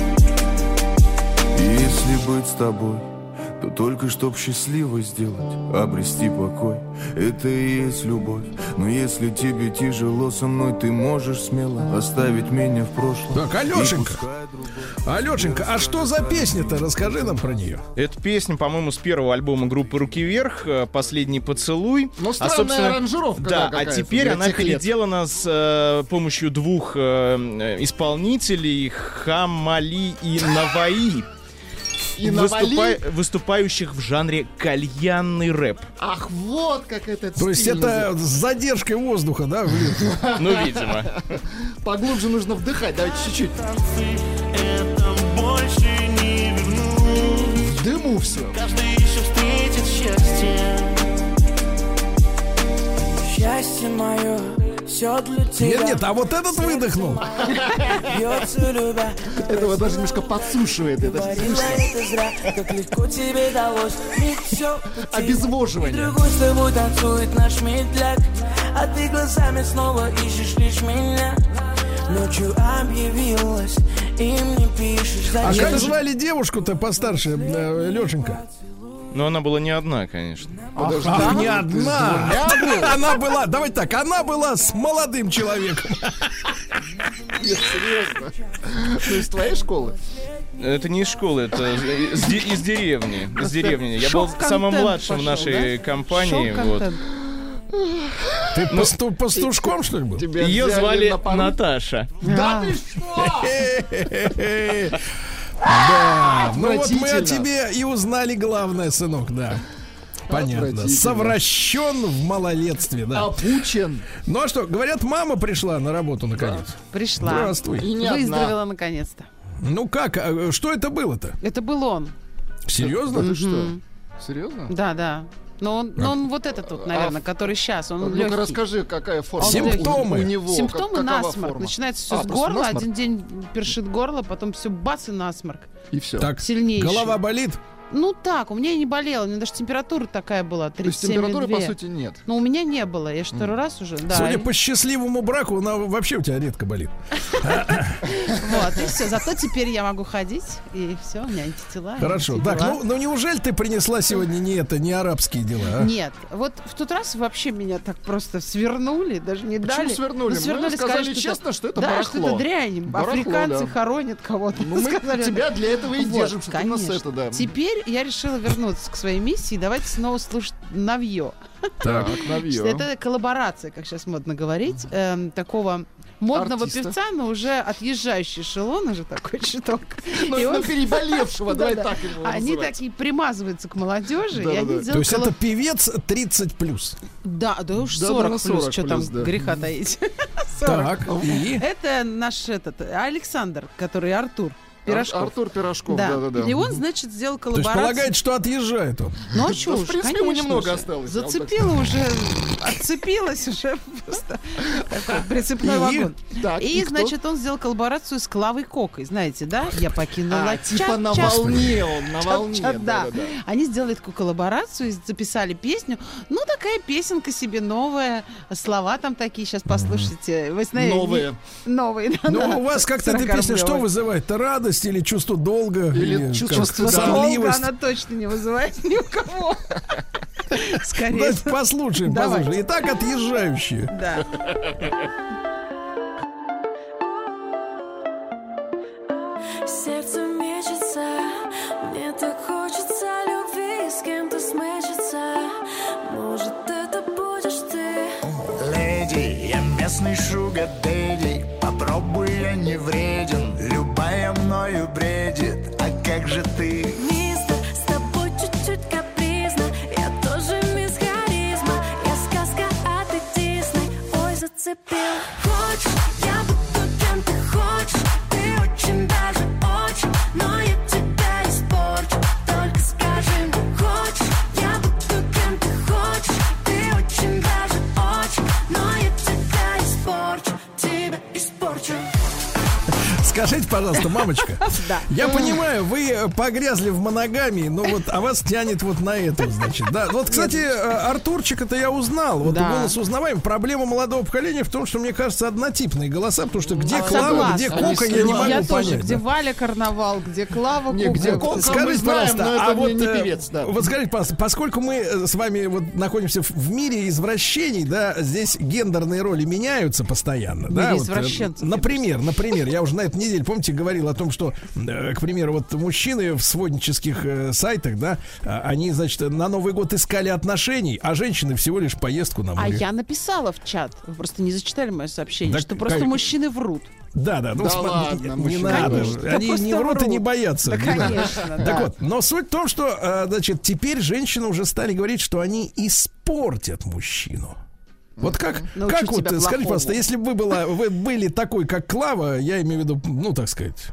Если быть с тобой, то только чтоб счастливо сделать, обрести покой. Это и есть любовь. Но если тебе тяжело со мной, ты можешь смело оставить меня в прошлом. Так, Алешенька, а что за песня-то? Расскажи нам про нее. Это песня, по-моему, с первого альбома группы «Руки вверх», «Последний поцелуй». Ну, странная аранжировка. Да, а теперь она переделана с помощью двух исполнителей, Хамали и Наваи. Выступающих в жанре кальянный рэп. Ах, вот как это. То есть это с задержкой воздуха, да? Ну, видимо. Поглубже нужно вдыхать, давайте чуть-чуть. Это больше не вернуть. В дыму все. Каждый еще встретит счастье. Счастье мое, все для тебя. Нет, а вот этот выдохнул. Этого даже немножко подсушивает. Обезвоживание. Другой с тобой танцует наш медляк, а ты глазами снова ищешь лишь меня. Ночью объявилась, и мне пишешь. А как звали девушку-то постарше, Лешенька? Но она была не одна, конечно. Ах, не одна. Она была, давайте так, она была с молодым человеком. Нет, серьезно. Ну, из твоей школы? Это не из школы, это из деревни. Из деревни. Я был самым младшим в нашей компании. Вот. Ты пастушком, что ли, был? Ее звали Наташа. Да ты что? Да, ну вот мы о тебе и узнали главное, сынок, да. Понятно. Совращен в малолетстве, да. Опучен. Ну а что, говорят, мама пришла на работу наконец. Пришла. Здравствуй. Выздоровела наконец-то. Ну как, что это было-то? Это был он. Серьезно? Ты что? Серьезно? Да. Но он вот этот вот, наверное, который сейчас, он легкий. Ну-ка расскажи, какая форма Симптомы у него. Симптомы насморк. Форма? Начинается все с горла, насморк? Один день першит горло, потом все бац и насморк. И все. Так, сильнейший. Голова болит? Ну так, у меня и не болело, у меня даже температура такая была, 37,2. То есть температуры, по сути, нет? Но у меня не было, я же второй раз уже. Да. Судя по счастливому браку, она вообще у тебя редко болит. Вот, и все, зато теперь я могу ходить, и все, у меня антитела. Хорошо, так, ну неужели ты принесла сегодня не арабские дела? Нет, вот в тот раз вообще меня так просто свернули, даже не дали. Почему свернули? Мы сказали честно, что это барахло. Да, что это дрянь, африканцы хоронят кого-то. Мы тебя для этого и держим, что ты нас это, да. Теперь я решила вернуться к своей миссии. Давайте снова слушать Навье. Так, Навье. Это коллаборация, как сейчас модно говорить, такого модного певца, но уже отъезжающий эшелон, уже такой чуток. Ну, переболевшего, давай так его называть. Они такие примазываются к молодежи. То есть это певец 30+. Да уж 40+, что там греха таить. Так, и? Это наш Александр, который Артур Пирожков. Артур Пирожков, да. И он, значит, сделал коллаборацию. То есть полагает, что отъезжает он? Ну, а что в принципе, ему немного осталось. Зацепило уже, отцепилось уже просто прицепной вагон. И, значит, он сделал коллаборацию с Клавой Кокой, знаете, да? Я покинула типа на волне он, на волне. Да. Они сделали такую коллаборацию, записали песню. Ну, такая песенка себе новая, слова там такие, сейчас послушайте. Новые, да. Ну, у вас как-то эта песня что вызывает-то? Радость или чувство долга? Или чувство долга она точно не вызывает ни у кого. Скорее. Давайте послушаем. Итак, отъезжающие. Да. Сердце мечется, мне так хочется любви, с кем-то смечется. Может, это будешь ты? Леди, я местный шугар-дэдди. Попробуй, я не вреден. Любая мною бредит. А как же ты? Мистер, с тобой чуть-чуть капризно. Я тоже мисс харизма. Я сказка, а ты Дисней. Ой, зацепил. Хочешь, я буду кем ты хочешь. Ты очень даже очень. Но я тебя испорчу. Только скажи мне, хочешь, я буду кем ты хочешь. Ты очень даже очень. Но я тебя испорчу. Тебя испорчу. Скажите, пожалуйста, мамочка, я понимаю, вы погрязли в моногамии, но вот, а вас тянет вот на это, значит, да. Вот, кстати, Артурчика-то я узнал, вот голос узнаваем. Проблема молодого поколения в том, что, мне кажется, однотипные голоса, потому что где Клава, где Кока, я не могу понять. Где Валя Карнавал, где Клава, где Кока, скажите, пожалуйста, а вот не певец, да. Вот скажите, пожалуйста, поскольку мы с вами вот находимся в мире извращений, да, здесь гендерные роли меняются постоянно, да. Например, я уже на этой неделе, помните, говорил о том, что, к примеру, вот мужчины в своднических сайтах, да, они, значит, на Новый год искали отношений, а женщины всего лишь поездку на море. А я написала в чат, вы просто не зачитали мое сообщение, что просто мужчины врут. Да, ну ладно, не надо. Они не врут и не боятся. Да, конечно, так вот, но суть в том, что, значит, теперь женщины уже стали говорить, что они испортят мужчину. Вот как вот, скажите, пожалуйста, если бы вы были такой, как Клава, я имею в виду, ну, так сказать,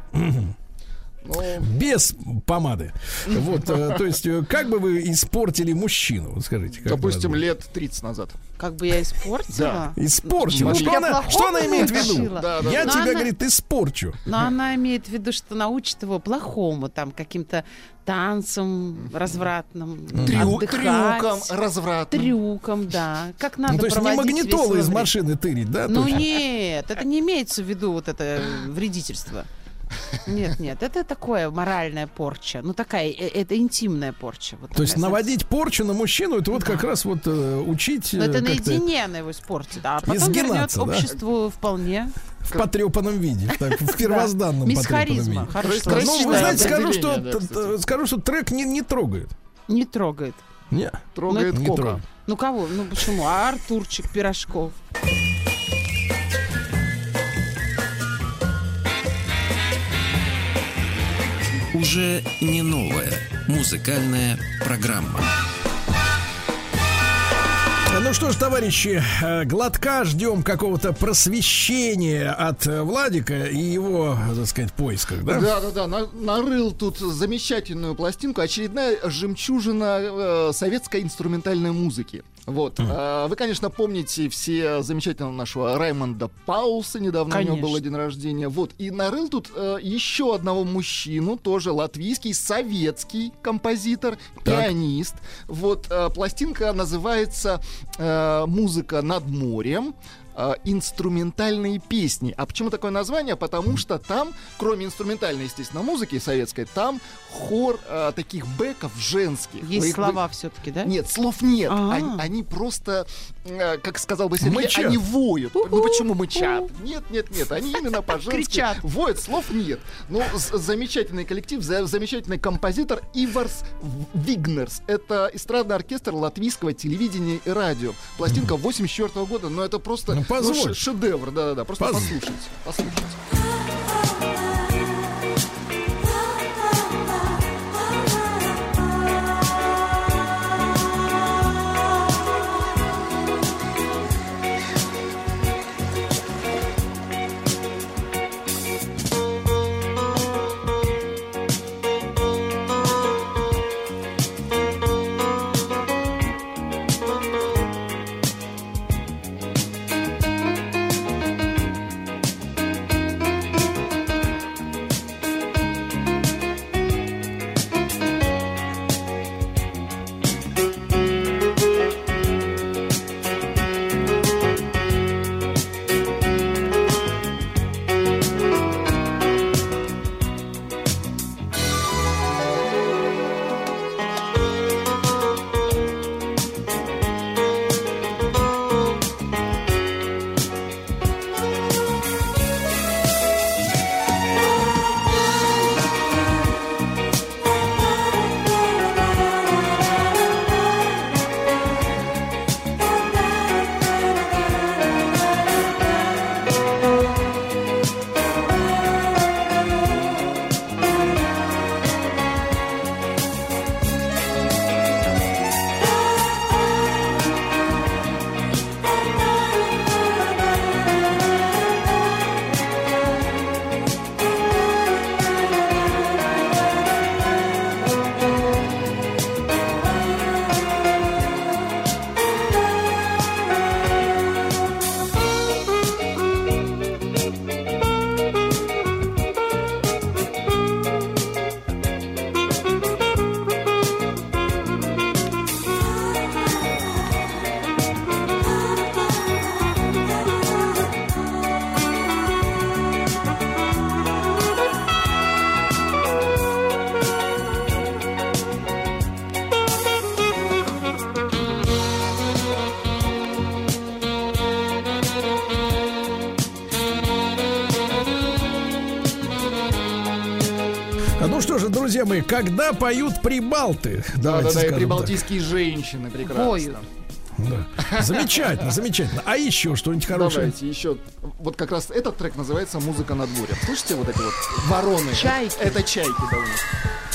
без помады. Вот, то есть, как бы вы испортили мужчину? Вот скажите. Допустим, лет 30 назад. Как бы я испортила? Да, испорчила. Что она имеет в виду? Я тебя, говорит, испорчу. Но она имеет в виду, что научит его плохому, там, каким-то танцам развратным, трюкам развратным. Трюкам, да. Как надо проводить. То есть не магнитолы из машины тырить, да? Ну нет, это не имеется в виду вот это вредительство. Нет, это такое моральная порча. Ну, такая, это интимная порча. Вот то есть наводить порчу на мужчину, это вот как раз вот учить... Но это наедине она его испортит, а потом вернет обществу вполне... В потрепанном виде, в первозданном потрепанном виде. Ну, вы знаете, скажу, что трек не трогает. Не трогает. Нет. Трогает Кока. Ну, кого? Ну, почему? А Артурчик Пирожков? Уже не новая музыкальная программа. Ну что ж, товарищи, глотка ждем какого-то просвещения от Владика и его, так сказать, поисках, да? Да, нарыл тут замечательную пластинку, очередная жемчужина советской инструментальной музыки. Вот. Вы, конечно, помните все замечательного нашего Раймонда Паулса, недавно у него был день рождения. Вот. И нарыл тут еще одного мужчину, тоже латвийский, советский композитор, пианист. Вот. Пластинка называется «Музыка над морем». Инструментальные песни. А почему такое название? Потому что там, кроме инструментальной, естественно, музыки советской, там хор таких бэков женских. Есть слова все-таки, да? Нет, слов нет. Они просто, как сказал бы Сергей, они воют. Ну почему мычат? Нет. Они именно по-женски воют, слов нет. Ну, замечательный коллектив, замечательный композитор Иварс Вигнерс. Это эстрадный оркестр латвийского телевидения и радио. Пластинка 84 года, но это просто... позволь. Шедевр, да-да-да, просто послушайте. Ну что же, друзья мои, когда поют прибалты? Да, и прибалтийские женщины прекрасно. Поют. Да. Замечательно, замечательно. А еще что-нибудь хорошее? Давайте еще. Вот как раз этот трек называется «Музыка над морем». Слышите вот эти вот вороны? Чайки. Это чайки, да, у них.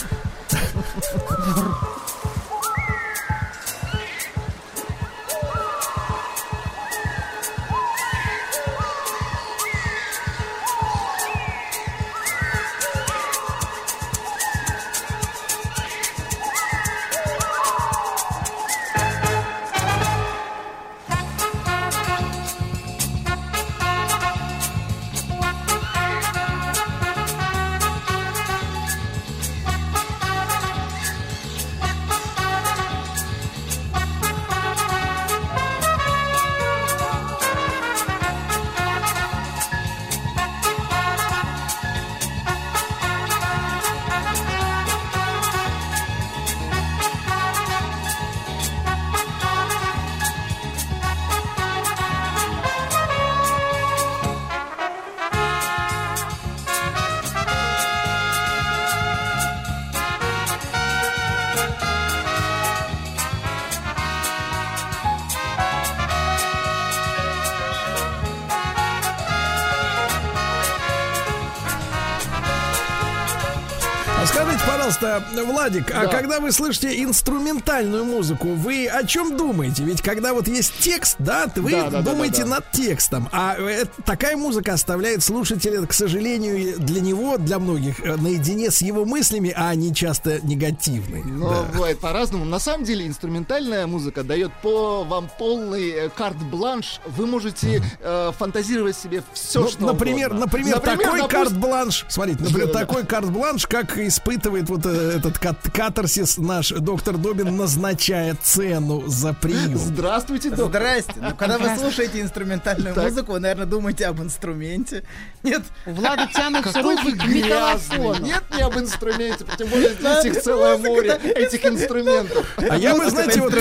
Скажите, пожалуйста, Владик, а когда вы слышите инструментальную музыку, вы о чем думаете? Ведь когда вот есть текст, да, вы думаете над текстом, а такая музыка оставляет слушателя, к сожалению, для него, для многих, наедине с его мыслями, а они часто негативны. Но бывает по-разному. На самом деле инструментальная музыка дает вам полный карт-бланш. Вы можете фантазировать себе все, что например, угодно. Например, такой карт-бланш, смотрите, например, такой карт-бланш, как испытывает вот этот катарсис наш доктор Добин, назначая цену за прием. Здравствуйте, доктор. Здрасте. Ну, когда вы слушаете инструментальную музыку, вы, наверное, думаете об инструменте. Нет? У Влада тянутся руки к металлофону. Нет, не об инструменте, тем более здесь их целое море, этих инструментов. А я бы, знаете, вот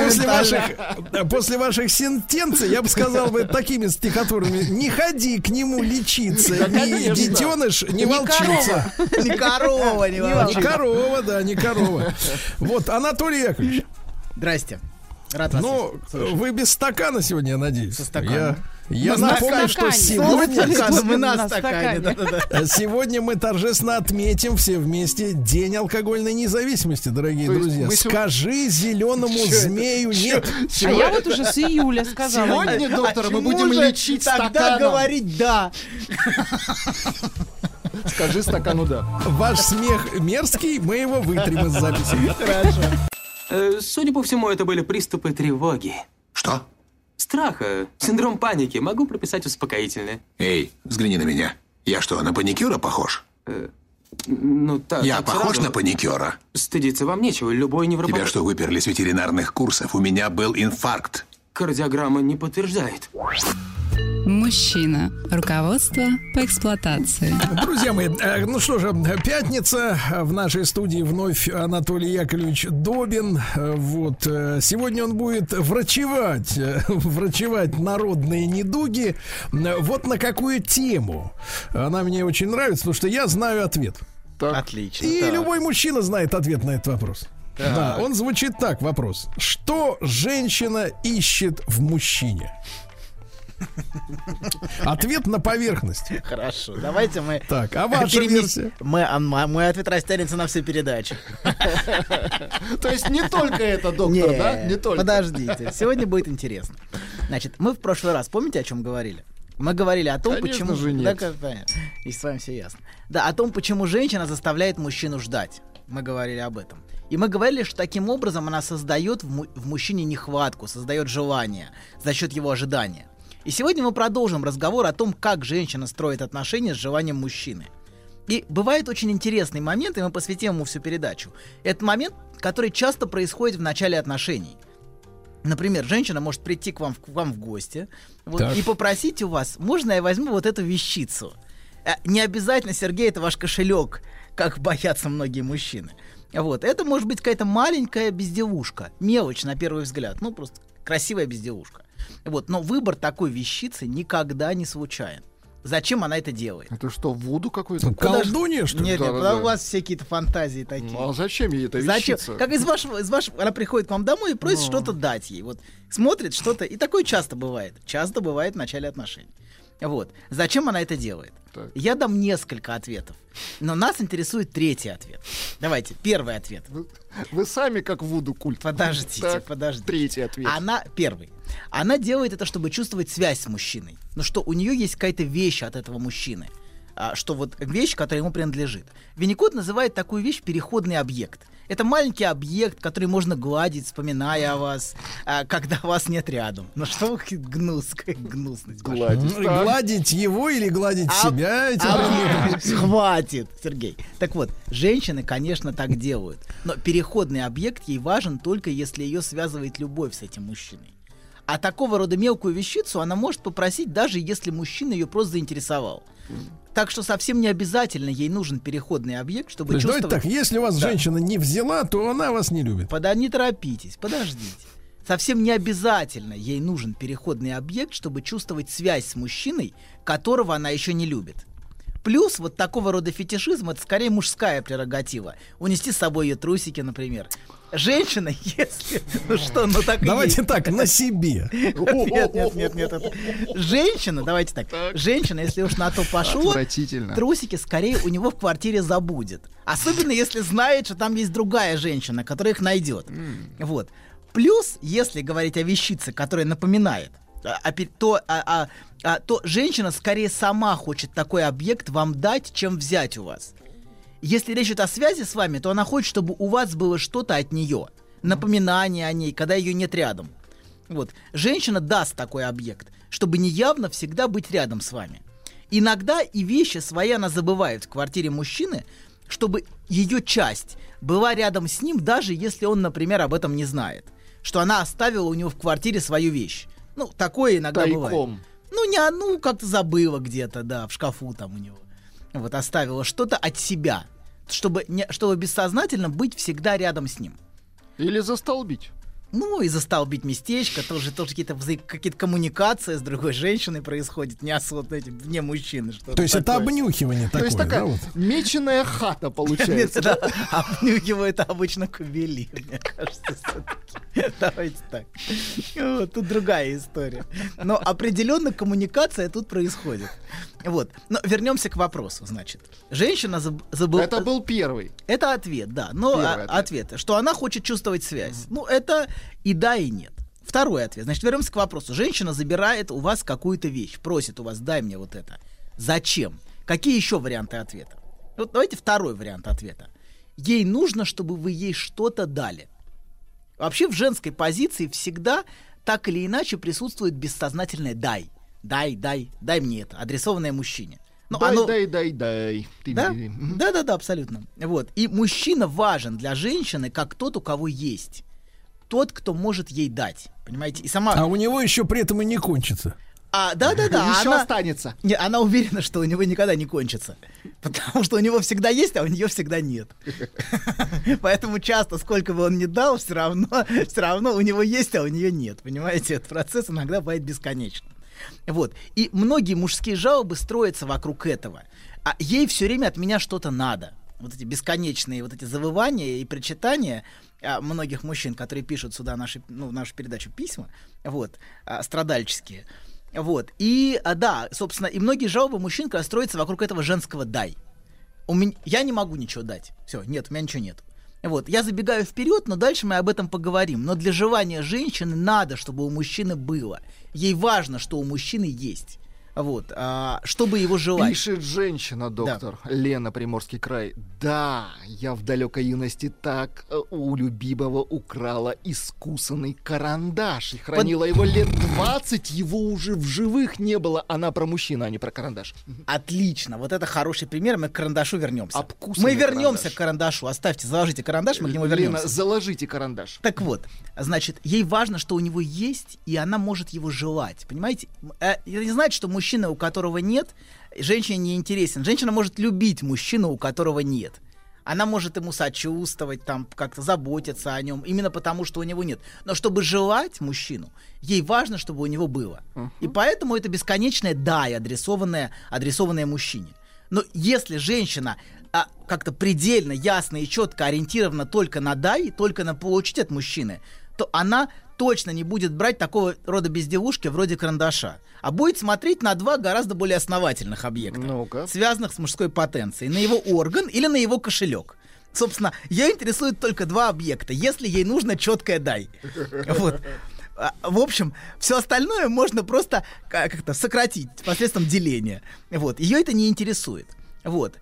после ваших сентенций, я бы сказал бы такими стихотворами: не ходи к нему лечиться, ни детеныш, ни волчица. Ни корова, ни волчица. Не корова, да, не корова. Вот, Анатолий Яковлевич. Здрасте. Рад вас слышать. Вы без стакана сегодня, я надеюсь. Со стаканом. Я напомню, что сегодня мы на стакане. Сегодня мы торжественно отметим все вместе День алкогольной независимости, дорогие друзья. Скажи зеленому змею нет. А я вот уже с июля сказала. Сегодня, доктор, мы будем лечить стаканом. Тогда говорить «да». Скажи стакану «да». Ваш смех мерзкий, мы его вытрем из записи. Хорошо. Судя по всему, это были приступы тревоги. Что? Страха, синдром паники. Могу прописать успокоительное. Эй, взгляни на меня. Я что, на паникюра похож? Ну, я похож на паникюра? Стыдиться вам нечего, любой невропатолог. Тебя что, выперли с ветеринарных курсов? У меня был инфаркт. Кардиограмма не подтверждает. Мужчина. Руководство по эксплуатации. Друзья мои, ну что же, пятница. В нашей студии вновь Анатолий Яковлевич Добин. Вот. Сегодня он будет врачевать народные недуги. Вот на какую тему. Она мне очень нравится, потому что я знаю ответ. Так. Отлично. И любой мужчина знает ответ на этот вопрос. Так. Да, он звучит так, вопрос. Что женщина ищет в мужчине? Ответ на поверхности. Хорошо, давайте мы... Так, а ваша версия? Мой ответ растянется на всю передачу. То есть не только это, доктор, да? Не только. Подождите, сегодня будет интересно. Значит, мы в прошлый раз, помните, о чем говорили? Мы говорили о том, конечно почему... же нет. Да, понятно. И с вами все ясно. Да, о том, почему женщина заставляет мужчину ждать. Мы говорили об этом. И мы говорили, что таким образом она создает в мужчине нехватку, создает желание за счет его ожидания. И сегодня мы продолжим разговор о том, как женщина строит отношения с желанием мужчины. И бывает очень интересный момент, и мы посвятим ему всю передачу. Это момент, который часто происходит в начале отношений. Например, женщина может прийти к вам в гости и попросить у вас: можно я возьму вот эту вещицу? Не обязательно, Сергей, это ваш кошелек, как боятся многие мужчины. Вот. Это может быть какая-то маленькая безделушка, мелочь на первый взгляд, ну просто красивая безделушка. Вот. Но выбор такой вещицы никогда не случайен. Зачем она это делает? Это что, вуду какой-то? Колдунья, что ли? Нет, у вас все какие-то фантазии такие. Ну, а зачем ей эта вещица? Зачем? Как из вашего, она приходит к вам домой и просит что-то дать ей. Вот смотрит что-то, и такое часто бывает. Часто бывает в начале отношений. Вот. Зачем она это делает? Так. Я дам несколько ответов, но нас интересует третий ответ. Давайте, первый ответ. Вы сами как вуду культ. Подождите. Третий ответ. Первый. Она делает это, чтобы чувствовать связь с мужчиной. Ну что, у нее есть какая-то вещь от этого мужчины. Что вот вещь, которая ему принадлежит. Винникот называет такую вещь переходный объект. Это маленький объект, который можно гладить, вспоминая о вас, когда вас нет рядом. Ну что вы гнусность. Гладить его или гладить себя? Хватит, Сергей. Так вот, женщины, конечно, так делают. Но переходный объект ей важен только если ее связывает любовь с этим мужчиной. А такого рода мелкую вещицу она может попросить, даже если мужчина ее просто заинтересовал. Так что совсем не обязательно ей нужен переходный объект, чтобы чувствовать... Давайте так, если вас женщина не взяла, то она вас не любит. Не торопитесь, подождите. Совсем не обязательно ей нужен переходный объект, чтобы чувствовать связь с мужчиной, которого она еще не любит. Плюс вот такого рода фетишизм — это скорее мужская прерогатива. Унести с собой ее трусики, например. Женщина, если... Давайте так, на себе. Нет. Женщина, давайте так. Женщина, если уж на то пошло, трусики скорее у него в квартире забудет. Особенно если знает, что там есть другая женщина, которая их найдет. Вот. Плюс, если говорить о вещице, которая напоминает, то женщина скорее сама хочет такой объект вам дать, чем взять у вас. Если речь идет о связи с вами, то она хочет, чтобы у вас было что-то от нее. Напоминание о ней, когда ее нет рядом. Вот. Женщина даст такой объект, чтобы неявно всегда быть рядом с вами. Иногда и вещи свои она забывает в квартире мужчины, чтобы ее часть была рядом с ним, даже если он, например, об этом не знает. Что она оставила у него в квартире свою вещь. Ну, такое иногда тайком бывает. Как-то забыла где-то, да, в шкафу там у него. Вот, оставила что-то от себя, чтобы бессознательно быть всегда рядом с ним. Или застолбить. Ну, и застолбить местечко, тоже какие-то коммуникации с другой женщиной происходит, неосознанно, вне мужчины. То есть это обнюхивание такое, То есть такая да, вот? меченая хата получается. Обнюхивает обычно кобели, мне кажется, все-таки. Давайте так. Вот, тут другая история. Но определенно коммуникация тут происходит. Вот. Но вернемся к вопросу, значит. Женщина забыла... Это был первый. Это ответ, да. Но ответ, что она хочет чувствовать связь. Ну, это и да, и нет. Второй ответ. Значит, вернемся к вопросу. Женщина забирает у вас какую-то вещь, просит у вас, дай мне вот это. Зачем? Какие еще варианты ответа? Вот давайте второй вариант ответа. Ей нужно, чтобы вы ей что-то дали. Вообще в женской позиции всегда так или иначе присутствует бессознательное «дай». Дай мне это, адресованное мужчине. Но дай. Да, абсолютно. Вот. И мужчина важен для женщины как тот, у кого есть. Тот, кто может ей дать. Понимаете? И сама... А у него еще при этом и не кончится. Да. Еще останется. Не, она уверена, что у него никогда не кончится. Потому что у него всегда есть, а у нее всегда нет. Поэтому часто, сколько бы он ни дал, все равно у него есть, а у нее нет. Понимаете? Этот процесс иногда бывает бесконечным. Вот. И многие мужские жалобы строятся вокруг этого. А ей все время от меня что-то надо. Вот эти бесконечные вот эти завывания и причитания многих мужчин, которые пишут сюда в нашу передачу письма, вот, страдальческие. Вот. И, собственно, и многие жалобы мужчин строятся вокруг этого женского «дай». Я не могу ничего дать. Все, нет, у меня ничего нет. Вот. Я забегаю вперед, но дальше мы об этом поговорим. Но для желания женщины надо, чтобы у мужчины было. Ей важно, что у мужчины есть. Вот, чтобы его желать. Пишет женщина, доктор, да. Лена, Приморский край. Да, я в далекой юности так у любимого украла искусанный карандаш и хранила его лет 20, его уже в живых не было. Она про мужчину, а не про карандаш. Отлично, вот это хороший пример, мы к карандашу вернемся. Мы вернемся к карандашу, оставьте, заложите карандаш, мы к нему вернемся. Лена, заложите карандаш. Так вот, значит, ей важно, что у него есть, и она может его желать, понимаете? Это не значит, что мужчина, у которого нет, женщине не интересен. Женщина может любить мужчину, у которого нет. Она может ему сочувствовать, там, как-то заботиться о нем, именно потому, что у него нет. Но чтобы желать мужчину, ей важно, чтобы у него было. И поэтому это бесконечное «дай», адресованное мужчине. Но если женщина как-то предельно, ясно и четко ориентирована только на «дай», только на получить от мужчины, то она точно не будет брать такого рода безделушки вроде карандаша, а будет смотреть на два гораздо более основательных объекта, связанных с мужской потенцией, на его орган или на его кошелек. Собственно, ее интересуют только два объекта, если ей нужно четкое «дай». Вот. В общем, все остальное можно просто как-то сократить посредством деления. Вот. Ее это не интересует. Вот.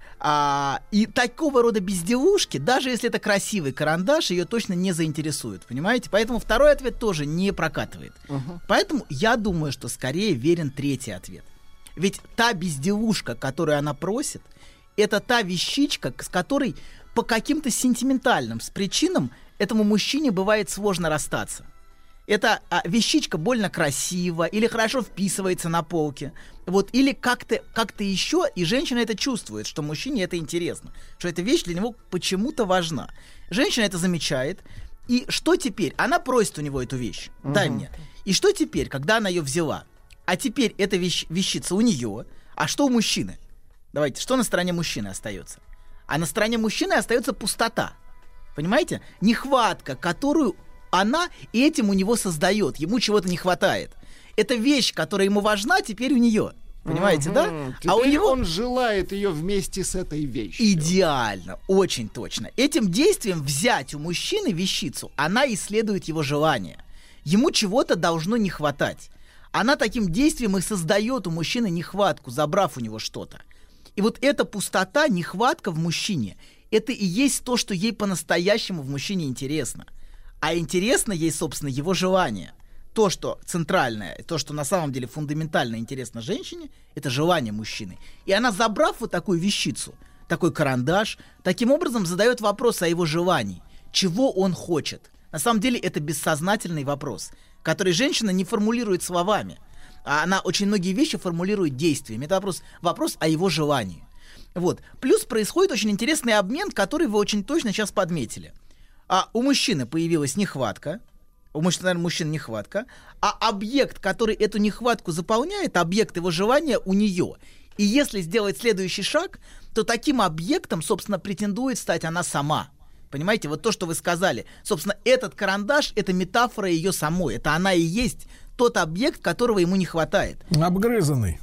И такого рода безделушки, даже если это красивый карандаш, ее точно не заинтересует, понимаете? Поэтому второй ответ тоже не прокатывает. Поэтому я думаю, что скорее верен третий ответ. Ведь та безделушка, которую она просит, это та вещичка, с которой по каким-то сентиментальным причинам этому мужчине бывает сложно расстаться. Эта вещичка больно красива или хорошо вписывается на полке. Вот, или как-то еще, и женщина это чувствует, что мужчине это интересно, что эта вещь для него почему-то важна. Женщина это замечает, и что теперь? Она просит у него эту вещь, дай мне. И что теперь, когда она ее взяла? А теперь эта вещица у нее, а что у мужчины? Давайте, что на стороне мужчины остается? А на стороне мужчины остается пустота. Понимаете? Нехватка, которую она этим у него создает, ему чего-то не хватает. Это вещь, которая ему важна, теперь у нее. Понимаете, да? Теперь у него он желает ее вместе с этой вещью. Идеально, очень точно. Этим действием взять у мужчины вещицу, она исследует его желание. Ему чего-то должно не хватать. Она таким действием и создает у мужчины нехватку, забрав у него что-то. И вот эта пустота, нехватка в мужчине, это и есть то, что ей по-настоящему в мужчине интересно. А интересно ей, собственно, его желание. То, что центральное, то, что на самом деле фундаментально интересно женщине, это желание мужчины. И она, забрав вот такую вещицу, такой карандаш, таким образом задает вопрос о его желании. Чего он хочет? На самом деле это бессознательный вопрос, который женщина не формулирует словами. А она очень многие вещи формулирует действиями. Это вопрос о его желании. Вот. Плюс происходит очень интересный обмен, который вы очень точно сейчас подметили. У мужчины появилась нехватка, у мужчин, наверное, мужчин нехватка, а объект, который эту нехватку заполняет, объект его желания у нее. И если сделать следующий шаг, то таким объектом, собственно, претендует стать она сама. Понимаете, вот то, что вы сказали. Собственно, этот карандаш — это метафора ее самой. Это она и есть тот объект, которого ему не хватает. Обгрызанный.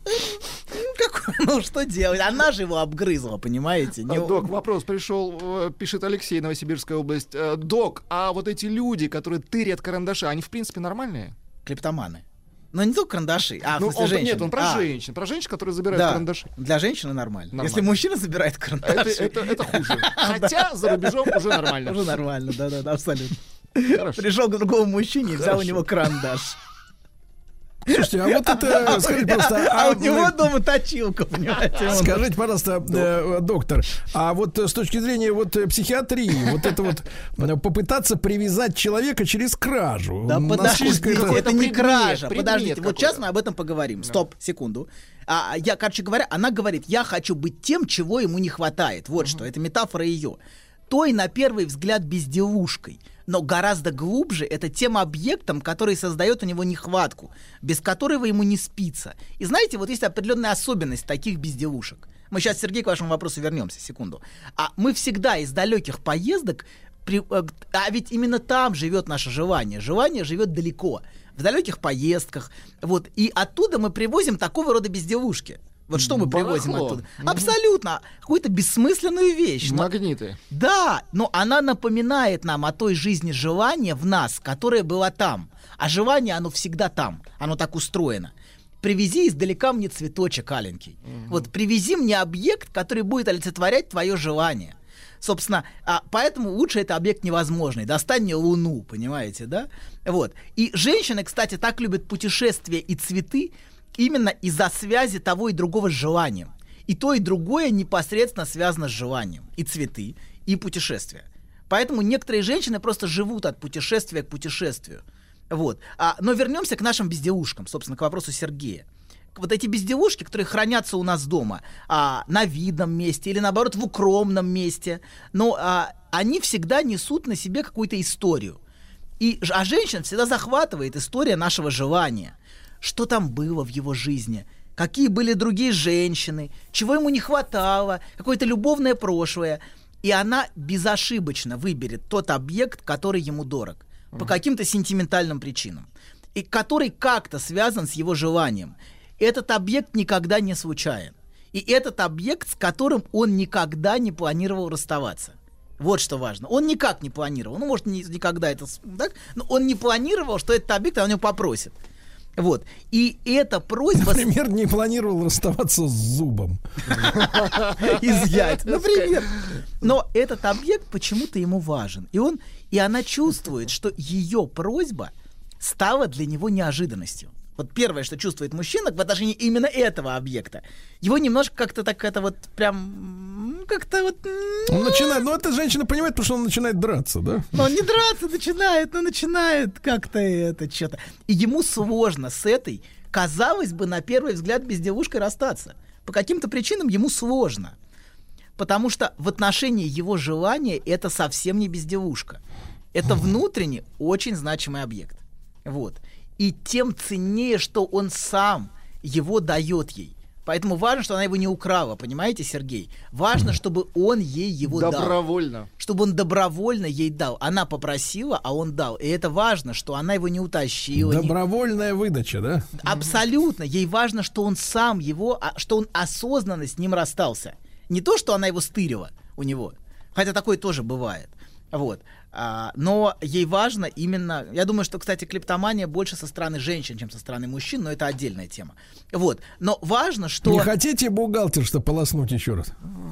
Ну, что делать? Она же его обгрызла, понимаете? Док, вопрос пришел, пишет Алексей, Новосибирская область. Док, а вот эти люди, которые тырят карандаши, они в принципе нормальные? Клептоманы. Но не только карандаши, в смысле женщин. Нет, он про женщин. Про женщин, которые забирают карандаши. Для женщины нормально. Если мужчина забирает карандаши... Это хуже. Хотя за рубежом уже нормально. Уже нормально, да, абсолютно. Пришел к другому мужчине и взял у него карандаш. Слушайте, а вот это, скажите, просто... А у него дома точилка, понимаете? Скажите, пожалуйста, доктор, а вот с точки зрения вот психиатрии, вот это вот попытаться привязать человека через кражу. Да подождите, это не кража. Подождите, вот сейчас мы об этом поговорим. Стоп, секунду. Я, короче говоря, она говорит, я хочу быть тем, чего ему не хватает. Вот что, это метафора ее. Той, на первый взгляд, безделушкой. Но гораздо глубже это тем объектом, который создает у него нехватку, без которого ему не спится. И знаете, вот есть определенная особенность таких безделушек. Мы сейчас, Сергей, к вашему вопросу вернемся, секунду. А мы всегда из далеких поездок, а ведь именно там живет наше желание. Желание живет далеко, в далеких поездках. Вот, и оттуда мы привозим такого рода безделушки. Вот что мы привозим оттуда? Абсолютно. Какую-то бессмысленную вещь. Магниты. Да, но она напоминает нам о той жизни желания в нас, которая была там. А желание, оно всегда там. Оно так устроено. Привези издалека мне цветочек аленький. Вот привези мне объект, который будет олицетворять твое желание. Собственно, поэтому лучше это объект невозможный. Достань мне Луну, понимаете, да? Вот. И женщины, кстати, так любят путешествия и цветы, именно из-за связи того и другого с желанием. И то, и другое непосредственно связано с желанием. И цветы, и путешествия. Поэтому некоторые женщины просто живут от путешествия к путешествию. Вот. Но вернемся к нашим безделушкам, собственно, к вопросу Сергея. Вот эти безделушки, которые хранятся у нас дома, на видном месте или, наоборот, в укромном месте, но они всегда несут на себе какую-то историю. А женщин всегда захватывает история нашего желания. Что там было в его жизни, какие были другие женщины, чего ему не хватало, какое-то любовное прошлое. И она безошибочно выберет тот объект, который ему дорог, по каким-то сентиментальным причинам, и который как-то связан с его желанием. Этот объект никогда не случайен. И этот объект, с которым он никогда не планировал расставаться. Вот что важно. Он никак не планировал. Ну, может, никогда это... Так? Но он не планировал, что этот объект о нем попросит. Вот. И эта просьба... Например, не планировал расставаться с зубом. Изъять, например. Но этот объект почему-то ему важен. И она чувствует, что ее просьба стала для него неожиданностью. Вот первое, что чувствует мужчина в отношении именно этого объекта. Его немножко как-то так это вот прям... Как-то вот... Он начинает... Ну, эта женщина понимает, потому что он начинает драться, да? Но он не драться начинает, но начинает как-то это что-то. И ему сложно с этой, казалось бы, на первый взгляд, безделушкой расстаться. По каким-то причинам ему сложно. Потому что в отношении его желания это совсем не безделушка. Это внутренне очень значимый объект. Вот. И тем ценнее, что он сам его дает ей. Поэтому важно, что она его не украла, понимаете, Сергей? Важно, чтобы он ей его дал. Добровольно. Чтобы он добровольно ей дал. Она попросила, а он дал. И это важно, что она его не утащила. Добровольная выдача, да? Абсолютно. Ей важно, что он сам его, что он осознанно с ним расстался. Не то, что она его стырила у него. Хотя такое тоже бывает. Вот. Но ей важно именно... Я думаю, что, кстати, клептомания больше со стороны женщин, чем со стороны мужчин, но это отдельная тема. Вот. Но важно, что... Не хотите бухгалтерство полоснуть еще раз?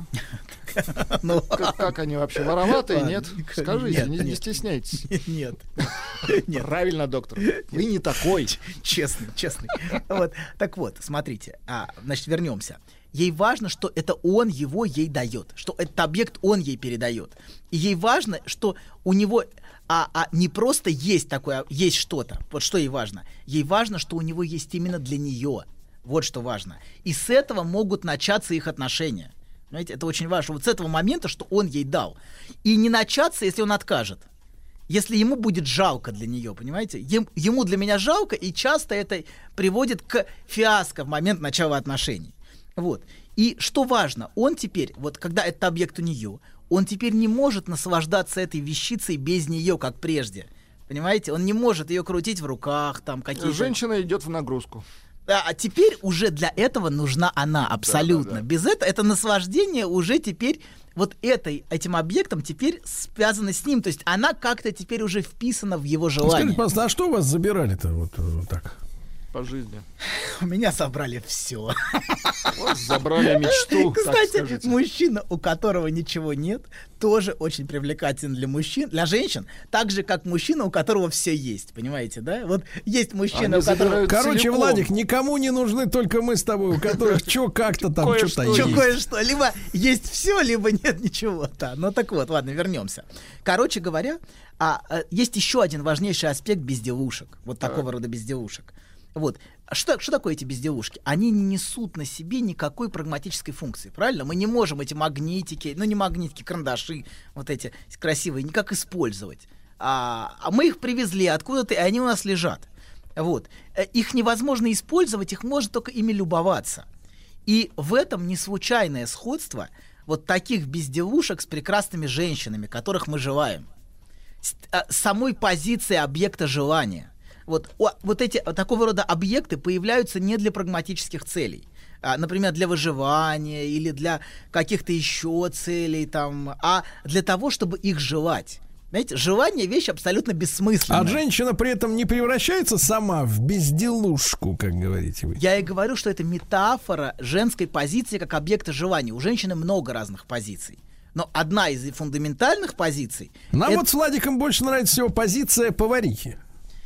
Как они вообще, вороватые, нет? Скажите, не стесняйтесь. Нет. Правильно, доктор. Вы не такой. Честный. Так вот, смотрите. Значит, вернемся. Ей важно, что это он его ей дает, что этот объект он ей передает. И ей важно, что у него не просто есть такое, есть что-то. Вот что ей важно. Ей важно, что у него есть именно для нее. Вот что важно. И с этого могут начаться их отношения. Понимаете, это очень важно. Вот с этого момента, что он ей дал. И не начаться, если он откажет. если ему будет жалко для нее, понимаете? Ему для меня жалко, и часто это приводит к фиаско в момент начала отношений. Вот. И что важно, он теперь, вот когда этот объект у нее, он теперь не может наслаждаться этой вещицей без нее, как прежде. Понимаете? Он не может ее крутить в руках, там какие-то... Женщина идет в нагрузку. Да, а теперь уже для этого нужна она, абсолютно. Да. Без этого, это наслаждение уже теперь вот этим объектом теперь связано с ним. То есть она как-то теперь уже вписана в его желание. Скажите, пожалуйста, а что вас забирали-то вот так? По жизни. У меня забрали все. Вот забрали мечту. Кстати, мужчина, у которого ничего нет, тоже очень привлекателен для мужчин, для женщин, так же, как мужчина, у которого все есть. Понимаете, да? Вот есть мужчина, у которого... Короче, Владик, никому не нужны только мы с тобой, у которых что как-то там что-то есть. Кое-что. Либо есть все, либо нет ничего. Да. Ну так вот, ладно, вернемся. Короче говоря, есть еще один важнейший аспект безделушек. Вот такого рода безделушек. Вот. Что такое эти безделушки? Они не несут на себе никакой прагматической функции, правильно? Мы не можем эти магнитики, не магнитики, карандаши, вот эти красивые, никак использовать. А мы их привезли откуда-то, и они у нас лежат. Вот. Их невозможно использовать, их можно только ими любоваться. И в этом не случайное сходство вот таких безделушек с прекрасными женщинами, которых мы желаем. С самой позиции объекта желания. Вот эти такого рода объекты появляются не для прагматических целей, например, для выживания или для каких-то еще целей, там, а для того, чтобы их желать. Знаете, желание — вещь абсолютно бессмысленная. А женщина при этом не превращается сама в безделушку, как говорите вы? Я и говорю, что это метафора женской позиции как объекта желания. У женщины много разных позиций. Но одна из фундаментальных позиций... Нам вот с Владиком больше нравится всего позиция поварихи.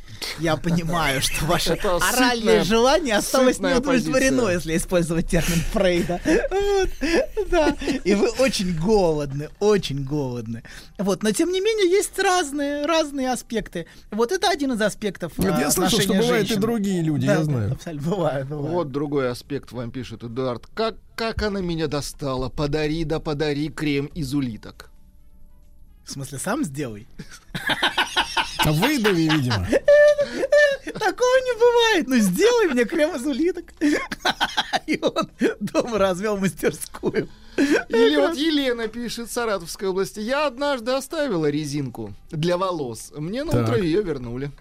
Я понимаю, что ваше оральное желание осталось неудовлетворено, если использовать термин Фрейда. Вот, да. И вы очень голодны, очень голодны. Вот, но тем не менее есть разные аспекты. Вот это один из аспектов я слышал, что бывают женщин. И другие люди, да, я знаю. Абсолютно, бывает. Вот другой аспект вам пишет Эдуард. Как она меня достала? Подари крем из улиток. В смысле, сам сделай? Выдави, видимо. Такого не бывает. Ну, сделай мне крем из улиток. И он дома развел мастерскую. Или вот Елена пишет, Саратовской области. Я однажды оставила резинку для волос. Мне на утро ее вернули.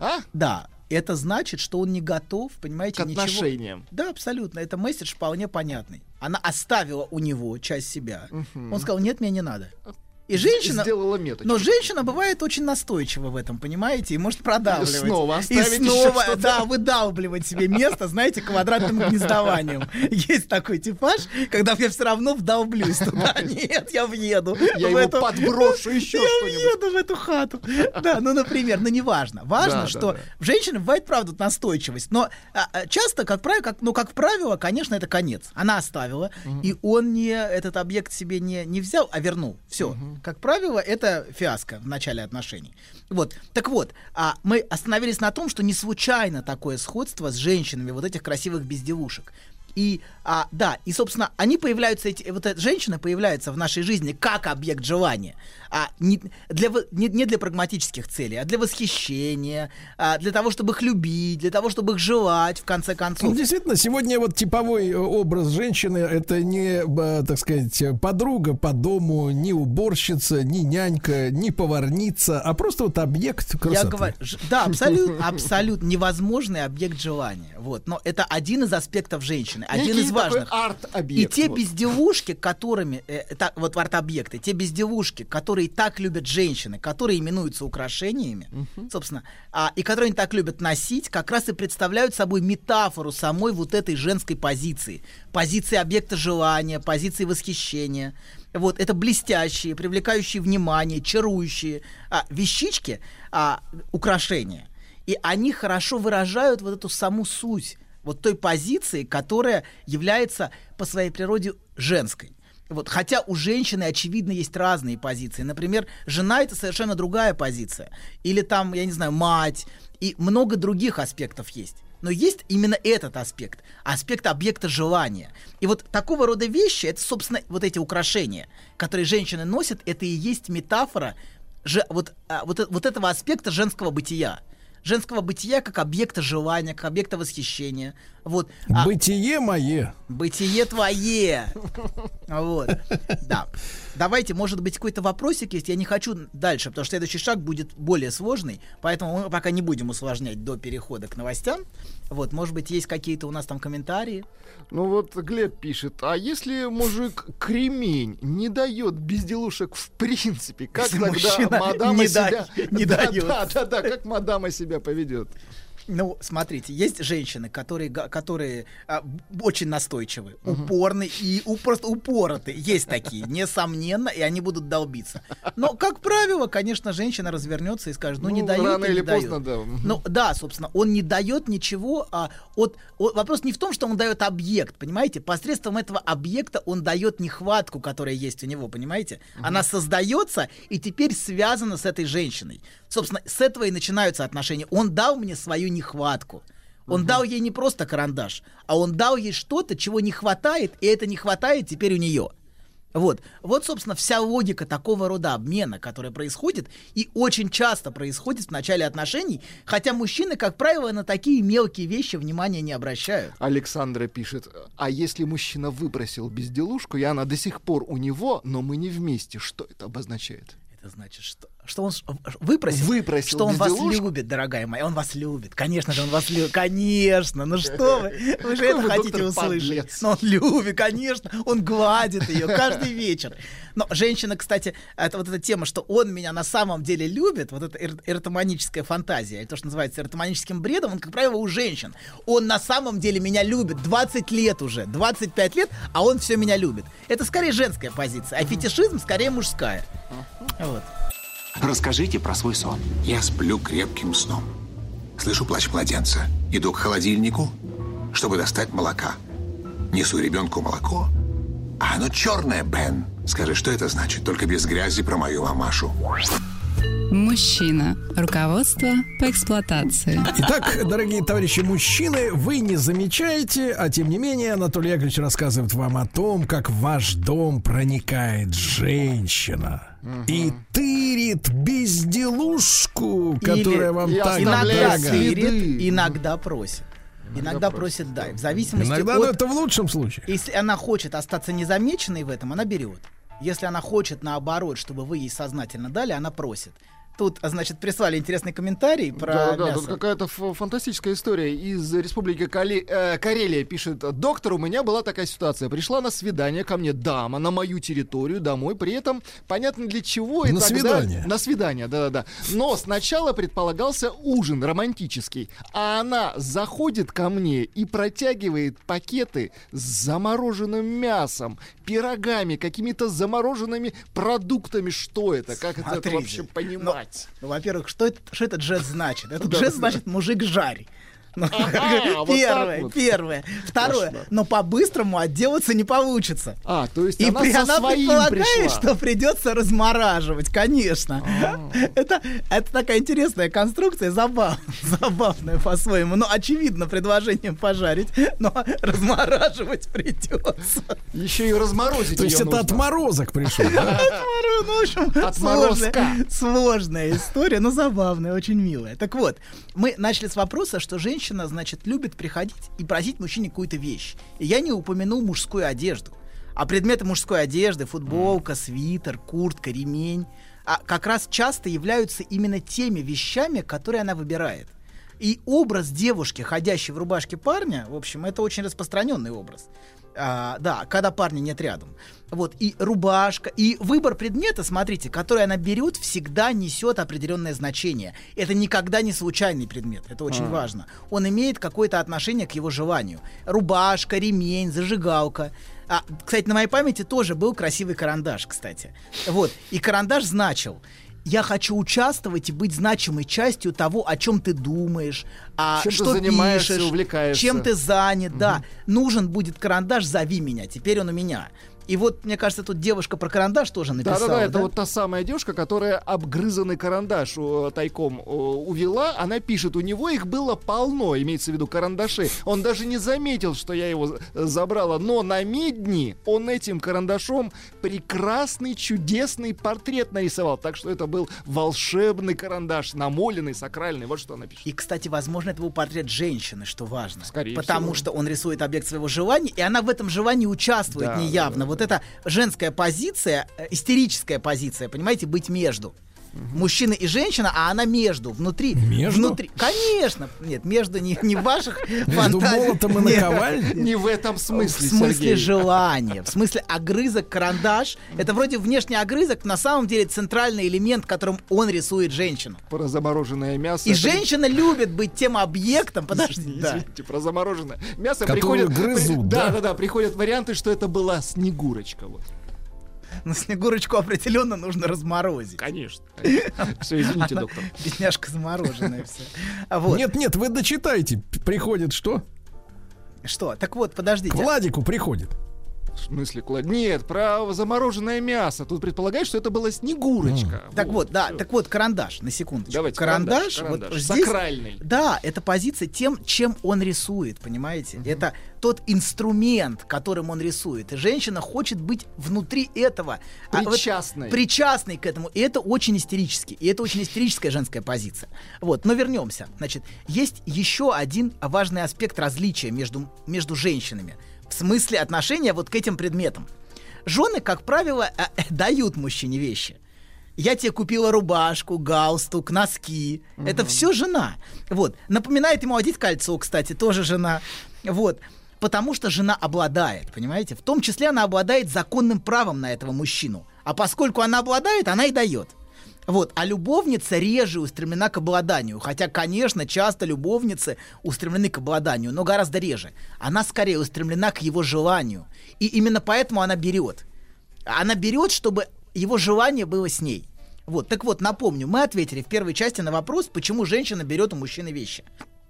Да. Это значит, что он не готов, понимаете, к отношениям. Да, абсолютно. Это месседж вполне понятный. Она оставила у него часть себя. Он сказал, нет, мне не надо. И женщина, сделала меточку. Но женщина бывает очень настойчива в этом, понимаете, и может продавливать. И снова да, выдалбливать себе место, знаете, квадратным гнездованием. Есть такой типаж, когда я все равно вдолблюсь туда. Нет, я въеду. Я его подброшу еще что-нибудь. Я въеду в эту хату. Да, ну, например, неважно. Важно, что в женщине бывает, правда, настойчивость. Но часто, как правило, конечно, это конец. Она оставила, и он этот объект себе не взял, а вернул. Все. Как правило, это фиаско в начале отношений. Вот. Так вот, мы остановились на том, что не случайно такое сходство с женщинами вот этих красивых безделушек. И, и, собственно, они появляются, женщины появляются в нашей жизни как объект желания. Не для прагматических целей, а для восхищения, для того, чтобы их любить, для того, чтобы их желать, в конце концов. Ну, действительно, сегодня вот типовой образ женщины — это не, так сказать, подруга по дому, не уборщица, не нянька, не поварница, а просто вот объект красоты. Я говорю, да, абсолютно невозможный объект желания. Вот. Но это один из аспектов женщины. Один из важных. Арт-объект. И те безделушки, которыми... вот арт-объекты, те безделушки, которые так любят женщины, которые именуются украшениями, собственно, и которые они так любят носить, как раз и представляют собой метафору самой вот этой женской позиции. Позиции объекта желания, позиции восхищения. Вот, это блестящие, привлекающие внимание, чарующие вещички, украшения. И они хорошо выражают вот эту саму суть вот той позиции, которая является по своей природе женской. Вот, хотя у женщины, очевидно, есть разные позиции. Например, жена — это совершенно другая позиция. Или там, я не знаю, мать. И много других аспектов есть. Но есть именно этот аспект. Аспект объекта желания. И вот такого рода вещи, это, собственно, вот эти украшения, которые женщины носят, это и есть метафора вот этого аспекта женского бытия. Женского бытия как объекта желания, как объекта восхищения. Вот. Бытие мое. Бытие твое. Вот. Да. Давайте, может быть, какой-то вопросик есть. Я не хочу дальше, потому что следующий шаг будет более сложный. Поэтому мы пока не будем усложнять до перехода к новостям. Вот, может быть, есть какие-то у нас там комментарии. Ну вот Глеб пишет: а если мужик кремень не дает безделушек в принципе, как тогда мадама себя не дает? Да, как мадама себя поведет? Ну, смотрите, есть женщины, которые очень настойчивы, упорны и просто упороты. Есть такие, несомненно, и они будут долбиться. Но, как правило, конечно, женщина развернется и скажет, не дает рано или не поздно, дает. Ну, да, собственно, он не дает ничего. Вопрос не в том, что он дает объект, понимаете? Посредством этого объекта он дает нехватку, которая есть у него, понимаете? Она создается и теперь связана с этой женщиной. Собственно, с этого и начинаются отношения. Он дал мне свою нехватку. Он дал ей не просто карандаш, а он дал ей что-то, чего не хватает, и это не хватает теперь у нее. Вот, собственно, вся логика такого рода обмена, который происходит, и очень часто происходит в начале отношений, хотя мужчины, как правило, на такие мелкие вещи внимания не обращают. Александра пишет: а если мужчина выбросил безделушку, и она до сих пор у него, но мы не вместе, что это обозначает? Это значит, что он выпросил, что он вас любит, дорогая моя. Он вас любит. Конечно же, он вас любит. Конечно. Ну что вы же это хотите услышать. Но он любит, конечно. Он гладит ее каждый вечер. Но женщина, кстати, это вот эта тема, что он меня на самом деле любит, вот эта эротоманическая фантазия, то, что называется эротоманическим бредом, он, как правило, у женщин. Он на самом деле меня любит 20 лет уже, 25 лет, а он все меня любит. Это скорее женская позиция, а фетишизм скорее мужская. Вот. Расскажите про свой сон. Я сплю крепким сном. Слышу плач младенца. Иду к холодильнику, чтобы достать молока. Несу ребенку молоко. А оно черное, Бен. Скажи, что это значит? Только без грязи про мою мамашу. Мужчина. Руководство по эксплуатации. Итак, дорогие товарищи мужчины, вы не замечаете, а тем не менее Анатолий Яковлевич рассказывает вам о том, как в ваш дом проникает женщина и тырит безделушку, которая вам так иногда тырит, иногда просит. Иногда просит дай. В зависимости иногда, от... это в лучшем случае. Если она хочет остаться незамеченной в этом, она берет. Если она хочет, наоборот, чтобы вы ей сознательно дали, она просит. Тут, значит, прислали интересный комментарий про Да, мясо. тут какая-то фантастическая история из Республики Карелия. Пишет: доктор, у меня была такая ситуация. Пришла на свидание ко мне дама на мою территорию, домой. При этом понятно для чего. И на свидание. На свидание, да-да-да. Но сначала предполагался ужин романтический. А она заходит ко мне и протягивает пакеты с замороженным мясом, пирогами, какими-то замороженными продуктами. Что это? Как это вообще понимать? Ну, во-первых, что этот жест значит? Этот жест значит мужик жарь. Первое. Второе. Но по-быстрому отделаться не получится. То есть и она со своим предполагает, пришла. что придется размораживать, конечно. Это такая интересная конструкция, забавная по-своему. Ну, очевидно, предложением пожарить, но размораживать придется. Еще и разморозить. То есть это отморозок пришел. Ну, в общем, сложная история, но забавная, очень милая. Так вот, мы начали с вопроса, что женщина, значит, любит приходить и просить мужчине какую-то вещь. И я не упомянул мужскую одежду. А предметы мужской одежды, футболка, свитер, куртка, ремень, как раз часто являются именно теми вещами, которые она выбирает. И образ девушки, ходящей в рубашке парня, в общем, это очень распространенный образ. Да, когда парня нет рядом. Вот, и рубашка, и выбор предмета, смотрите, который она берет, всегда несет определенное значение. Это никогда не случайный предмет, это очень важно. Он имеет какое-то отношение к его желанию. Рубашка, ремень, зажигалка. Кстати, на моей памяти тоже был красивый карандаш, кстати. Вот, и карандаш значил: я хочу участвовать и быть значимой частью того, о чем ты думаешь, чем что ты занимаешься, пишешь, увлекаешься. чем ты занят, да. Нужен будет карандаш, зови меня, теперь он у меня. И вот, мне кажется, тут девушка про карандаш тоже написала. Да-да-да, это вот та самая девушка, которая обгрызанный карандаш тайком увела. Она пишет, у него их было полно, имеется в виду карандаши. Он даже не заметил, что я его забрала. Но на медни он этим карандашом прекрасный, чудесный портрет нарисовал. Так что это был волшебный карандаш, намоленный, сакральный. Вот что она пишет. И, кстати, возможно, это был портрет женщины, что важно. Скорее потому всего. что он рисует объект своего желания, и она в этом желании участвует неявно. Вот это женская позиция, истерическая позиция, понимаете, быть между. Мужчина и женщина, а она между, внутри. Внутри. Конечно. Нет, между не в ваших между молотом и наковальней? Не в этом смысле, В смысле Сергей. желания. В смысле огрызок, карандаш. Это вроде внешний огрызок, на самом деле центральный элемент, которым он рисует женщину. Про замороженное мясо. И женщина любит быть тем объектом. Подожди. Извините, про замороженное мясо которую приходят... грызут, да? Да, приходят варианты, что это была Снегурочка. Вот. Но Снегурочку определенно нужно разморозить. Конечно. Все, извините, доктор. Бедняжка замороженная все. Нет, вы дочитайте. Приходит что? Что? Так вот, подождите. К Владику приходит. В смысле, нет, про замороженное мясо. Тут предполагает, что это была Снегурочка. Так вот, да, так вот, карандаш, на секундочку. Давайте, карандаш. Вот здесь, сакральный. Да, это позиция тем, чем он рисует, понимаете? Это тот инструмент, которым он рисует. И женщина хочет быть внутри этого. Причастной. Причастной к этому. И это очень истерически. И это очень истерическая женская позиция. Вот, но вернемся. Значит, есть еще один важный аспект различия между женщинами. В смысле отношения вот к этим предметам. Жены, как правило, дают мужчине вещи. Я тебе купила рубашку, галстук, носки. Это все жена. Вот. Напоминает ему одеть кольцо, кстати, тоже жена. Вот. Потому что жена обладает, понимаете? В том числе она обладает законным правом на этого мужчину. А поскольку она обладает, она и дает. Вот. А любовница реже устремлена к обладанию. Хотя, конечно, часто любовницы устремлены к обладанию, но гораздо реже. Она скорее устремлена к его желанию. И именно поэтому она берет. Она берет, чтобы его желание было с ней. Вот. Так вот, напомню, мы ответили в первой части на вопрос, почему женщина берет у мужчины вещи.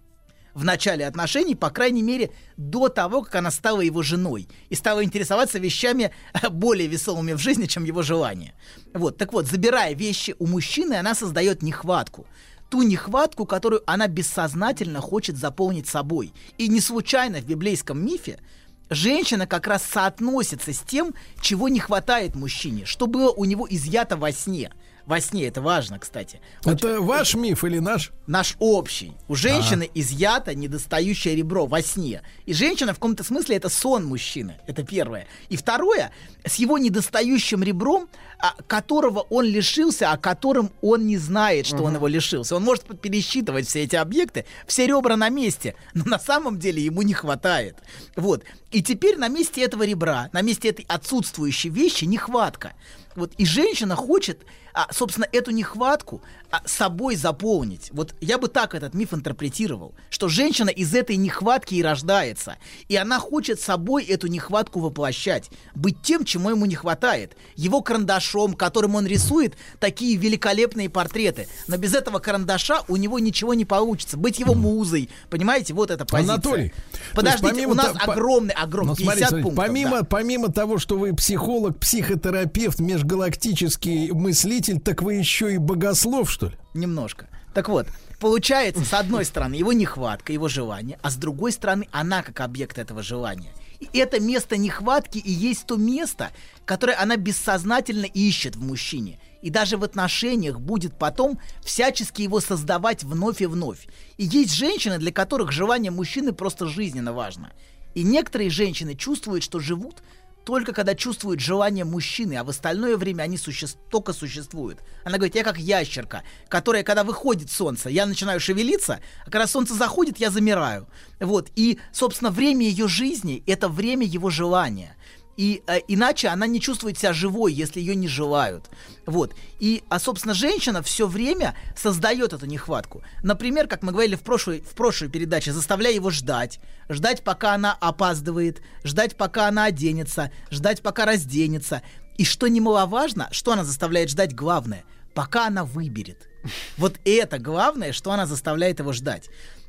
В начале отношений, по крайней мере, до того, как она стала его женой и стала интересоваться вещами более весомыми в жизни, чем его желание. Вот, так вот, забирая вещи у мужчины, она создает нехватку. Ту нехватку, которую она бессознательно хочет заполнить собой. И не случайно в библейском мифе женщина как раз соотносится с тем, чего не хватает мужчине, что было у него изъято во сне. Во сне это важно, кстати. Это ваш миф или наш? Наш общий. У женщины изъято недостающее ребро во сне. И женщина в каком-то смысле это сон мужчины. Это первое. И второе, с его недостающим ребром, которого он лишился, о котором он не знает, что он его лишился. Он может пересчитывать все эти объекты, все ребра на месте, но на самом деле ему не хватает. Вот. И теперь на месте этого ребра, на месте этой отсутствующей вещи нехватка. Вот. И женщина хочет, собственно, эту нехватку собой заполнить. Вот я бы так этот миф интерпретировал, что женщина из этой нехватки и рождается. И она хочет собой эту нехватку воплощать, быть тем, чему ему не хватает. Его карандашом, которым он рисует такие великолепные портреты. Но без этого карандаша у него ничего не получится. Быть его музой. Понимаете, вот эта позиция. Анатолий, подождите, у нас огромный 50 пунктов. Помимо того, что вы психолог, психотерапевт, межгалактический мыслитель, так вы еще и богослов, что ли? Немножко. Так вот, получается, с одной стороны, его нехватка, его желание, а с другой стороны, она как объект этого желания. И это место нехватки и есть то место, которое она бессознательно ищет в мужчине. И даже в отношениях будет потом всячески его создавать вновь и вновь. И есть женщины, для которых желание мужчины просто жизненно важно. И некоторые женщины чувствуют, что живут только когда чувствуют желание мужчины, а в остальное время они только существуют. Она говорит, я как ящерка, которая, когда выходит солнце, я начинаю шевелиться, а когда солнце заходит, я замираю. Вот. И, собственно, время ее жизни — это время его желания. И иначе она не чувствует себя живой, если ее не желают. Вот. И, собственно, женщина все время создает эту нехватку. Например, как мы говорили в прошлой передаче, заставляя его ждать. Ждать, пока она опаздывает, ждать, пока она оденется, ждать, пока разденется. И что немаловажно, что она заставляет ждать, главное, пока она выберет. Вот это главное, что она заставляет его ждать.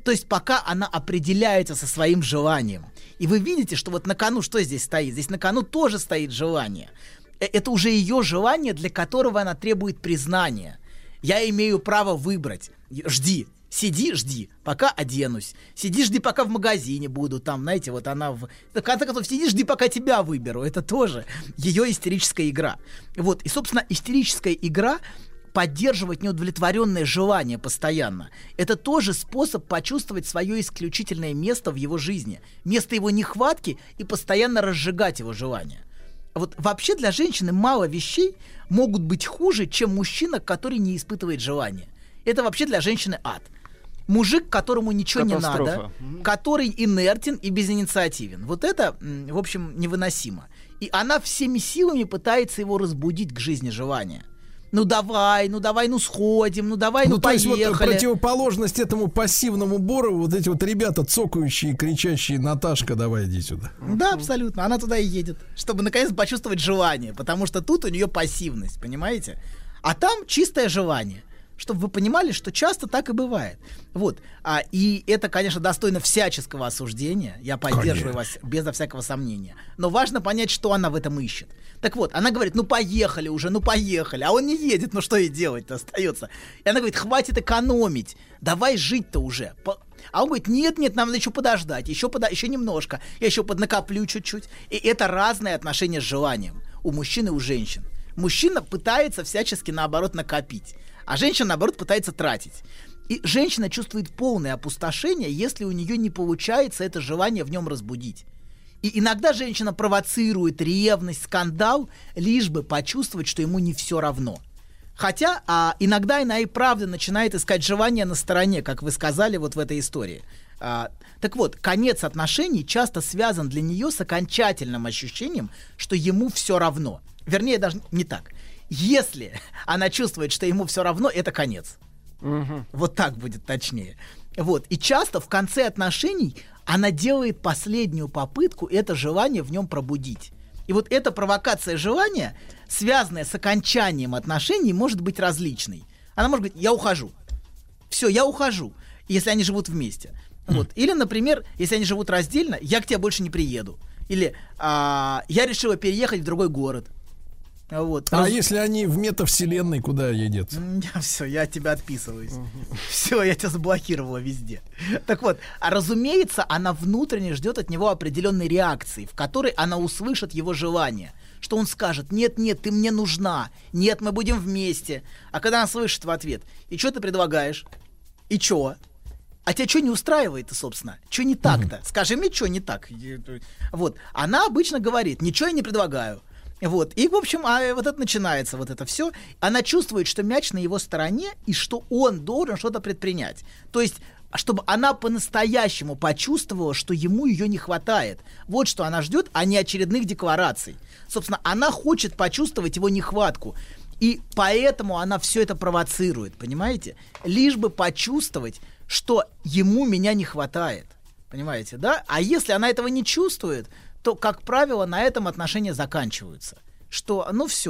То есть пока она определяется со своим желанием. И вы видите, что вот на кону что здесь стоит? Здесь на кону тоже стоит желание. Это уже ее желание, для которого она требует признания. Я имею право выбрать. Жди. Сиди, жди, пока оденусь. Сиди, жди, пока в магазине буду. Там, знаете, вот она... В конце концов, сиди, жди, пока тебя выберу. Это тоже ее истерическая игра. Вот. И, собственно, истерическая игра поддерживать неудовлетворенное желание постоянно. Это тоже способ почувствовать свое исключительное место в его жизни. Место его нехватки и постоянно разжигать его желание. Вот вообще для женщины мало вещей могут быть хуже, чем мужчина, который не испытывает желания. Это вообще для женщины ад. Мужик, которому ничего не надо, который инертен и безинициативен. Вот это, в общем, невыносимо. И она всеми силами пытается его разбудить к жизни желания. Ну давай, сходим, поехали. То есть вот противоположность этому пассивному Борову, вот эти вот ребята цокающие, кричащие: Наташка, давай иди сюда. Да, абсолютно, она туда и едет, чтобы наконец почувствовать желание, потому что тут у нее пассивность, понимаете? А там чистое желание. Чтобы вы понимали, что часто так и бывает. Вот. И это, конечно, достойно всяческого осуждения. Я поддерживаю вас безо всякого сомнения. Но важно понять, что она в этом ищет. Так вот, она говорит: ну поехали уже, ну поехали. А он не едет, ну что ей делать-то остается? И она говорит: хватит экономить, давай жить-то уже. А он говорит: нет, нам надо еще подождать, еще немножко, я еще поднакоплю чуть-чуть. И это разное отношение с желанием у мужчин и у женщин. Мужчина пытается всячески, наоборот, накопить, а женщина, наоборот, пытается тратить. И женщина чувствует полное опустошение, если у нее не получается это желание в нем разбудить. И иногда женщина провоцирует ревность, скандал, лишь бы почувствовать, что ему не все равно. Хотя иногда она и правда начинает искать желание на стороне, как вы сказали вот в этой истории. Так вот, конец отношений часто связан для нее с окончательным ощущением, что ему все равно. Вернее, даже не так. Если она чувствует, что ему все равно, это конец. Вот так будет точнее. Вот. И часто в конце отношений она делает последнюю попытку это желание в нем пробудить. И вот эта провокация желания, связанная с окончанием отношений, может быть различной. Она может говорить: я ухожу. Все, я ухожу, если они живут вместе. Вот. Или, например, если они живут раздельно: я к тебе больше не приеду. Или я решила переехать в другой город. Вот. Если они в метавселенной, куда едет? Все, я от тебя отписываюсь. Все, я тебя заблокировала везде. Так вот, разумеется, она внутренне ждет от него определенной реакции, в которой она услышит его желание. Что он скажет: нет, ты мне нужна, нет, мы будем вместе. А когда она слышит в ответ: и что ты предлагаешь? И чё? А тебя что не устраивает-то, собственно? Что не так-то? Скажи мне, что не так? Вот. Она обычно говорит: ничего я не предлагаю. Вот. И, в общем, вот это начинается, вот это все. Она чувствует, что мяч на его стороне, и что он должен что-то предпринять. То есть, чтобы она по-настоящему почувствовала, что ему ее не хватает. Вот что она ждет, а не очередных деклараций. Собственно, она хочет почувствовать его нехватку. И поэтому она все это провоцирует, понимаете? Лишь бы почувствовать, что ему меня не хватает. Понимаете, да? А если она этого не чувствует, то, как правило, на этом отношения заканчиваются. Что,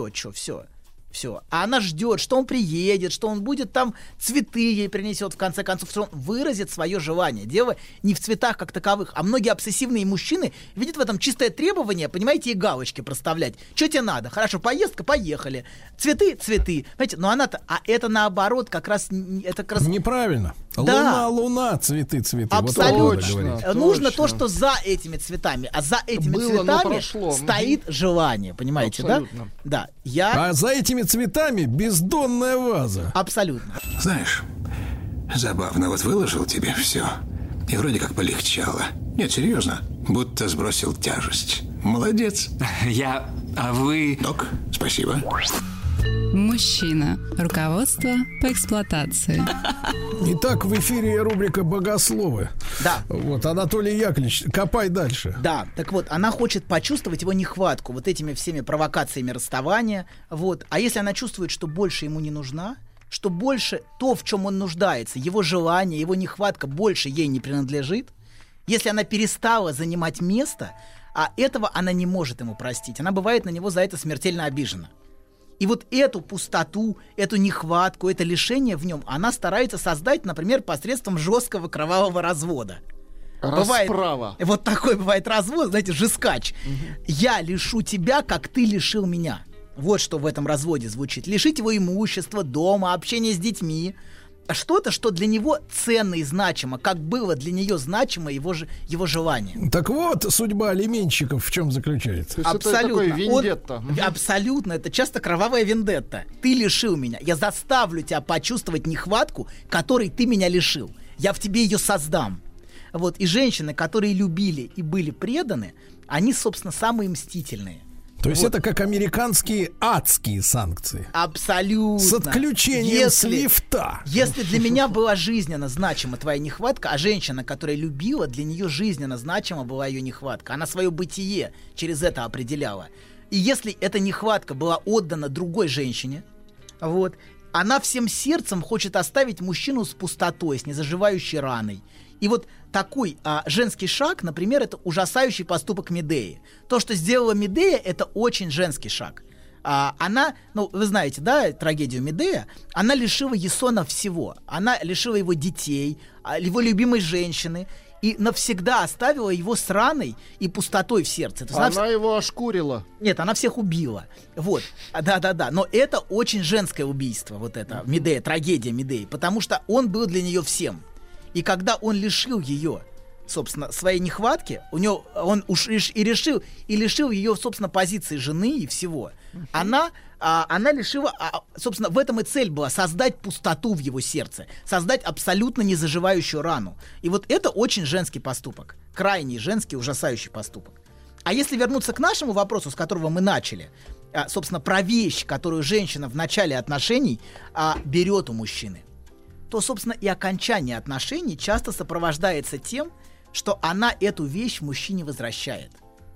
все. А она ждет, что он приедет, что он будет там цветы ей принесет, в конце концов, что он выразит свое желание. Дело не в цветах как таковых, а многие обсессивные мужчины видят в этом чистое требование, понимаете, и галочки проставлять. Что тебе надо? Хорошо, поездка, поехали. Цветы. Понимаете, но она-то, это наоборот, как раз... Это как раз... Неправильно. Да. Луна, цветы. Абсолютно. Вот нужно то, что за этими цветами. А за этими цветами стоит желание, понимаете, абсолютно. Да? Да. А за этими цветами бездонная ваза. Абсолютно. Знаешь, забавно, вот выложил тебе все, и вроде как полегчало. Нет, серьезно, будто сбросил тяжесть. Молодец. А вы... Док, спасибо. Мужчина. Руководство по эксплуатации. Итак, в эфире рубрика «Богословы». Да. Вот, Анатолий Яковлевич, копай дальше. Да, так вот, она хочет почувствовать его нехватку вот этими всеми провокациями расставания. Вот. А если она чувствует, что больше ему не нужна, что больше то, в чем он нуждается, его желание, его нехватка больше ей не принадлежит, если она перестала занимать место, этого она не может ему простить. Она бывает на него за это смертельно обижена. И вот эту пустоту, эту нехватку, это лишение в нем она старается создать, например, посредством жесткого кровавого развода. Расправа. Вот такой бывает развод, знаете, жескач. Я лишу тебя, как ты лишил меня. Вот что в этом разводе звучит. Лишить его имущества, дома, общения с детьми. Что-то, что для него ценно и значимо, как было для нее значимо его желание. Так вот, судьба алименщиков в чем заключается? Абсолютно. Это вендетта. Абсолютно. Это часто кровавая вендетта. Ты лишил меня. Я заставлю тебя почувствовать нехватку, которой ты меня лишил. Я в тебе ее создам. Вот. И женщины, которые любили и были преданы, они, собственно, самые мстительные. То есть это как американские адские санкции. Абсолютно. С отключением с лифта. Если для меня была жизненно значима твоя нехватка, а женщина, которая любила, для нее жизненно значима была ее нехватка. Она свое бытие через это определяла. И если эта нехватка была отдана другой женщине, вот, она всем сердцем хочет оставить мужчину с пустотой, с незаживающей раной. И вот такой женский шаг, например, это ужасающий поступок Медеи. То, что сделала Медея, это очень женский шаг. Она, вы знаете, да, трагедию Медея, она лишила Ясона всего. Она лишила его детей, его любимой женщины, и навсегда оставила его с раной и пустотой в сердце. Она его ошкурила. Нет, она всех убила. Вот, да. Но это очень женское убийство, вот это, Медея, трагедия Медеи, потому что он был для нее всем. И когда он лишил ее, собственно, своей нехватки, он лишил ее, собственно, позиции жены и всего. Она лишила, собственно, в этом и цель была — создать пустоту в его сердце, создать абсолютно незаживающую рану. И вот это очень женский поступок, крайний женский ужасающий поступок. А если вернуться к нашему вопросу, с которого мы начали, собственно, про вещь, которую женщина в начале отношений берет у мужчины, то, собственно, и окончание отношений часто сопровождается тем, что она эту вещь мужчине возвращает.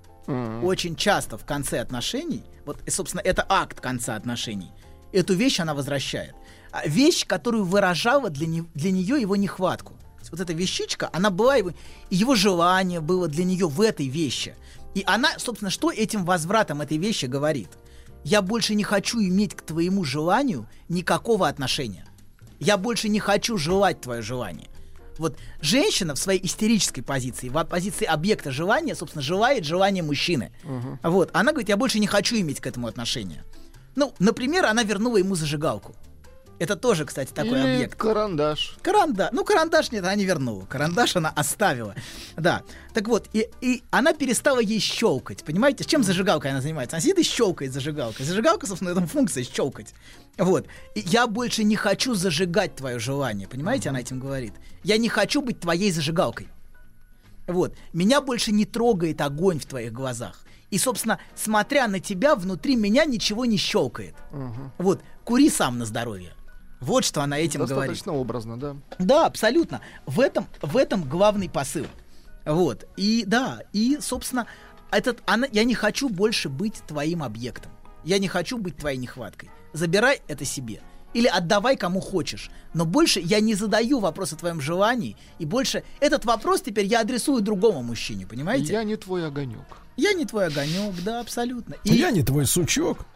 Очень часто в конце отношений, вот, собственно, это акт конца отношений, эту вещь она возвращает. Вещь, которую выражала для нее его нехватку. Вот эта вещичка, она была его желание было для нее в этой вещи. И она, собственно, что этим возвратом этой вещи говорит? Я больше не хочу иметь к твоему желанию никакого отношения. Я больше не хочу желать твое желание. Вот женщина в своей истерической позиции, в позиции объекта желания, собственно, желает желания мужчины. Вот. Она говорит, я больше не хочу иметь к этому отношения. Например, она вернула ему зажигалку. Это тоже, кстати, такой или объект. Карандаш. Карандаш нет, она не вернула. Карандаш она оставила. Да. Так вот, и она перестала ей щелкать. Понимаете, с чем зажигалкой она занимается? Она сидит и щелкает зажигалкой. Зажигалка, собственно, это функция щелкать. Вот. И я больше не хочу зажигать твое желание. Понимаете, она этим говорит. Я не хочу быть твоей зажигалкой. Вот. Меня больше не трогает огонь в твоих глазах. И, собственно, смотря на тебя, внутри меня ничего не щелкает. Вот. Кури сам на здоровье. Вот что она этим говорит. Достаточно образно, да. Да, абсолютно. В этом главный посыл. Вот. И, собственно, я не хочу больше быть твоим объектом. Я не хочу быть твоей нехваткой. Забирай это себе. Или отдавай кому хочешь. Но больше я не задаю вопрос о твоем желании. И больше этот вопрос теперь я адресую другому мужчине, понимаете? Я не твой огонек. Я не твой огонек, да, абсолютно. Я не твой сучок.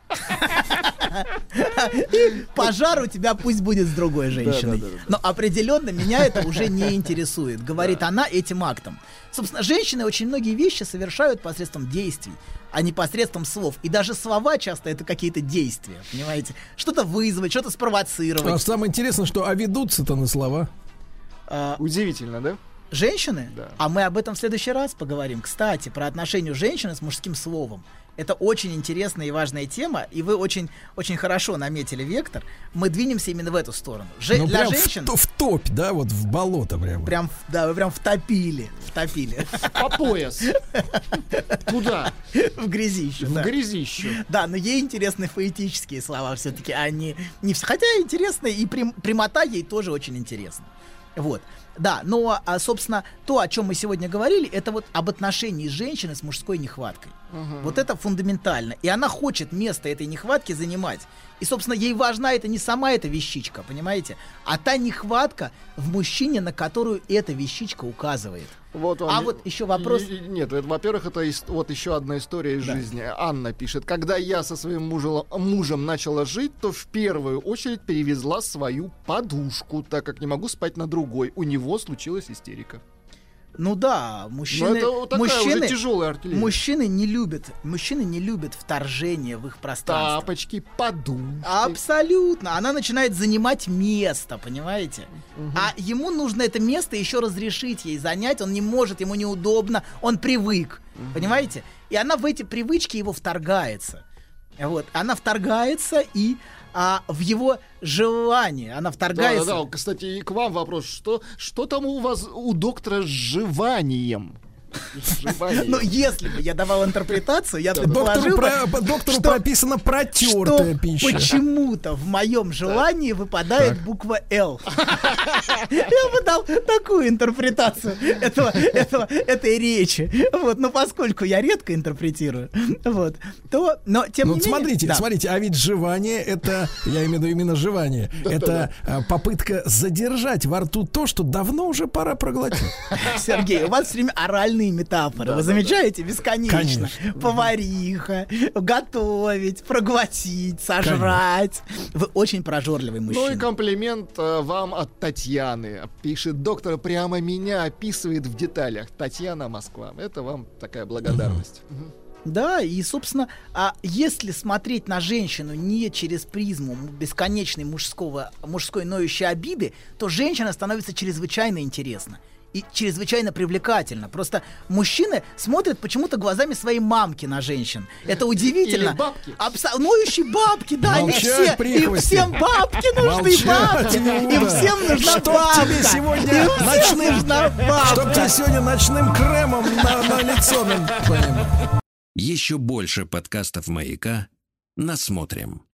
И пожар у тебя пусть будет с другой женщиной. Но определенно меня это уже не интересует, говорит она этим актом. Собственно, женщины очень многие вещи совершают посредством действий, а не посредством слов. И даже слова часто это какие-то действия, понимаете? Что-то вызвать, что-то спровоцировать. А самое интересное, что ведутся-то на слова. Удивительно, да? Женщины? Да. А мы об этом в следующий раз поговорим. Кстати, про отношения женщины с мужским словом. Это очень интересная и важная тема, и вы очень, очень хорошо наметили вектор. Мы двинемся именно в эту сторону. Для прям женщин... в топь, да, вот в болото прям. Вы прям втопили. По пояс. Куда? В грязищу. В грязищу. Да, но ей интересны поэтические слова все-таки, они не все. Хотя интересные, и прямота ей тоже очень интересна. Вот. Да, но, собственно, то, о чем мы сегодня говорили, это вот об отношении женщины с мужской нехваткой. Вот это фундаментально. И она хочет место этой нехватки занимать. И, собственно, ей важна это не сама эта вещичка, понимаете, а та нехватка в мужчине, на которую эта вещичка указывает. Вот он, вот еще вопрос. Нет, во-первых, это вот еще одна история из жизни. Анна пишет: когда я со своим мужем начала жить, то в первую очередь перевезла свою подушку, так как не могу спать на другой. У него случилась истерика. Ну да, мужчины не любят вторжение в их пространство. Тапочки, подушки. Абсолютно. Она начинает занимать место, понимаете? А ему нужно это место еще разрешить ей занять. Он не может, ему неудобно, он привык, понимаете? И она в эти привычки его вторгается. Вот, она вторгается и в его желание. Она вторгается. Да. Кстати, и к вам вопрос. Что там у вас у доктора с жеванием? Ну, если бы я давал интерпретацию, я предположил бы, доктору прописана протертая пища. Почему-то в моем желании выпадает буква «Л». Я бы дал такую интерпретацию этой речи. Вот, но поскольку я редко интерпретирую, вот, то, но тем не менее... Смотрите, а ведь жевание, это, я имею в виду именно жевание, это попытка задержать во рту то, что давно уже пора проглотить. Сергей, у вас все время оральные метафоры. Вы замечаете? Бесконечно. Конечно. Повариха, готовить, проглотить, сожрать. Вы очень прожорливый мужчина. Ну и комплимент вам от Татьяны. Пишет: доктор прямо меня описывает в деталях. Татьяна, Москва. Это вам такая благодарность. Да, и, собственно, если смотреть на женщину не через призму бесконечной мужской ноющей обиды, то женщина становится чрезвычайно интересна и чрезвычайно привлекательно. Просто мужчины смотрят почему-то глазами своей мамки на женщин. Это удивительно. Или бабки. Ноющие бабки, да, они все. И всем бабки нужны, бабки. Им всем нужна бабка. Тебе сегодня чтоб тебе сегодня ночным кремом на лицо. Еще больше подкастов «Маяка» насмотрим.